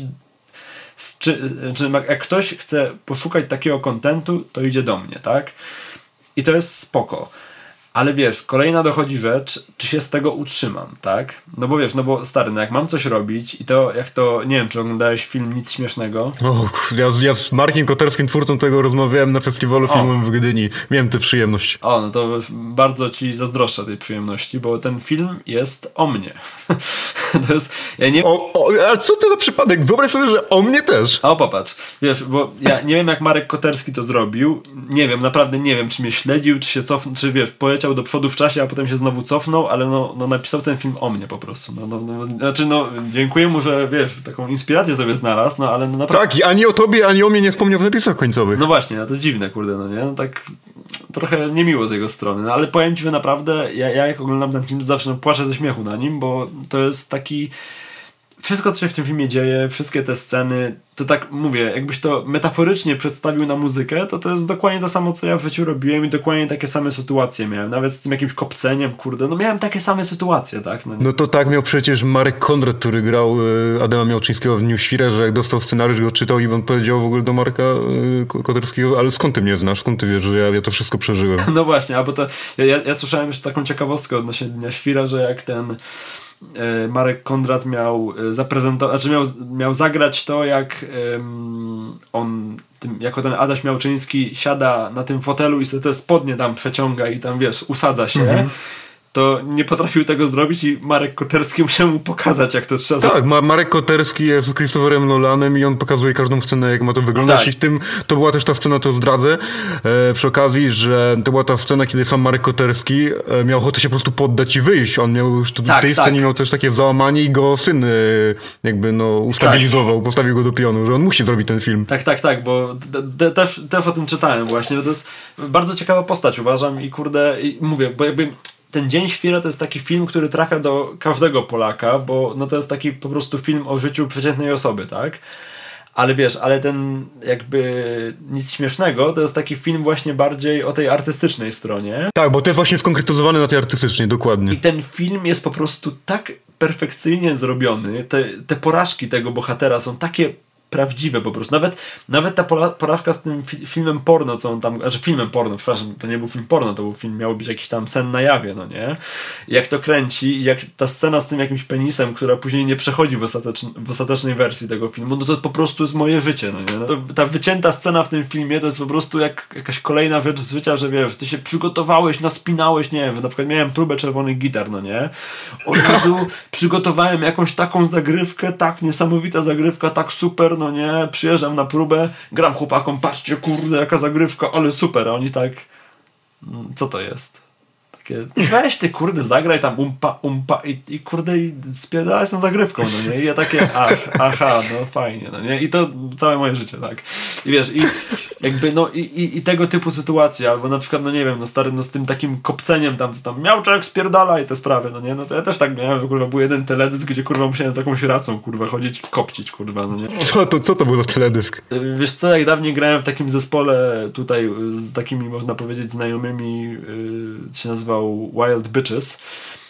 Speaker 3: czy, czy jak ktoś chce poszukać takiego kontentu, to idzie do mnie, tak? I to jest spoko. Ale wiesz, kolejna dochodzi rzecz, czy się z tego utrzymam, tak? No bo wiesz, no bo stary, no jak mam coś robić i to, jak to, nie wiem, czy oglądałeś film Nic Śmiesznego?
Speaker 2: O, ja, ja z Markiem Koterskim, twórcą tego, rozmawiałem na festiwalu filmowym w Gdyni. Miałem tę przyjemność.
Speaker 3: O, no to bardzo ci zazdroszczę tej przyjemności, bo ten film jest o mnie. To jest, ja nie...
Speaker 2: O, o, ale co to za przypadek? Wyobraź sobie, że o mnie też.
Speaker 3: O, popatrz, wiesz, bo ja nie wiem, jak Marek Koterski to zrobił, nie wiem, naprawdę nie wiem, czy mnie śledził, czy się cofnął, czy wiesz, poleciał do przodu w czasie, a potem się znowu cofnął, ale no, no napisał ten film o mnie po prostu. No, no, no, znaczy, no, dziękuję mu, że wiesz, taką inspirację sobie znalazł, no ale no naprawdę...
Speaker 2: Tak, i ani o tobie, ani o mnie nie wspomniał w napisach końcowych.
Speaker 3: No właśnie, no to dziwne, kurde, no nie? No tak trochę niemiło z jego strony, no ale powiem ci, że naprawdę ja, ja jak oglądam ten film, to zawsze no, płaczę ze śmiechu na nim, bo to jest taki... Wszystko, co się w tym filmie dzieje, wszystkie te sceny, to tak mówię, jakbyś to metaforycznie przedstawił na muzykę, to to jest dokładnie to samo, co ja w życiu robiłem i dokładnie takie same sytuacje miałem. Nawet z tym jakimś kopceniem, kurde, no miałem takie same sytuacje, tak? No,
Speaker 2: no to tak miał przecież Marek Konrad, który grał Adama Miałczyńskiego w New Świrze, że jak dostał scenariusz, go czytał i on powiedział w ogóle do Marka Koterskiego, ale skąd ty mnie znasz, skąd ty wiesz, że ja, ja to wszystko przeżyłem?
Speaker 3: No właśnie, a bo to, ja, ja, ja słyszałem jeszcze taką ciekawostkę odnośnie Dnia Świra, że jak ten Marek Konrad miał zaprezentować, znaczy miał, miał zagrać to, jak um, on, tym, jako ten Adaś Miałczyński siada na tym fotelu i sobie te spodnie tam przeciąga i tam, wiesz, usadza się, mhm. to nie potrafił tego zrobić i Marek Koterski musiał mu pokazać, jak to trzeba
Speaker 2: zrobić. Tak, Ma- Marek Koterski jest z Christopherem Nolanem i on pokazuje każdą scenę, jak ma to wyglądać. Tak. I w tym, to była też ta scena, to zdradzę, e, przy okazji, że to była ta scena, kiedy sam Marek Koterski e, miał ochotę się po prostu poddać i wyjść. On miał już w
Speaker 3: tak,
Speaker 2: tej
Speaker 3: tak.
Speaker 2: scenie miał też takie załamanie i go syn e, jakby no ustabilizował, tak. postawił go do pionu, że on musi zrobić ten film.
Speaker 3: Tak, tak, tak, bo te, też, też o tym czytałem właśnie. To jest bardzo ciekawa postać, uważam, i kurde, i mówię, bo jakby ten Dzień Świra to jest taki film, który trafia do każdego Polaka, bo no to jest taki po prostu film o życiu przeciętnej osoby, tak? Ale wiesz, ale ten jakby Nic Śmiesznego to jest taki film właśnie bardziej o tej artystycznej stronie.
Speaker 2: Tak, bo to jest właśnie skonkretyzowane na tej artystycznej, dokładnie.
Speaker 3: I ten film jest po prostu tak perfekcyjnie zrobiony, te, te porażki tego bohatera są takie prawdziwe po prostu. Nawet, nawet ta porażka z tym fi- filmem porno, co on tam, znaczy filmem porno, przepraszam, to nie był film porno, to był film, miał być jakiś tam sen na jawie, no nie? Jak to kręci, jak ta scena z tym jakimś penisem, która później nie przechodzi w, ostatecz- w ostatecznej wersji tego filmu, no to po prostu jest moje życie, no nie? No to, ta wycięta scena w tym filmie to jest po prostu jak jakaś kolejna rzecz z życia, że wiesz, ty się przygotowałeś, naspinałeś, nie wiem, na przykład miałem próbę Czerwonych Gitar, no nie? Od razu przygotowałem jakąś taką zagrywkę, tak niesamowita zagrywka, tak super, no nie, przyjeżdżam na próbę, gram chłopakom, patrzcie, kurde, jaka zagrywka, ale super, a oni tak, co to jest? Takie, weź ty, kurde, zagraj tam umpa, umpa i, i kurde, i spierdalaj z tą zagrywką, no nie, i ja takie, ach, aha, no fajnie, no nie, i to całe moje życie, tak, i wiesz, i jakby, no, i, i, i tego typu sytuacje, albo na przykład, no nie wiem, no stary, no z tym takim kopceniem tam, co tam, Miałczek, spierdala i te sprawy, no nie, no to ja też tak miałem, że kurwa był jeden teledysk, gdzie kurwa musiałem z jakąś racą, kurwa, chodzić i kopcić, kurwa, no nie.
Speaker 2: Co to, co to był za teledysk?
Speaker 3: Wiesz co, jak dawniej grałem w takim zespole tutaj z takimi, można powiedzieć, znajomymi, yy, się nazywał Wild Bitches.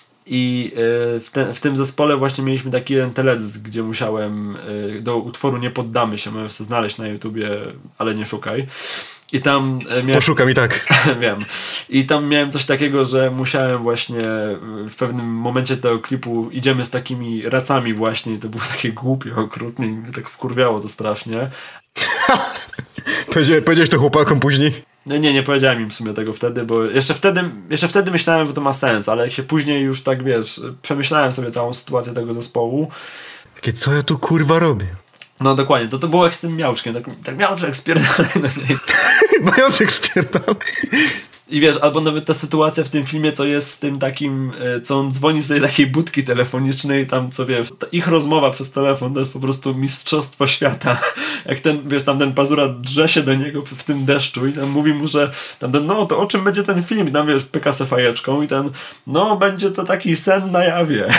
Speaker 3: I y, w, te, w tym zespole właśnie mieliśmy taki jeden teledysk, gdzie musiałem y, do utworu Nie poddamy się, możesz sobie znaleźć na YouTubie, ale nie szukaj. I tam y, miałem...
Speaker 2: Poszukam i tak.
Speaker 3: Wiem. I tam miałem coś takiego, że musiałem właśnie w pewnym momencie tego klipu idziemy z takimi racami właśnie i to było takie głupie, okrutne i mnie tak wkurwiało to strasznie.
Speaker 2: Powiedziałeś to chłopakom później?
Speaker 3: No nie, nie powiedziałem im w sumie tego wtedy, bo jeszcze wtedy, jeszcze wtedy myślałem, że to ma sens, ale jak się później już tak, wiesz, przemyślałem sobie całą sytuację tego zespołu.
Speaker 2: Takie, co ja tu kurwa robię?
Speaker 3: No dokładnie, to to było jak z tym miałczkiem, tak, tak miałczek spierdalaj, no nie.
Speaker 2: Majączek spierdalaj.
Speaker 3: I wiesz, albo nawet ta sytuacja w tym filmie, co jest z tym takim, co on dzwoni z tej takiej budki telefonicznej, tam co wiesz, ich rozmowa przez telefon to jest po prostu mistrzostwo świata. Jak ten, wiesz, tam ten Pazura drze się do niego w tym deszczu i tam mówi mu, że tam ten, no to o czym będzie ten film? I tam wiesz, pyka se fajeczką i ten, no będzie to taki sen na jawie.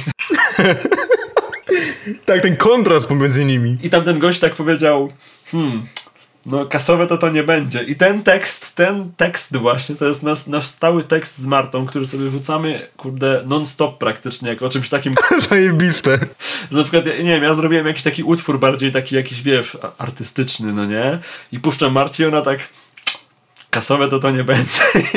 Speaker 2: Tak, ten kontrast pomiędzy nimi.
Speaker 3: I tam ten gość tak powiedział, hmm, no kasowe to to nie będzie. I ten tekst, ten tekst właśnie, to jest nasz, nasz stały tekst z Martą, który sobie rzucamy, kurde, non-stop praktycznie, jako o czymś takim.
Speaker 2: Zajebiste.
Speaker 3: Na przykład, nie wiem, ja zrobiłem jakiś taki utwór bardziej taki jakiś, wiesz, artystyczny, no nie? I puszczam Marcie i ona tak, kasowe to to nie będzie.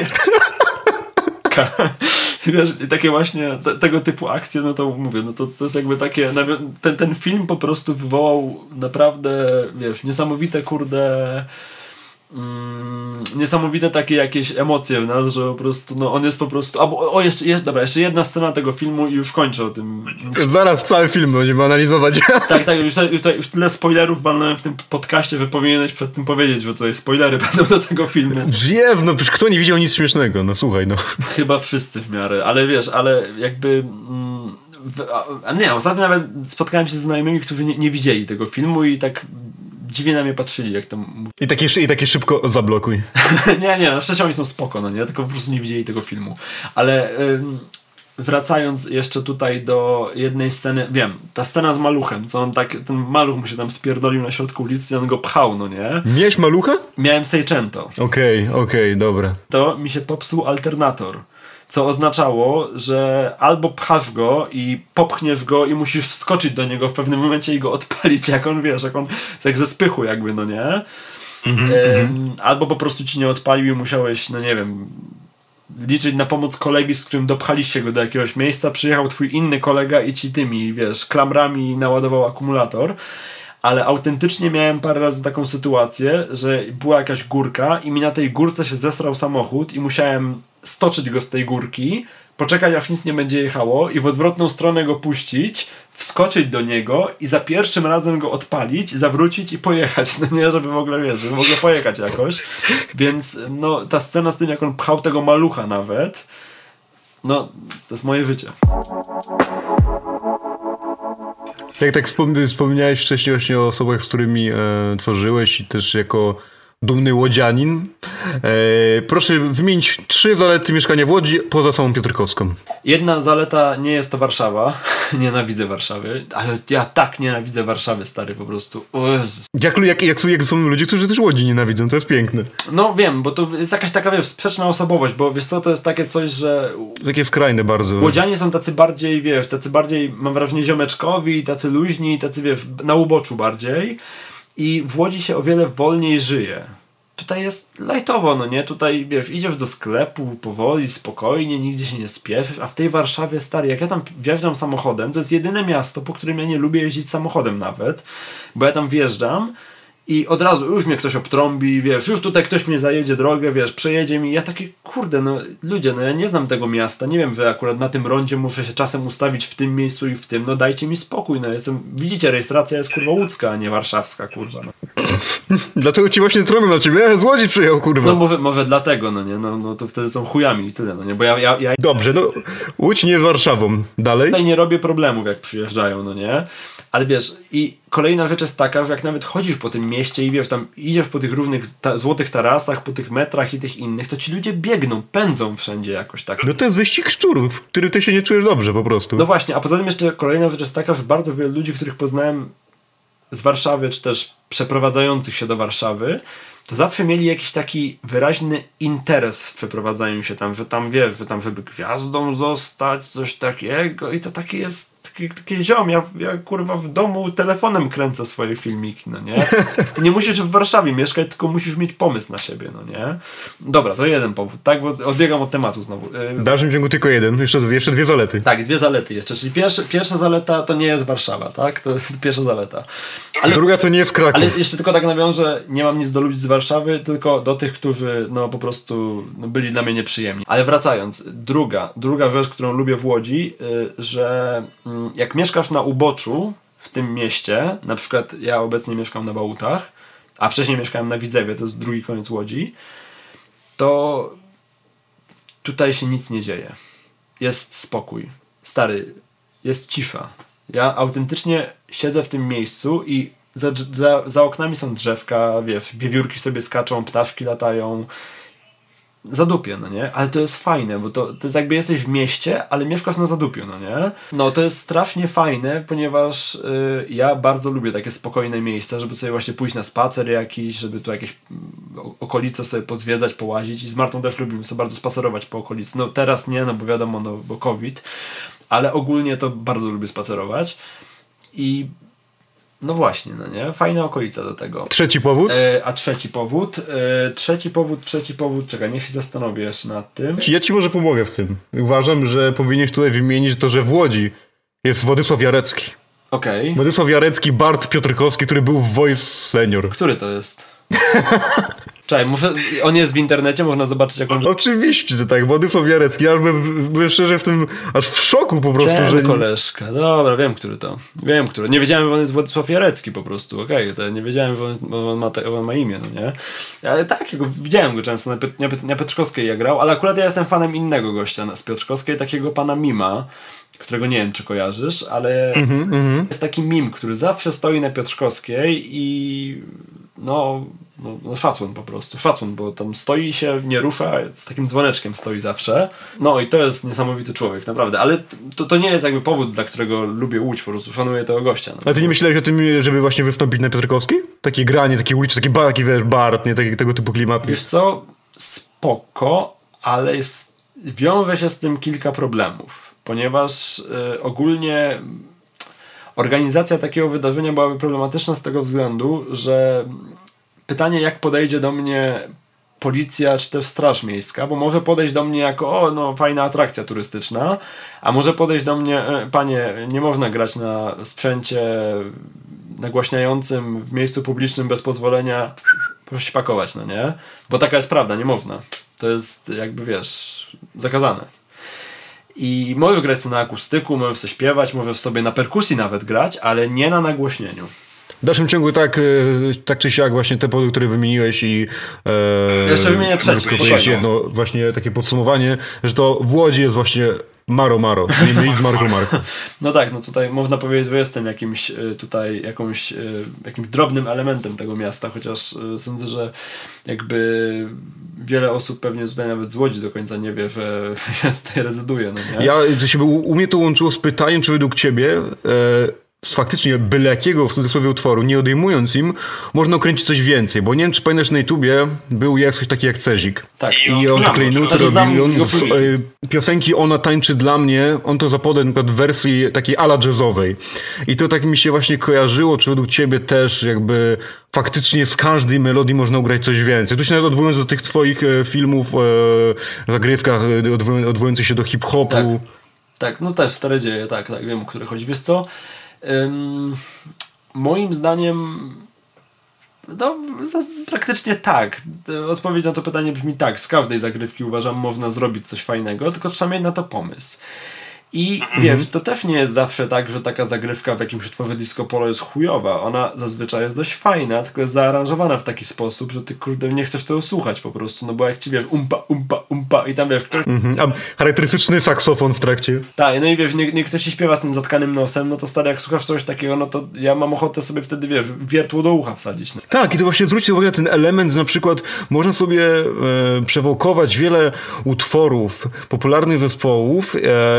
Speaker 3: I wiesz, i takie właśnie te, tego typu akcje, no to mówię, no to, to jest jakby takie, ten, ten film po prostu wywołał naprawdę, wiesz, niesamowite, kurde, mm, niesamowite takie jakieś emocje w nas, że po prostu, no on jest po prostu, albo, o, jeszcze, jeszcze, dobra, jeszcze jedna scena tego filmu i już kończę o tym.
Speaker 2: Zaraz cały film będziemy analizować.
Speaker 3: Tak, tak, już, już, już tyle spoilerów walnąłem w tym podcaście, że powinieneś przed tym powiedzieć, że tutaj spoilery będą do tego filmu.
Speaker 2: Jezu, no przecież kto nie widział nic śmiesznego, no słuchaj, no.
Speaker 3: Chyba wszyscy w miarę, ale wiesz, ale jakby... Mm, a, a nie, ostatnio nawet spotkałem się ze znajomymi, którzy nie, nie widzieli tego filmu i tak dziwnie na mnie patrzyli, jak tam...
Speaker 2: I takie, I takie szybko zablokuj.
Speaker 3: nie, nie, na szczęście oni są spoko, no nie, tylko po prostu nie widzieli tego filmu. Ale... Ym, wracając jeszcze tutaj do jednej sceny, wiem, ta scena z maluchem, co on tak, ten maluch mu się tam spierdolił na środku ulicy i on go pchał, no nie?
Speaker 2: Miałeś malucha?
Speaker 3: Miałem Seicento.
Speaker 2: Okej, okay, okej, okay, dobra.
Speaker 3: To mi się popsuł alternator, co oznaczało, że albo pchasz go i popchniesz go i musisz wskoczyć do niego w pewnym momencie i go odpalić, jak on, wiesz, jak on tak ze spychu jakby, no nie? Mm-hmm, ym, albo po prostu ci nie odpalił i musiałeś, no nie wiem... liczyć na pomoc kolegi, z którym dopchaliście go do jakiegoś miejsca, przyjechał twój inny kolega i ci tymi, wiesz, klamrami naładował akumulator, ale autentycznie miałem parę razy taką sytuację, że była jakaś górka i mi na tej górce się zesrał samochód i musiałem stoczyć go z tej górki, poczekać aż nic nie będzie jechało i w odwrotną stronę go puścić, wskoczyć do niego i za pierwszym razem go odpalić, zawrócić i pojechać, no nie, żeby w ogóle, wiesz, żeby w ogóle pojechać jakoś, więc no ta scena z tym, jak on pchał tego malucha nawet, no to jest moje życie.
Speaker 2: Jak tak wspom- wspomniałeś wcześniej właśnie o osobach, z którymi e, tworzyłeś i też jako dumny łodzianin. E, proszę wymienić trzy zalety mieszkania w Łodzi poza samą Piotrkowską.
Speaker 3: Jedna zaleta nie jest to Warszawa. Nienawidzę Warszawy. Ale ja tak nienawidzę Warszawy, stary, po prostu. O Jezus.
Speaker 2: Jak, jak, jak, są, jak są ludzie, którzy też Łodzi nienawidzą, to jest piękne.
Speaker 3: No wiem, bo to jest jakaś taka, wiesz, sprzeczna osobowość, bo wiesz co, to jest takie coś, że...
Speaker 2: Takie skrajne bardzo.
Speaker 3: Łodzianie są tacy bardziej, wiesz, tacy bardziej, mam wrażenie, ziomeczkowi, tacy luźni, tacy, wiesz, na uboczu bardziej. I w Łodzi się o wiele wolniej żyje. Tutaj jest lajtowo, no nie? Tutaj, wiesz, idziesz do sklepu powoli, spokojnie, nigdzie się nie spieszysz, a w tej Warszawie, stary, jak ja tam wjeżdżam samochodem, to jest jedyne miasto, po którym ja nie lubię jeździć samochodem nawet, bo ja tam wjeżdżam i od razu już mnie ktoś obtrąbi, wiesz, już tutaj ktoś mnie zajedzie drogę, wiesz, przejedzie mi. Ja takie, kurde, no ludzie, no ja nie znam tego miasta, nie wiem, że akurat na tym rondzie muszę się czasem ustawić w tym miejscu i w tym, no dajcie mi spokój, no jestem, widzicie, rejestracja jest kurwa łódzka, a nie warszawska, kurwa, no.
Speaker 2: Dlatego ci właśnie trąbią na ciebie, e, z Łodzi przyjechał, kurwa.
Speaker 3: No może, może dlatego, no nie, no, no to wtedy są chujami i tyle, no nie, bo ja, ja, ja...
Speaker 2: Dobrze, no Łódź nie jest Warszawą. Dalej?
Speaker 3: Tutaj nie robię problemów, jak przyjeżdżają, no nie? Ale wiesz, i kolejna rzecz jest taka, że jak nawet chodzisz po tym mieście i wiesz, tam idziesz po tych różnych ta- złotych tarasach, po tych metrach i tych innych, to ci ludzie biegną, pędzą wszędzie jakoś tak.
Speaker 2: No to jest wyścig szczurów, w którym ty się nie czujesz dobrze po prostu.
Speaker 3: No właśnie, a poza tym jeszcze kolejna rzecz jest taka, że bardzo wielu ludzi, których poznałem z Warszawy, czy też przeprowadzających się do Warszawy, to zawsze mieli jakiś taki wyraźny interes w przeprowadzaniu się tam, że tam wiesz, że tam żeby gwiazdą zostać, coś takiego i to takie jest, taki, taki ziom, ja, ja kurwa w domu telefonem kręcę swoje filmiki, no nie? Ty nie musisz w Warszawie mieszkać, tylko musisz mieć pomysł na siebie, no nie? Dobra, to jeden powód, tak? Bo odbiegam od tematu znowu.
Speaker 2: W dalszym ciągu tylko jeden, jeszcze, jeszcze dwie zalety.
Speaker 3: Tak, dwie zalety jeszcze, czyli pierwsza, pierwsza zaleta to nie jest Warszawa, tak? To jest pierwsza zaleta.
Speaker 2: Ale, druga to nie jest Kraków.
Speaker 3: Ale jeszcze tylko tak nawiążę, nie mam nic do ludzi z Warszawy, tylko do tych, którzy no po prostu no, byli dla mnie nieprzyjemni. Ale wracając, druga, druga rzecz, którą lubię w Łodzi, yy, że yy, jak mieszkasz na uboczu w tym mieście, na przykład ja obecnie mieszkam na Bałutach, a wcześniej mieszkałem na Widzewie, to jest drugi koniec Łodzi, to tutaj się nic nie dzieje. Jest spokój. Stary, jest cisza. Ja autentycznie siedzę w tym miejscu i za, za, za oknami są drzewka, wiesz, wiewiórki sobie skaczą, ptaszki latają. Zadupię, no nie? Ale to jest fajne, bo to, to jest jakby jesteś w mieście, ale mieszkasz na zadupiu, no nie? No to jest strasznie fajne, ponieważ y, ja bardzo lubię takie spokojne miejsca, żeby sobie właśnie pójść na spacer jakiś, żeby tu jakieś okolice sobie pozwiedzać, połazić i z Martą też lubimy sobie bardzo spacerować po okolicy. No teraz nie, no bo wiadomo, no bo COVID, ale ogólnie to bardzo lubię spacerować i no właśnie, no nie? Fajna okolica do tego.
Speaker 2: Trzeci powód?
Speaker 3: E, a trzeci powód? E, trzeci powód, trzeci powód, czekaj, niech się zastanowię jeszcze nad tym.
Speaker 2: Ja ci może pomogę w tym. Uważam, że powinieneś tutaj wymienić to, że w Łodzi jest Władysław Jarecki.
Speaker 3: Okej. Okay.
Speaker 2: Władysław Jarecki, Bart Piotrkowski, który był w Voice Senior.
Speaker 3: Który to jest? Czekaj, muszę, on jest w internecie, można zobaczyć jak on...
Speaker 2: Oczywiście, że tak, Władysław Jarecki. Ja już byłem, byłem szczerze jestem aż w szoku po prostu,
Speaker 3: Ten
Speaker 2: że...
Speaker 3: koleżka, dobra, wiem, który to. Wiem, który. Nie wiedziałem, że on jest Władysław Jarecki po prostu, okej, okay, to ja nie wiedziałem, że on, on, ma te, on ma imię, no nie? Ale tak, jego, widziałem go często, na, Piot, na Piotrkowskiej ja grał, ale akurat ja jestem fanem innego gościa z Piotrkowskiej, takiego pana Mima, którego nie wiem, czy kojarzysz, ale mm-hmm, mm-hmm. jest taki mim, który zawsze stoi na Piotrkowskiej i no, no, no szacun po prostu, szacun, bo tam stoi się, nie rusza, z takim dzwoneczkiem stoi zawsze. No i to jest niesamowity człowiek, naprawdę, ale to, to nie jest jakby powód, dla którego lubię Łódź, po prostu szanuję tego gościa. No.
Speaker 2: A ty nie myślałeś o tym, żeby właśnie wystąpić na Piotrkowskiej? Takie granie, takie ulicze, takie barki, wiesz, Bart, nie? Takie, tego typu klimaty.
Speaker 3: Wiesz co, spoko, ale jest, wiąże się z tym kilka problemów, ponieważ y, ogólnie organizacja takiego wydarzenia byłaby problematyczna z tego względu, że pytanie, jak podejdzie do mnie policja czy też straż miejska, bo może podejść do mnie jako o, no fajna atrakcja turystyczna, a może podejść do mnie, e, panie, nie można grać na sprzęcie nagłaśniającym w miejscu publicznym bez pozwolenia, proszę się pakować, no nie? Bo taka jest prawda, nie można. To jest jakby, wiesz, zakazane. I możesz grać sobie na akustyku, możesz sobie śpiewać, możesz sobie na perkusji nawet grać, ale nie na nagłośnieniu.
Speaker 2: W dalszym ciągu tak, tak czy siak właśnie te powody, które wymieniłeś i...
Speaker 3: E, Jeszcze wymienię trzeci.
Speaker 2: Powiedzieć jedno właśnie takie podsumowanie, że to w Łodzi jest właśnie Maro Maro, nie mylić z Marko Marko.
Speaker 3: No tak, no tutaj można powiedzieć, że jestem jakimś tutaj jakąś, jakimś drobnym elementem tego miasta, chociaż sądzę, że jakby wiele osób pewnie tutaj nawet z Łodzi do końca nie wie, że ja tutaj rezyduję, no nie?
Speaker 2: Ja, to się, u mnie to łączyło z pytaniem, czy według ciebie e, z faktycznie byle jakiego w cudzysłowie utworu, nie odejmując im, można ukręcić coś więcej, bo nie wiem, czy pamiętasz, na YouTubie był jest coś taki jak Cezik.
Speaker 3: Tak.
Speaker 2: I on takie nuty robił, i on z, e, piosenki Ona tańczy dla mnie, on to zapoda na przykład w wersji takiej ala jazzowej. I to tak mi się właśnie kojarzyło, czy według ciebie też jakby faktycznie z każdej melodii można ugrać coś więcej. Tu się nawet odwołując do tych twoich e, filmów, e, zagrywkach, e, odwołując, odwołujących się do hip-hopu.
Speaker 3: Tak. tak, no też stare dzieje, tak, tak, wiem, o które chodzi. Wiesz co? Um, moim zdaniem no, praktycznie tak. Odpowiedź na to pytanie brzmi tak. Z każdej zagrywki uważam można zrobić coś fajnego, tylko trzeba mieć na to pomysł. I wiesz, to też nie jest zawsze tak, że taka zagrywka w jakimś utworze disco polo jest chujowa. Ona zazwyczaj jest dość fajna, tylko jest zaaranżowana w taki sposób, że ty kurde nie chcesz tego słuchać po prostu, no bo jak ci wiesz umpa, umpa, umpa i tam wiesz... Kto...
Speaker 2: Mm-hmm. A charakterystyczny saksofon w trakcie.
Speaker 3: Tak, no i wiesz, nie, nie ktoś ci śpiewa z tym zatkanym nosem, no to stary, jak słuchasz czegoś takiego, no to ja mam ochotę sobie wtedy, wiesz, wiertło do ucha wsadzić. No.
Speaker 2: Tak, i to właśnie zwróćcie uwagę na ten element, że na przykład można sobie e, przewokować wiele utworów popularnych zespołów e, i zobaczyć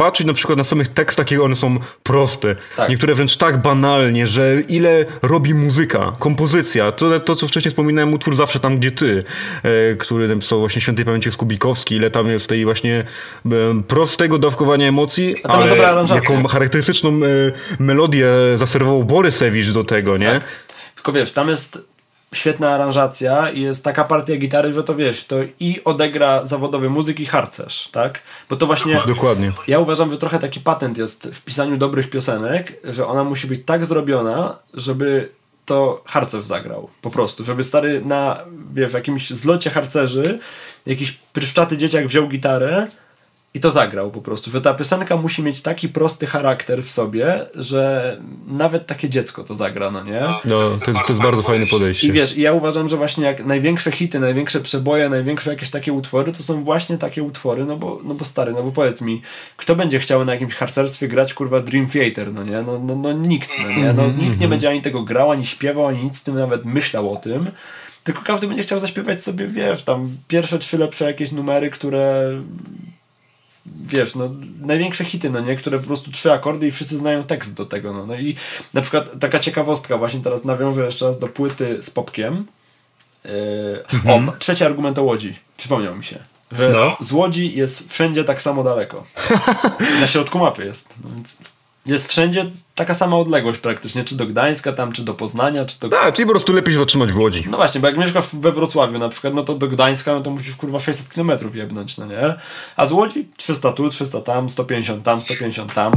Speaker 2: zobaczyć na przykład na samych tekstach, jakie one są proste.
Speaker 3: Tak.
Speaker 2: Niektóre wręcz tak banalnie, że ile robi muzyka, kompozycja. To, to co wcześniej wspominałem, utwór Zawsze tam, gdzie ty, e, który napisał właśnie świętej pamięci Skubikowski, ile tam jest tej właśnie e, prostego dawkowania emocji,
Speaker 3: A tam jest dobra aranżacja.
Speaker 2: jaką charakterystyczną e, melodię zaserwował Borysewicz do tego, nie?
Speaker 3: Tak. Tylko wiesz, tam jest świetna aranżacja i jest taka partia gitary, że to wiesz, to i odegra zawodowy muzyk i harcerz, tak? Bo to właśnie...
Speaker 2: Dokładnie.
Speaker 3: Ja uważam, że trochę taki patent jest w pisaniu dobrych piosenek, że ona musi być tak zrobiona, żeby to harcerz zagrał. Po prostu. Żeby stary na, wiesz, w jakimś zlocie harcerzy jakiś pryszczaty dzieciak wziął gitarę i to zagrał po prostu. Że ta piosenka musi mieć taki prosty charakter w sobie, że nawet takie dziecko to zagra, no nie?
Speaker 2: No, to, to jest bardzo fajne podejście.
Speaker 3: I wiesz, i ja uważam, że właśnie jak największe hity, największe przeboje, największe jakieś takie utwory, to są właśnie takie utwory, no bo, no bo stary, no bo powiedz mi, kto będzie chciał na jakimś harcerstwie grać, kurwa, Dream Theater, no nie? No, no, no nikt, no nie? No, nikt nie będzie ani tego grał, ani śpiewał, ani nic z tym nawet myślał o tym. Tylko każdy będzie chciał zaśpiewać sobie, wiesz, tam pierwsze trzy lepsze jakieś numery, które... Wiesz, no największe hity, no nie, które po prostu trzy akordy i wszyscy znają tekst do tego, no, no i na przykład taka ciekawostka, właśnie teraz nawiążę jeszcze raz do płyty z Popkiem. Yy, mhm. O, trzeci argument o Łodzi, przypomniał mi się, że
Speaker 2: no.
Speaker 3: z Łodzi jest wszędzie tak samo daleko. Na środku mapy jest, no więc jest wszędzie taka sama odległość praktycznie, czy do Gdańska tam, czy do Poznania, czy do...
Speaker 2: Tak, czyli po prostu lepiej się zatrzymać w Łodzi.
Speaker 3: No właśnie, bo jak mieszkasz we Wrocławiu na przykład, no to do Gdańska, no to musisz kurwa sześćset kilometrów jebnąć, no nie? A z Łodzi trzysta tu, trzysta tam, sto pięćdziesiąt tam, sto pięćdziesiąt tam.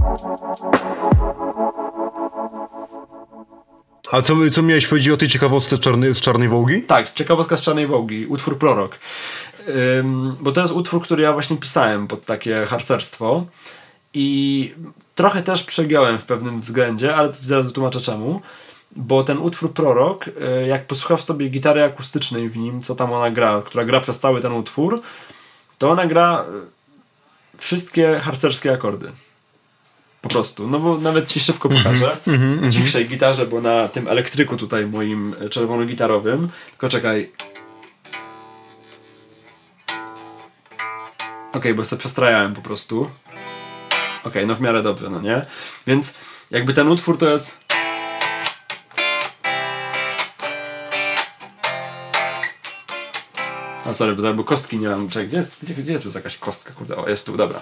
Speaker 2: A co, co miałeś powiedzieć o tej ciekawostce czarnej, z Czarnej Wołgi?
Speaker 3: Tak, ciekawostka z Czarnej Wołgi, utwór Prorok. Ym, bo to jest utwór, który ja właśnie pisałem pod takie harcerstwo. I trochę też przegiąłem w pewnym względzie, ale zaraz wytłumaczę czemu. Bo ten utwór Prorok, jak posłuchasz sobie gitary akustycznej w nim, co tam ona gra, która gra przez cały ten utwór, to ona gra wszystkie harcerskie akordy. Po prostu. No bo nawet ci szybko pokażę. Mm-hmm, cichszej mm-hmm. gitarze, bo na tym elektryku tutaj moim czerwono-gitarowym. Tylko czekaj. Okej, okay, bo sobie przestrajałem po prostu. Okej, okay, no w miarę dobrze, no nie? Więc jakby ten utwór to jest... O, sorry, bo, bo kostki nie mam. Czekaj, gdzie jest, gdzie, gdzie tu jest jakaś kostka? Kurde, o, jest tu, dobra.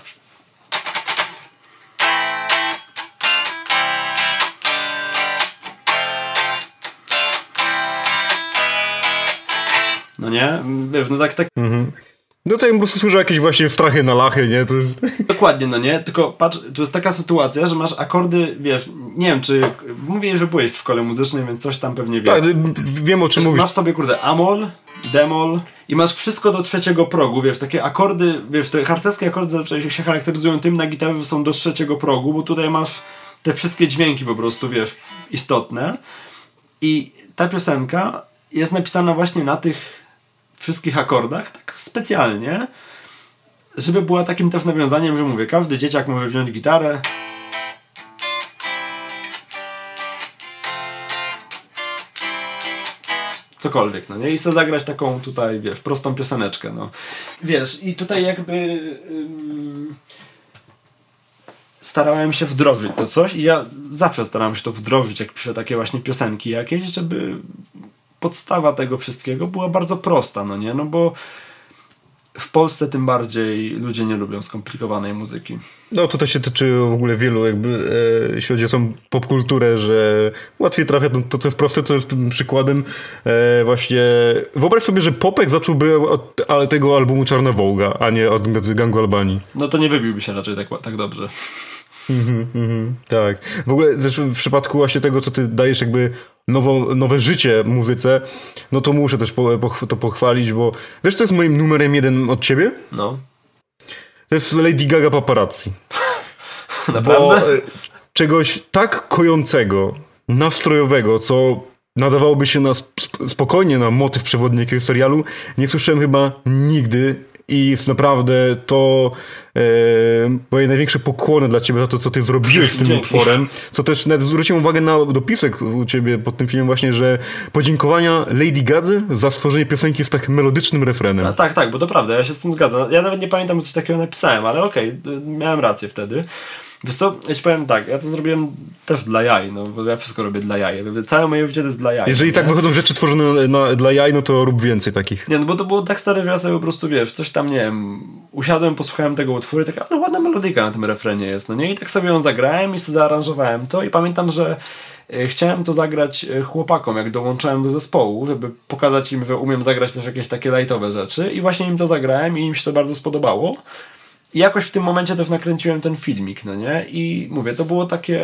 Speaker 3: No nie? Wiesz, no tak, tak...
Speaker 2: Mhm. No to im po prostu służą jakieś właśnie strachy na lachy, nie? To jest...
Speaker 3: Dokładnie, no nie? Tylko patrz, tu jest taka sytuacja, że masz akordy, wiesz, nie wiem, czy... Mówię, że byłeś w szkole muzycznej, więc coś tam pewnie wiesz.
Speaker 2: Tak, wiem o czym
Speaker 3: wiesz,
Speaker 2: mówisz.
Speaker 3: Masz sobie, kurde, amol, demol i masz wszystko do trzeciego progu, wiesz, takie akordy, wiesz, te harcerskie akordy zazwyczaj się charakteryzują tym na gitarze, że są do trzeciego progu, bo tutaj masz te wszystkie dźwięki po prostu, wiesz, istotne. I ta piosenka jest napisana właśnie na tych wszystkich akordach, tak specjalnie, żeby była takim też nawiązaniem, że mówię, każdy dzieciak może wziąć gitarę, cokolwiek, no nie? I sobie zagrać taką tutaj, wiesz, prostą pioseneczkę, no. Wiesz, i tutaj jakby ym, starałem się wdrożyć to coś i ja zawsze starałem się to wdrożyć, jak piszę takie właśnie piosenki jakieś, żeby podstawa tego wszystkiego była bardzo prosta, no nie? No bo w Polsce tym bardziej ludzie nie lubią skomplikowanej muzyki.
Speaker 2: No to to się tyczy w ogóle wielu jakby, e, jeśli chodzi o tą popkulturę, że łatwiej trafia to, to co jest proste, co jest przykładem e, właśnie... Wyobraź sobie, że Popek zacząłby od ale tego albumu Czarna Wołga, a nie od Gangu Albanii.
Speaker 3: No to nie wybiłby się raczej tak, tak dobrze.
Speaker 2: Mhm, mhm, tak. W ogóle zresztą w przypadku właśnie tego, co ty dajesz jakby nowo, nowe życie muzyce, no to muszę też po, po, to pochwalić, bo wiesz, co jest moim numerem jeden od ciebie?
Speaker 3: No.
Speaker 2: To jest Lady Gaga Paparazzi.
Speaker 3: Naprawdę?
Speaker 2: Bo e, czegoś tak kojącego, nastrojowego, co nadawałoby się na sp- spokojnie na motyw przewodni jakiegoś serialu, nie słyszałem chyba nigdy i jest naprawdę to e, moje największe pokłony dla ciebie za to, co ty zrobiłeś z tym
Speaker 3: Dzięki.
Speaker 2: utworem. Co też nawet zwróciłem uwagę na dopisek u ciebie pod tym filmem właśnie, że podziękowania Lady Gadze za stworzenie piosenki z tak melodycznym refrenem.
Speaker 3: A, tak, tak, bo to prawda, ja się z tym zgadzam. Ja nawet nie pamiętam, coś takiego napisałem, ale okej, okay, miałem rację wtedy. Wiesz co, ja ci powiem tak, ja to zrobiłem też dla jaj, no bo ja wszystko robię dla jaj. Całe moje życie to jest dla jaj.
Speaker 2: Jeżeli
Speaker 3: nie?
Speaker 2: tak wychodzą rzeczy tworzone na, dla jaj, no to rób więcej takich.
Speaker 3: Nie, no bo to było tak stare, że ja sobie po prostu, wiesz, coś tam, nie wiem, usiadłem, posłuchałem tego utworu i taka, no ładna melodyka na tym refrenie jest, no nie? I tak sobie ją zagrałem i sobie zaaranżowałem to i pamiętam, że e, chciałem to zagrać e, chłopakom, jak dołączałem do zespołu, żeby pokazać im, że umiem zagrać też jakieś takie lightowe rzeczy i właśnie im to zagrałem i im się to bardzo spodobało. I jakoś w tym momencie też nakręciłem ten filmik, no nie? I mówię, to było takie,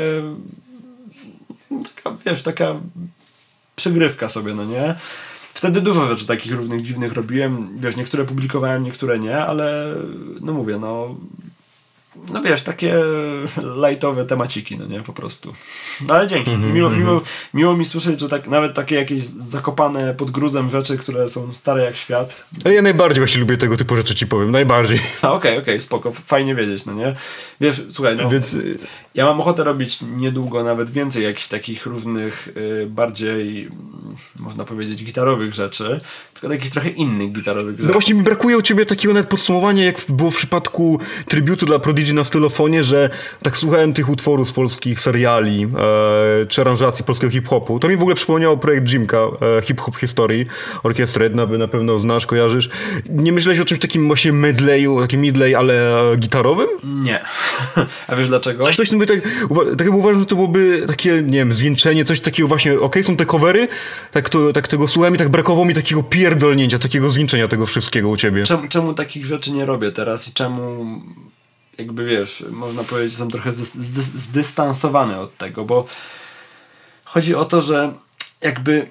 Speaker 3: taka, wiesz, taka przygrywka sobie, no nie? Wtedy dużo rzeczy takich różnych dziwnych robiłem, wiesz, niektóre publikowałem, niektóre nie, ale no mówię, no no wiesz, takie lightowe temaciki, no nie, po prostu. No ale dzięki. Mm-hmm, miło, miło, miło mi słyszeć, że tak, nawet takie jakieś zakopane pod gruzem rzeczy, które są stare jak świat.
Speaker 2: Ale ja najbardziej właśnie lubię tego typu rzeczy, ci powiem, najbardziej.
Speaker 3: A okej, okay, okej, okay, spoko, fajnie wiedzieć, no nie? Wiesz, słuchaj, no,
Speaker 2: Więc...
Speaker 3: ja mam ochotę robić niedługo nawet więcej jakichś takich różnych, y, bardziej, można powiedzieć, gitarowych rzeczy, tylko takich trochę innych gitarowych rzeczy.
Speaker 2: No właśnie mi brakuje u ciebie takiego nawet podsumowania, jak było w przypadku tributu dla Prodigy na stylofonie, że tak słuchałem tych utworów z polskich seriali, e, czy aranżacji polskiego hip-hopu. To mi w ogóle przypomniało projekt Jimka, e, Hip Hop History, orkiestra jedna, by na pewno znasz, kojarzysz. Nie myślałeś o czymś takim właśnie medleyu, takim medley, ale gitarowym?
Speaker 3: Nie. A wiesz dlaczego?
Speaker 2: Coś by tak, uwa- tak uważam, że to byłoby takie, nie wiem, zwieńczenie, coś takiego właśnie, okej, okay, są te covery, tak, to, tak tego słuchałem i tak brakowało mi takiego pierdolnięcia, takiego zwieńczenia tego wszystkiego u ciebie.
Speaker 3: Czemu, czemu takich rzeczy nie robię teraz i czemu, jakby wiesz, można powiedzieć, jestem trochę zdys- zdys- zdystansowany od tego, bo chodzi o to, że jakby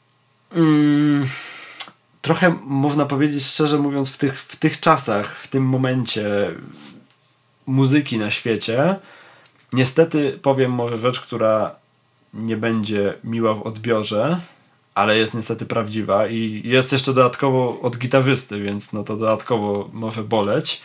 Speaker 3: mm, trochę można powiedzieć, szczerze mówiąc, w tych, w tych czasach, w tym momencie muzyki na świecie, niestety powiem może rzecz, która nie będzie miła w odbiorze, ale jest niestety prawdziwa i jest jeszcze dodatkowo od gitarzysty, więc no to dodatkowo może boleć,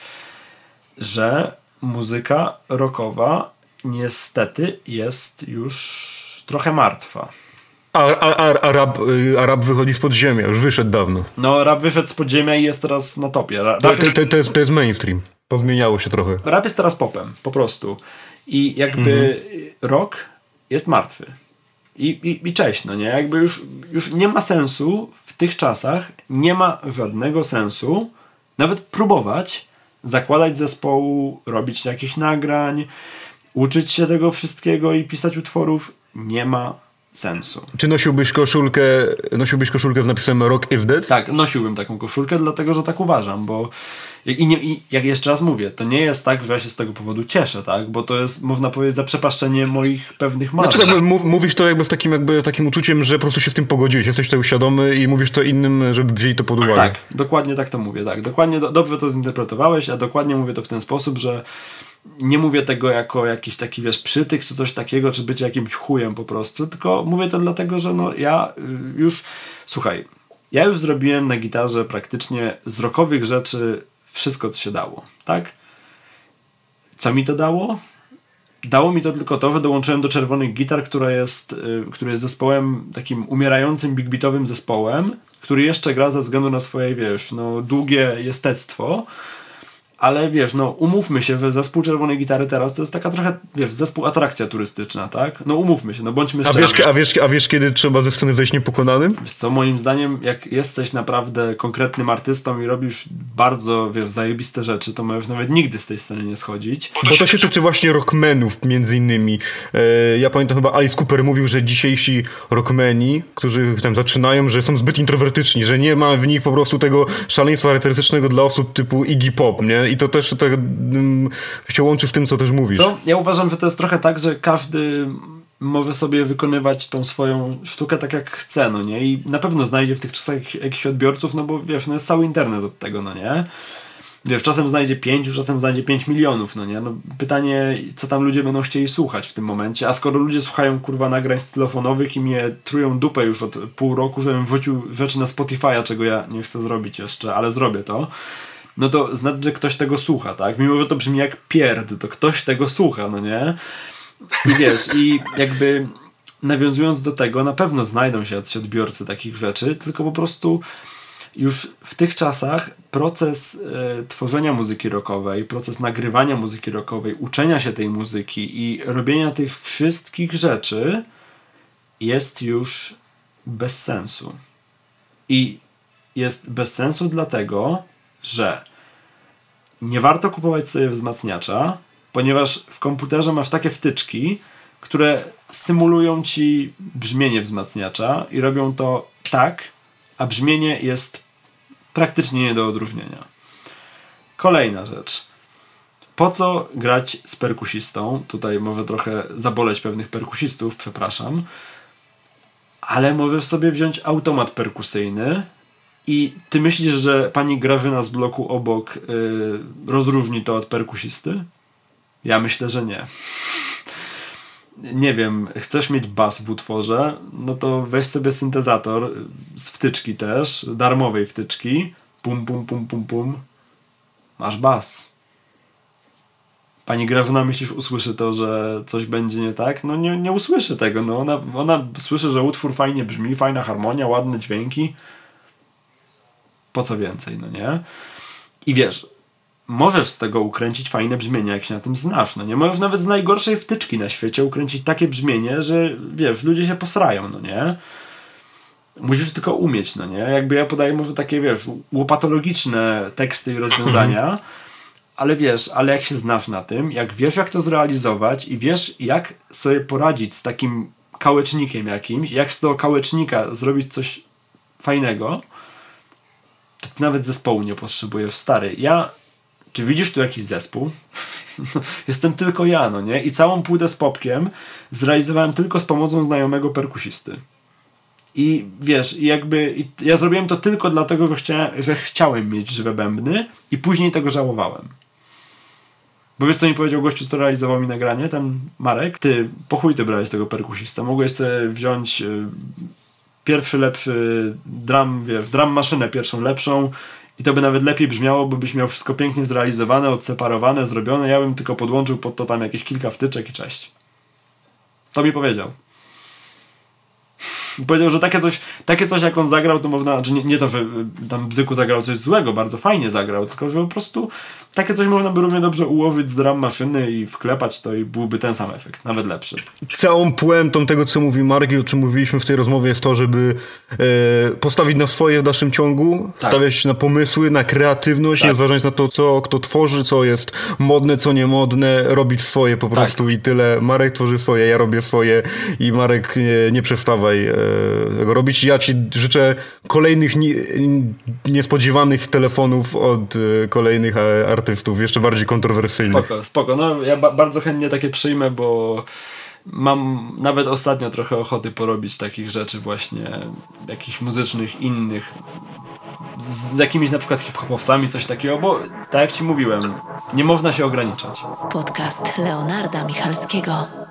Speaker 3: że muzyka rockowa niestety jest już trochę martwa.
Speaker 2: A, a, a, a, rap, a rap wychodzi z podziemia, już wyszedł dawno.
Speaker 3: No rap wyszedł z podziemia i jest teraz na topie. Rap,
Speaker 2: To,
Speaker 3: jest,
Speaker 2: to, to, jest, to jest mainstream. Pozmieniało się trochę.
Speaker 3: rap jest teraz popem, po prostu. I jakby mhm. rock jest martwy. I, i, I cześć, no nie? Jakby już, już nie ma sensu w tych czasach, nie ma żadnego sensu nawet próbować zakładać zespołu, robić jakichś nagrań, uczyć się tego wszystkiego i pisać utworów. Nie ma sensu.
Speaker 2: Czy nosiłbyś koszulkę, nosiłbyś koszulkę z napisem Rock is Dead?
Speaker 3: Tak, nosiłbym taką koszulkę, dlatego że tak uważam, bo i, nie, i jak jeszcze raz mówię, to nie jest tak, że ja się z tego powodu cieszę, tak? Bo to jest, można powiedzieć, zaprzepaszczenie moich pewnych marzeń.
Speaker 2: Znaczy tak, mów, mówisz to jakby z takim, jakby takim uczuciem, że po prostu się z tym pogodziłeś, jesteś tego świadomy i mówisz to innym, żeby wzięli to pod uwagę.
Speaker 3: Tak, dokładnie tak to mówię, tak. Dokładnie, do, dobrze to zinterpretowałeś, a dokładnie mówię to w ten sposób, że nie mówię tego jako jakiś taki, wiesz, przytyk czy coś takiego, czy być jakimś chujem po prostu, tylko mówię to dlatego, że no ja już, słuchaj, ja już zrobiłem na gitarze praktycznie z rockowych rzeczy wszystko, co się dało, tak? Co mi to dało? Dało mi to tylko to, że dołączyłem do Czerwonych Gitar, która jest, który jest zespołem takim umierającym big beatowym zespołem, który jeszcze gra ze względu na swoje, wiesz, no długie jestectwo. Ale wiesz, no umówmy się, że zespół Czerwonej Gitary teraz to jest taka trochę, wiesz, zespół atrakcja turystyczna, tak? No umówmy się, no bądźmy szczerzy.
Speaker 2: A wiesz, a wiesz, a wiesz kiedy trzeba ze sceny zejść niepokonanym?
Speaker 3: Wiesz co, moim zdaniem, jak jesteś naprawdę konkretnym artystą i robisz bardzo, wiesz, zajebiste rzeczy, to możesz nawet nigdy z tej sceny nie schodzić.
Speaker 2: Bo to się tyczy właśnie rockmenów między innymi. E, ja pamiętam chyba Alice Cooper mówił, że dzisiejsi rockmeni, którzy tam zaczynają, że są zbyt introwertyczni, że nie ma w nich po prostu tego szaleństwa charakterystycznego dla osób typu Iggy Pop, nie? I to też tak, um, się łączy z tym, co też mówisz.
Speaker 3: Co? Ja uważam, że to jest trochę tak, że każdy może sobie wykonywać tą swoją sztukę tak jak chce, no nie? I na pewno znajdzie w tych czasach jakichś odbiorców, no bo wiesz, no jest cały internet od tego, no nie? Wiesz, czasem znajdzie pięć, czasem znajdzie pięć milionów, no nie? No pytanie, co tam ludzie będą chcieli słuchać w tym momencie, a skoro ludzie słuchają, kurwa, nagrań stylofonowych i mnie trują dupę już od pół roku, żebym wrzucił rzeczy na Spotify'a, czego ja nie chcę zrobić jeszcze, ale zrobię to. no to znaczy, że ktoś tego słucha, tak? Mimo, że to brzmi jak pierd, to ktoś tego słucha, no nie? I wiesz, i jakby nawiązując do tego, na pewno znajdą się jacyś odbiorcy takich rzeczy, tylko po prostu już w tych czasach proces e, tworzenia muzyki rockowej, proces nagrywania muzyki rockowej, uczenia się tej muzyki i robienia tych wszystkich rzeczy jest już bez sensu. I jest bez sensu dlatego, że nie warto kupować sobie wzmacniacza, ponieważ w komputerze masz takie wtyczki, które symulują ci brzmienie wzmacniacza i robią to tak, a brzmienie jest praktycznie nie do odróżnienia. Kolejna rzecz. Po co grać z perkusistą? Tutaj może trochę zaboleć pewnych perkusistów, przepraszam, ale możesz sobie wziąć automat perkusyjny i ty myślisz, że pani Grażyna z bloku obok yy, rozróżni to od perkusisty? Ja myślę, że nie. Nie wiem, chcesz mieć bas w utworze, no to weź sobie syntezator z wtyczki też, darmowej wtyczki, pum, pum, pum, pum, pum, masz bas. Pani Grażyna, myślisz, usłyszy to, że coś będzie nie tak? No nie, nie usłyszy tego, no ona, ona słyszy, że utwór fajnie brzmi, fajna harmonia, ładne dźwięki. Po co więcej, no nie? I wiesz, możesz z tego ukręcić fajne brzmienie, jak się na tym znasz, no nie? Możesz nawet z najgorszej wtyczki na świecie ukręcić takie brzmienie, że wiesz, ludzie się posrają, no nie? Musisz tylko umieć, no nie? Jakby ja podaję może takie, wiesz, łopatologiczne teksty i rozwiązania, ale wiesz, ale jak się znasz na tym, jak wiesz, jak to zrealizować i wiesz, jak sobie poradzić z takim kałecznikiem jakimś, jak z tego kałecznika zrobić coś fajnego, to ty nawet zespołu nie potrzebujesz, stary. Ja Czy widzisz tu jakiś zespół? Jestem tylko ja, no nie? I całą płytę z Popkiem zrealizowałem tylko z pomocą znajomego perkusisty. I wiesz, jakby i ja zrobiłem to tylko dlatego, że chciałem, że chciałem mieć żywe bębny i później tego żałowałem. Bo wiesz, co mi powiedział gościu, co realizował mi nagranie? Ten Marek. Ty, po chuj ty brałeś tego perkusista. Mogłeś sobie wziąć y, pierwszy lepszy drum, wiesz, drum maszynę pierwszą lepszą i to by nawet lepiej brzmiało, bo byś miał wszystko pięknie zrealizowane, odseparowane, zrobione. Ja bym tylko podłączył pod to tam jakieś kilka wtyczek i cześć. To mi powiedział. Powiedział, że takie coś, takie coś jak on zagrał, to można, znaczy nie, nie to, że tam Bzyku zagrał coś złego, bardzo fajnie zagrał, tylko że po prostu takie coś można by równie dobrze ułożyć z drum maszyny i wklepać to i byłby ten sam efekt, nawet lepszy.
Speaker 2: Całą puentą tego, co mówi Mark i o czym mówiliśmy w tej rozmowie, jest to, żeby e, postawić na swoje w dalszym ciągu, tak. Stawiać na pomysły, na kreatywność, tak. Nie zważać na to, co kto tworzy, co jest modne, co nie modne, robić swoje po prostu tak. I tyle. Marek tworzy swoje, ja robię swoje i Marek, nie, nie przestawaj e, tego robić. Ja ci życzę kolejnych nie, niespodziewanych telefonów od e, kolejnych artystów, jeszcze bardziej kontrowersyjnych.
Speaker 3: Spoko, spoko. No, ja ba- bardzo chętnie takie przyjmę, bo mam nawet ostatnio trochę ochoty porobić takich rzeczy właśnie, jakichś muzycznych, innych, z jakimiś na przykład hip-hopowcami, coś takiego, bo tak jak ci mówiłem, nie można się ograniczać.
Speaker 1: Podcast Leonarda Michalskiego.